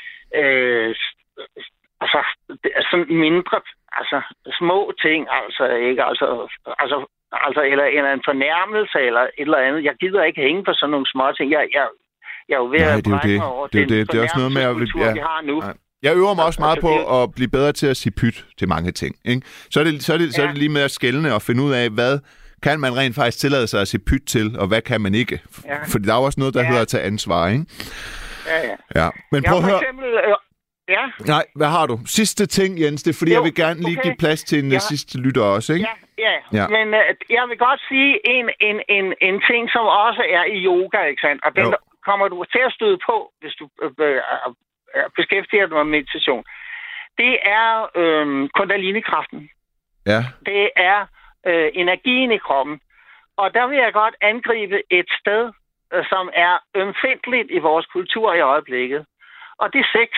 sådan mindre, altså små ting, altså ikke, altså eller en fornærmelse, eller et eller andet. Jeg gider ikke hænge på sådan nogle små ting. Jeg er jo ved at brække mig over den det er også noget med at vi har nu. Jeg øver mig også meget på at blive bedre til at sige pyt til mange ting, ikke? Så er det lige med at skelne og finde ud af, hvad kan man rent faktisk tillade sig at sige pyt til, og hvad kan man ikke? Ja. Fordi der er jo også noget, der hedder at tage ansvar, ikke? Ja. Men prøv at høre. Ja. Nej, hvad har du? Sidste ting, Jens, det er fordi, jeg vil gerne lige give plads til en sidste lytter også, ikke? Ja. Men jeg vil godt sige en ting, som også er i yoga, ikke sandt? Og den kommer du til at støde på, hvis du beskæftiger dig med meditation. Det er kundalini-kraften. Ja. Det er energien i kroppen. Og der vil jeg godt angribe et sted, som er ømfindtligt i vores kultur i øjeblikket. Og det er sex.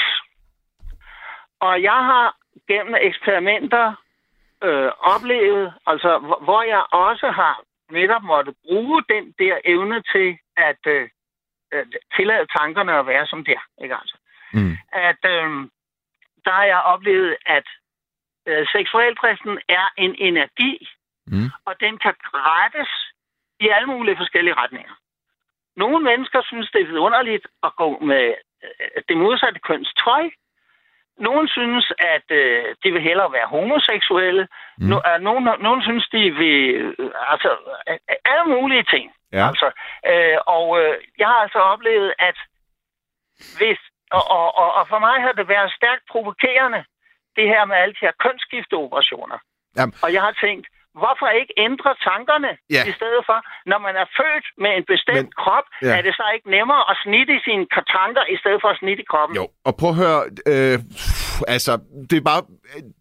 Og jeg har gennem eksperimenter oplevet, altså hvor jeg også har netop måtte bruge den der evne til at tillade tankerne at være som der, ikke altså? At der har jeg oplevet, at seksualdriften er en energi, og den kan rettes i alle mulige forskellige retninger. Nogle mennesker synes, det er vidunderligt at gå med det modsatte køns tøj. Nogle synes, at de vil hellere være homoseksuelle. Nogle synes, de vil... Altså, alle mulige ting. Ja. Altså, jeg har altså oplevet, at hvis... Og for mig har det været stærkt provokerende, det her med alle de her kønsskifteoperationer. Jamen. Og jeg har tænkt, hvorfor ikke ændre tankerne i stedet for? Når man er født med en bestemt krop, er det så ikke nemmere at snitte sine tanker, i stedet for at snitte i kroppen? Jo, og prøv at høre, altså, det er bare...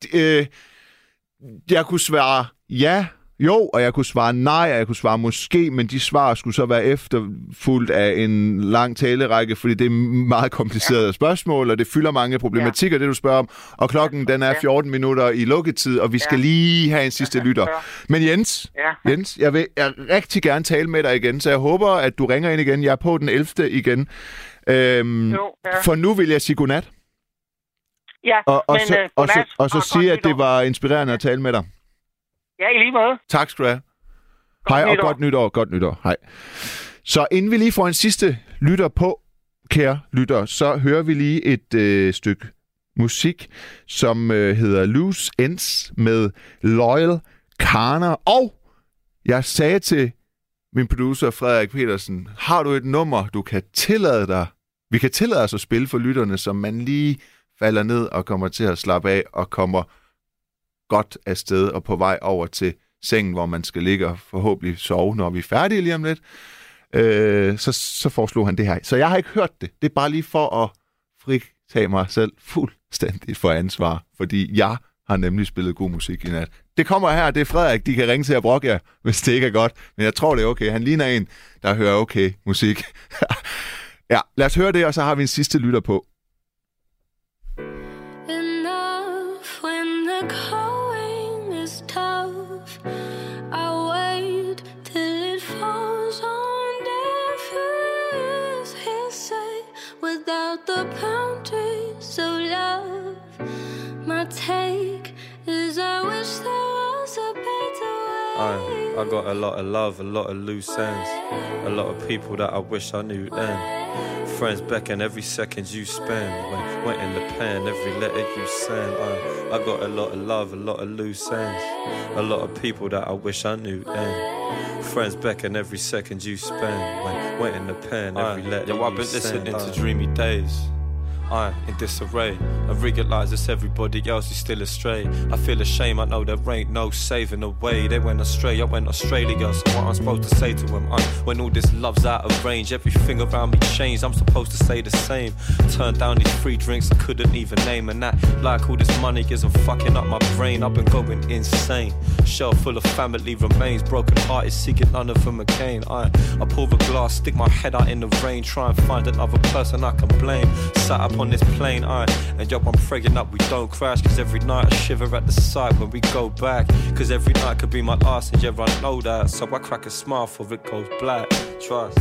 jeg kunne svare ja, jo, og jeg kunne svare nej, og jeg kunne svare måske, men de svar skulle så være efterfulgt af en lang talerække, fordi det er meget komplicerede spørgsmål, og det fylder mange problematikker, det du spørger om. Og klokken, den er 14 minutter i lukketid, og vi skal lige have en sidste lytter. Men Jens, jeg vil rigtig gerne tale med dig igen, så jeg håber, at du ringer ind igen. Jeg er på den 11. igen. For nu vil jeg sige godnat. Ja, og så sige, at det var inspirerende at tale med dig. Ja, i lige måde. Tak skal du have. Hej, og godt nytår. Godt nytår. Hej. Så inden vi lige får en sidste lytter på, kære lytter, så hører vi lige et stykke musik, som hedder Loose Ends med Loyal Karner. Og jeg sagde til min producer Frederik Petersen, har du et nummer, du kan tillade dig? Vi kan tillade os at spille for lytterne, som man lige falder ned og kommer til at slappe af og kommer godt afsted og på vej over til sengen, hvor man skal ligge og forhåbentlig sove, når vi er færdige lige om lidt. Så foreslog han det her. Så jeg har ikke hørt det. Det er bare lige for at fritage mig selv fuldstændig for ansvar, fordi jeg har nemlig spillet god musik i nat. Det kommer her, det er Frederik, de kan ringe til at brokke jer, hvis det ikke er godt. Men jeg tror, det er okay. Han ligner en, der hører okay musik. Ja, lad os høre det, og så har vi en sidste lytter på. I got a lot of love, a lot of loose ends. A lot of people that I wish I knew then. Friends beckon every second you spend. Went in the pen, every letter you send. I got a lot of love, a lot of loose ends. A lot of people that I wish I knew then. Friends beckon every second you spend. Went in the pen, every letter you I've been listening to dreamy days. In disarray. I realize it's everybody else is still astray. I feel ashamed, I know there ain't no saving the way. They went astray, I went Australia. So what I'm supposed to say to them? When all this love's out of range, everything around me changed. I'm supposed to say the same. Turned down these free drinks I couldn't even name. And that, like all this money isn't fucking up my brain. I've been going insane. Shelf full of family remains. Broken hearted, seeking none of them again. I pull the glass, stick my head out in the rain. Try and find another person I can blame. Sat up on this plane, and yo, I'm praying up we don't crash. Cause every night I shiver at the sight when we go back. Cause every night could be my last, and yeah, I know that. So I crack a smile for it goes black. Trust.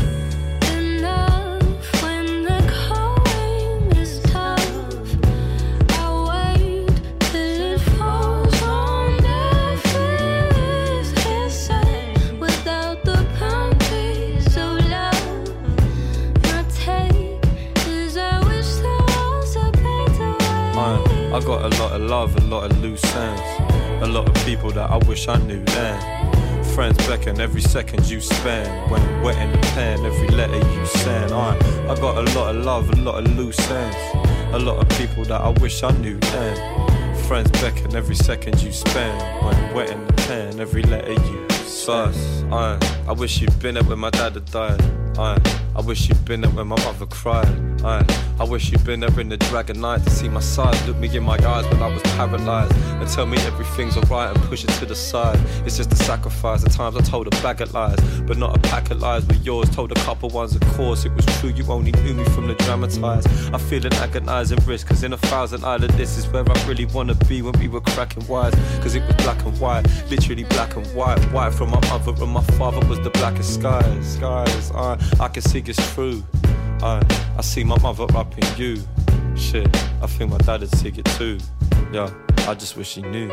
I got a lot of love, a lot of loose ends. A lot of people that I wish I knew then. Friends beckon every second you spend. When wet in the pen, every letter you send. I got a lot of love, a lot of loose ends. A lot of people that I wish I knew then. Friends beckon every second you spend. When wet in the pen, every letter you send. I wish you'd been there when my dad had died. I wish you'd been there when my mother cried. I wish you'd been there in the dragon night to see my side, look me in my eyes when I was paralyzed, and tell me everything's alright and push it to the side. It's just a sacrifice. At times I told a bag of lies, but not a pack of lies with yours. Told a couple ones, of course it was true. You only knew me from the dramatized. I feel an agonizing risk, cause in 1,000 island this is where I really wanna be when we were cracking wise. Cause it was black and white, literally black and white. White from my mother and my father was the blackest skies. I can see it's true. I see my mother up in you. Shit, I think my dad would see it too. Yeah, I just wish he knew.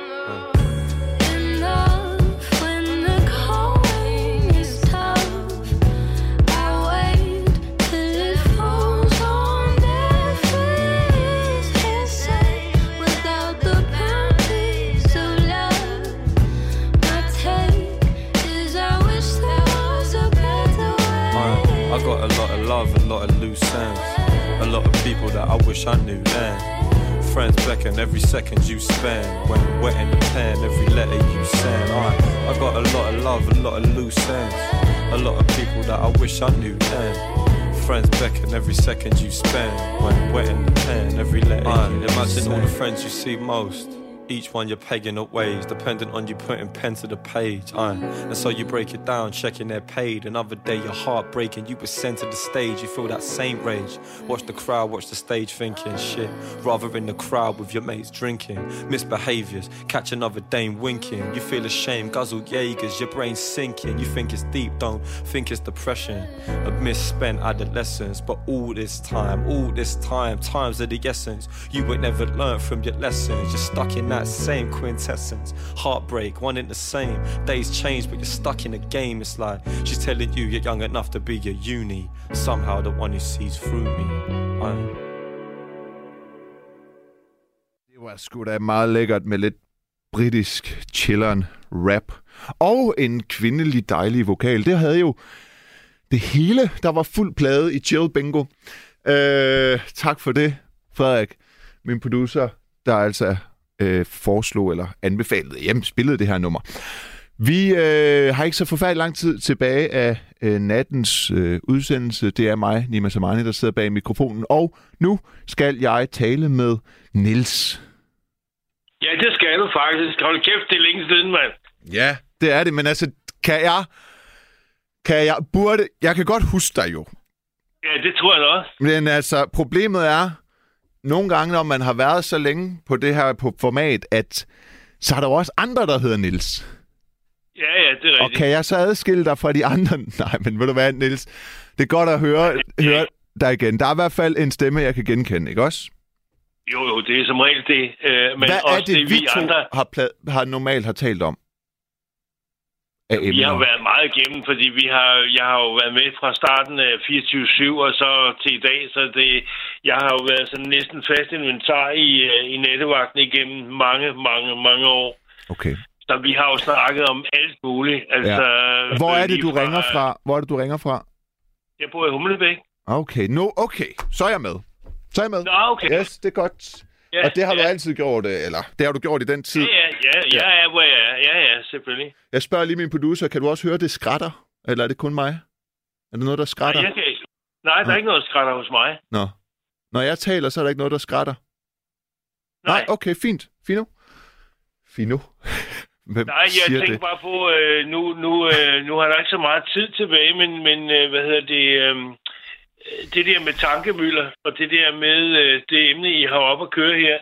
I got a lot of love, a lot of loose ends. A lot of people that I wish I knew then. Friends beckon every second you spend. When wet in the pen, every letter you send. I got a lot of love, a lot of loose ends. A lot of people that I wish I knew then. Friends beckon every second you spend. When wet in the pen, every letter you imagine send. All the friends you see most. Each one you're pegging up ways, dependent on you putting pen to the page. And so you break it down, checking they're paid. Another day your heart breaking, you were sent to the stage. You feel that same rage. Watch the crowd, watch the stage thinking shit. Rather in the crowd with your mates drinking. Misbehaviors, catch another dame winking. You feel ashamed, guzzle Jaegers, your brain's sinking. You think it's deep, don't think it's depression. A misspent adolescence, but all this time, times of the essence. You would never learn from your lessons. You're stuck in that same quintessence. Heartbreak, one in the same. Days change, but you're stuck in a game. It's like she's telling you you're young enough to be your uni. Somehow the one who sees through me. Det var sgu da meget lækkert med lidt britisk chilleren rap. Og en kvindelig dejlig vokal. Det havde jo det hele, der var fuld plade i Chill Bingo. Tak for det, Frederik, min producer, der altså foreslog eller anbefalede, spillede det her nummer. Vi har ikke så forfærdeligt lang tid tilbage af nattens udsendelse. Det er mig, Nima Samani, der sidder bag mikrofonen. Og nu skal jeg tale med Niels. Ja, det skal du faktisk. Hold kæft, det er længe siden, mand. Ja, det er det. Men altså, jeg kan godt huske dig jo. Ja, det tror jeg også. Men altså, problemet er, nogle gange, når man har været så længe på det her på format, at så er der også andre, der hedder Niels. Ja, det er rigtigt. Og kan jeg så adskille dig fra de andre? Nej, men ved du hvad, Niels? Det er godt at høre dig igen. Der er i hvert fald en stemme, jeg kan genkende, ikke også? Jo, det er som regel det. Men hvad også er det, vi to andre har normalt har talt om? af Vi har emner? været meget igennem, fordi jeg har jo været med fra starten af 24/7 og så til i dag, så jeg har jo været sådan næsten fast inventar i nattevagten igennem mange år. Okay. Så vi har jo snakket om alt muligt. Altså, Hvor er det, lige du ringer fra? Hvor er det, du ringer fra? Jeg bor i Humlebæk. Okay, okay. Så er jeg med. Nå, okay. Yes, det er godt. Ja, Og det har du altid gjort, eller det har du gjort i den tid? Ja, jeg er, hvor jeg er. Ja, selvfølgelig. Jeg spørger lige min producer, kan du også høre, det skratter? Eller er det kun mig? Er det noget, der skratter? Nej, der er ikke noget skratter hos mig. Nå. Når jeg taler, så er der ikke noget, der skratter? Nej, okay, fint. Fino. Hvem Nej, jeg siger tænker det? bare på, nu har der ikke så meget tid tilbage, men hvad hedder det, det der med tankemøller, og det der med det emne, I har op at køre her,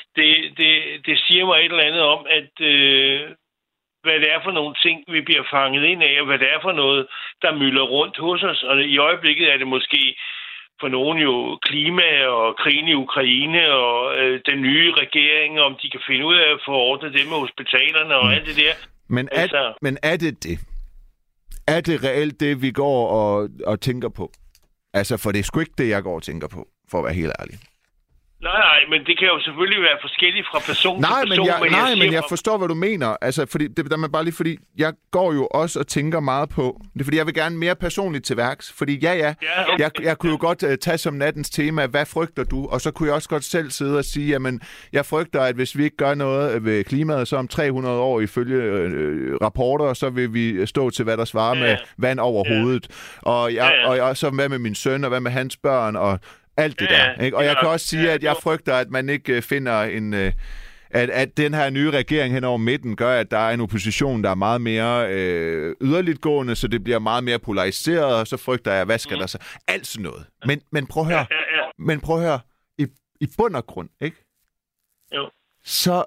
det siger mig et eller andet om, at hvad det er for nogle ting, vi bliver fanget ind af, og hvad det er for noget, der mylder rundt hos os. Og i øjeblikket er det måske for nogen jo klima og krigen i Ukraine og den nye regering, om de kan finde ud af at få ordnet det med hospitalerne og alt det der. Men er det det? Er det reelt det, vi går og tænker på? Altså, for det er sgu ikke det, jeg går og tænker på, for at være helt ærlig. Nej, men det kan jo selvfølgelig være forskelligt fra person til person. Men jeg forstår, hvad du mener. Altså, fordi det er bare lige fordi, jeg går jo også og tænker meget på. Det er fordi, jeg vil gerne mere personligt til værks. Fordi okay. jeg kunne jo godt tage som nattens tema, hvad frygter du? Og så kunne jeg også godt selv sidde og sige, jamen, jeg frygter, at hvis vi ikke gør noget ved klimaet, så om 300 år ifølge rapporter, så vil vi stå til, hvad der svarer med vand over hovedet. Og så hvad med min søn, og hvad med hans børn, og alt det der. Ikke? Og jeg kan også sige, at jeg frygter, at man ikke finder en... At den her nye regering hen over midten gør, at der er en opposition, der er meget mere yderligtgående, så det bliver meget mere polariseret, og så frygter jeg, hvad skal der så? Alt sådan noget. Men prøv at høre. Men prøv at høre. I bund og grund, ikke? Jo. Så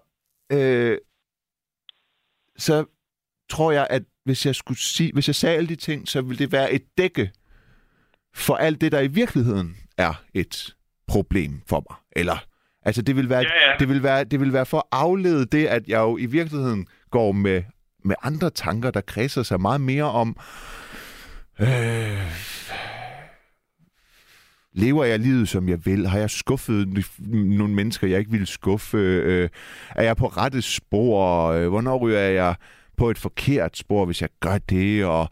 tror jeg, at hvis jeg sagde alle de ting, så ville det være et dække for alt det, der i virkeligheden er et problem for mig. Eller, altså det vil være for at aflede det, at jeg jo i virkeligheden går med andre tanker, der kredser sig meget mere om, lever jeg livet, som jeg vil? Har jeg skuffet nogle mennesker, jeg ikke ville skuffe? Er jeg på rette spor? Hvornår ryger jeg på et forkert spor, hvis jeg gør det? Og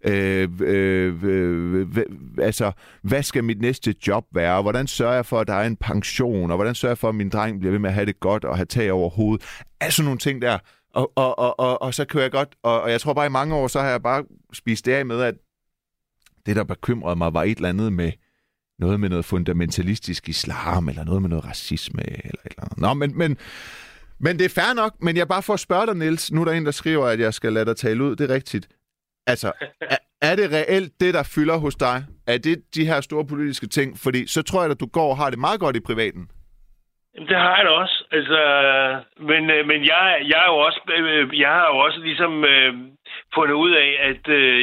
altså, hvad skal mit næste job være? Hvordan sørger jeg for, at der er en pension? Og hvordan sørger jeg for, at min dreng bliver ved med at have det godt og have tag over hovedet? Altså nogle ting der. Og så kan jeg godt... Og jeg tror bare, i mange år, så har jeg bare spist det af med, at det, der bekymrede mig, var et eller andet med noget fundamentalistisk islam, eller noget med noget racisme, eller Nå, men det er fair nok. Men jeg bare får at spørge dig, Niels. Nu er der en, der skriver, at jeg skal lade dig tale ud. Det er rigtigt. Altså, er det reelt det, der fylder hos dig? Er det de her store politiske ting? Fordi så tror jeg, at du går og har det meget godt i privaten. Det har jeg da også. Altså, men jeg har jo også ligesom fundet ud af, at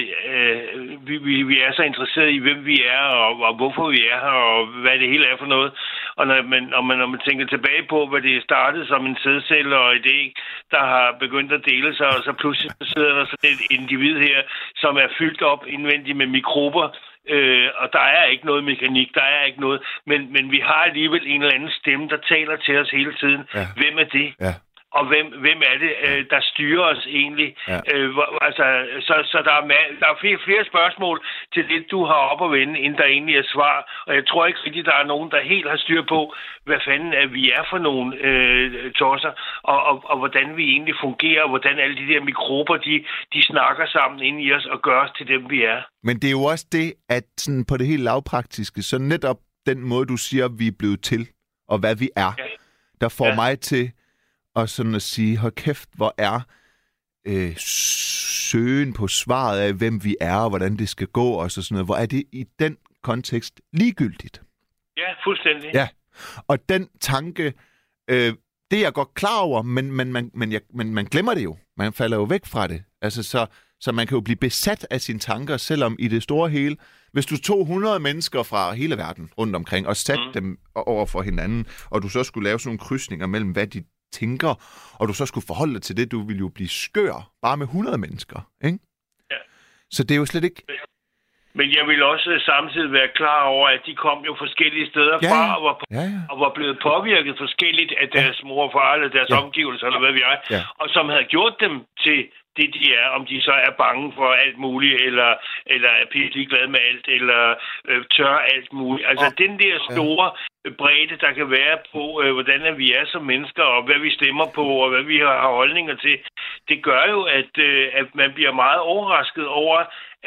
vi er så interesserede i, hvem vi er, og hvorfor vi er her, og hvad det hele er for noget. Og når man tænker tilbage på, hvad det startede som en sædcelle og et æg, der har begyndt at dele sig, og så pludselig sidder der sådan et individ her, som er fyldt op indvendigt med mikrober, og der er ikke noget mekanik, der er ikke noget, men vi har alligevel en eller anden stemme, der taler til os hele tiden. Ja. Hvem er det? Ja. Og hvem er det, der styrer os egentlig? Ja. Så der er flere spørgsmål til det, du har op at vende, inden der egentlig er svar. Og jeg tror ikke rigtig, der er nogen, der helt har styr på, hvad fanden vi er for nogle tosser, og hvordan vi egentlig fungerer, og hvordan alle de der mikrober, de snakker sammen inde i os og gør os til dem, vi er. Men det er jo også det, at sådan på det helt lavpraktiske, så netop den måde, du siger, vi er blevet til, og hvad vi er, der får mig til og sådan at sige, hold kæft, hvor er søgen på svaret af, hvem vi er, og hvordan det skal gå, og så sådan noget. Hvor er det i den kontekst ligegyldigt? Ja, fuldstændig. Ja, og den tanke, det er jeg godt klar over, men man glemmer det jo. Man falder jo væk fra det. Altså, så man kan jo blive besat af sine tanker, selvom i det store hele, hvis du tog 100 mennesker fra hele verden rundt omkring, og satte dem over for hinanden, og du så skulle lave sådan nogle krydsninger mellem, hvad de tænker, og du så skulle forholde dig til det, du ville jo blive skør, bare med 100 mennesker, ikke? Ja. Så det er jo slet ikke... Men jeg vil også samtidig være klar over, at de kom jo forskellige steder fra, og var blevet påvirket forskelligt af deres mor og far, eller deres omgivelser, eller hvad vi er, og som havde gjort dem til det, de er, om de så er bange for alt muligt, eller er pisselig glade med alt, eller tør alt muligt. Altså den der store bredde, der kan være på, hvordan vi er som mennesker, og hvad vi stemmer på, og hvad vi har holdninger til, det gør jo, at man bliver meget overrasket over,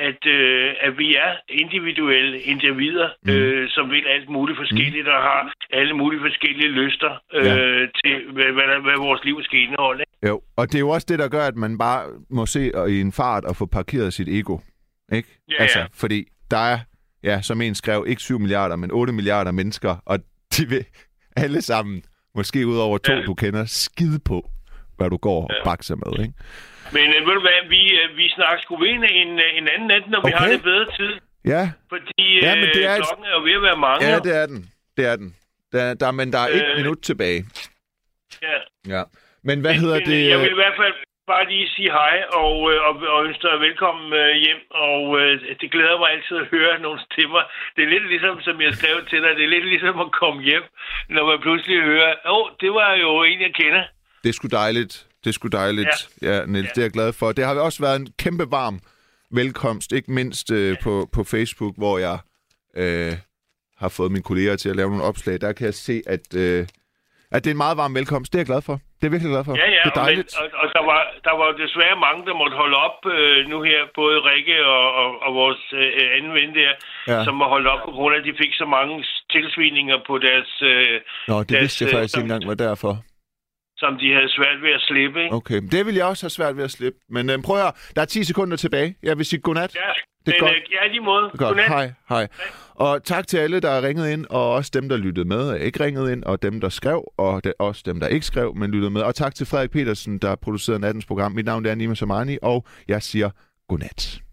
at vi er individuelle individer, som vil alt muligt forskelligt, og har alle mulige forskellige lyster til, hvad vores liv skal indeholde. Jo, og det er jo også det, der gør, at man bare må se i en fart og få parkeret sit ego, ikke? Ja, altså, fordi der er, som en skrev, ikke 7 milliarder, men 8 milliarder mennesker, og de vil alle sammen, måske ud over 2, du kender, skide på, hvad du går og bakser med, ikke? Men ved du hvad, vi snakker sgu ved en anden nat, når vi har det bedre tid. Ja. Fordi klokken er jo ved at være mange. Ja, det er den. Det er den. Men der er 1 minut tilbage. Ja. Men hvad hedder det? Jeg vil i hvert fald bare lige sige hej og ønske dig velkommen hjem. Og det glæder mig altid at høre nogle stemmer. Det er lidt ligesom, som jeg skrev til dig, det er lidt ligesom at komme hjem, når man pludselig hører, det var jo en, jeg kender. Det er sgu dejligt. Ja, Niels, det er jeg glad for. Det har også været en kæmpe varm velkomst, ikke mindst på Facebook, hvor jeg har fået mine kolleger til at lave nogle opslag. Der kan jeg se, at det er en meget varm velkomst. Det er jeg glad for. Det er jeg virkelig glad for. Ja, det er dejligt. Og der var desværre mange, der måtte holde op nu her, både Rikke og vores anden ven der, som var holdt op på grund af, at de fik så mange tilsvininger på deres... det vidste jeg faktisk ikke engang var derfor. Som de havde svært ved at slippe, ikke? Okay, det vil jeg også have svært ved at slippe. Men prøv at høre, der er 10 sekunder tilbage. Jeg vil sige godnat. Ja, det er godt. Ja, lige måde. Godnat. Hej. Og tak til alle, der har ringet ind, og også dem, der lyttede med og ikke ringet ind, og dem, der skrev, og også dem, der ikke skrev, men lyttede med. Og tak til Frederik Petersen, der producerede nattens program. Mit navn er Nima Samani, og jeg siger godnat.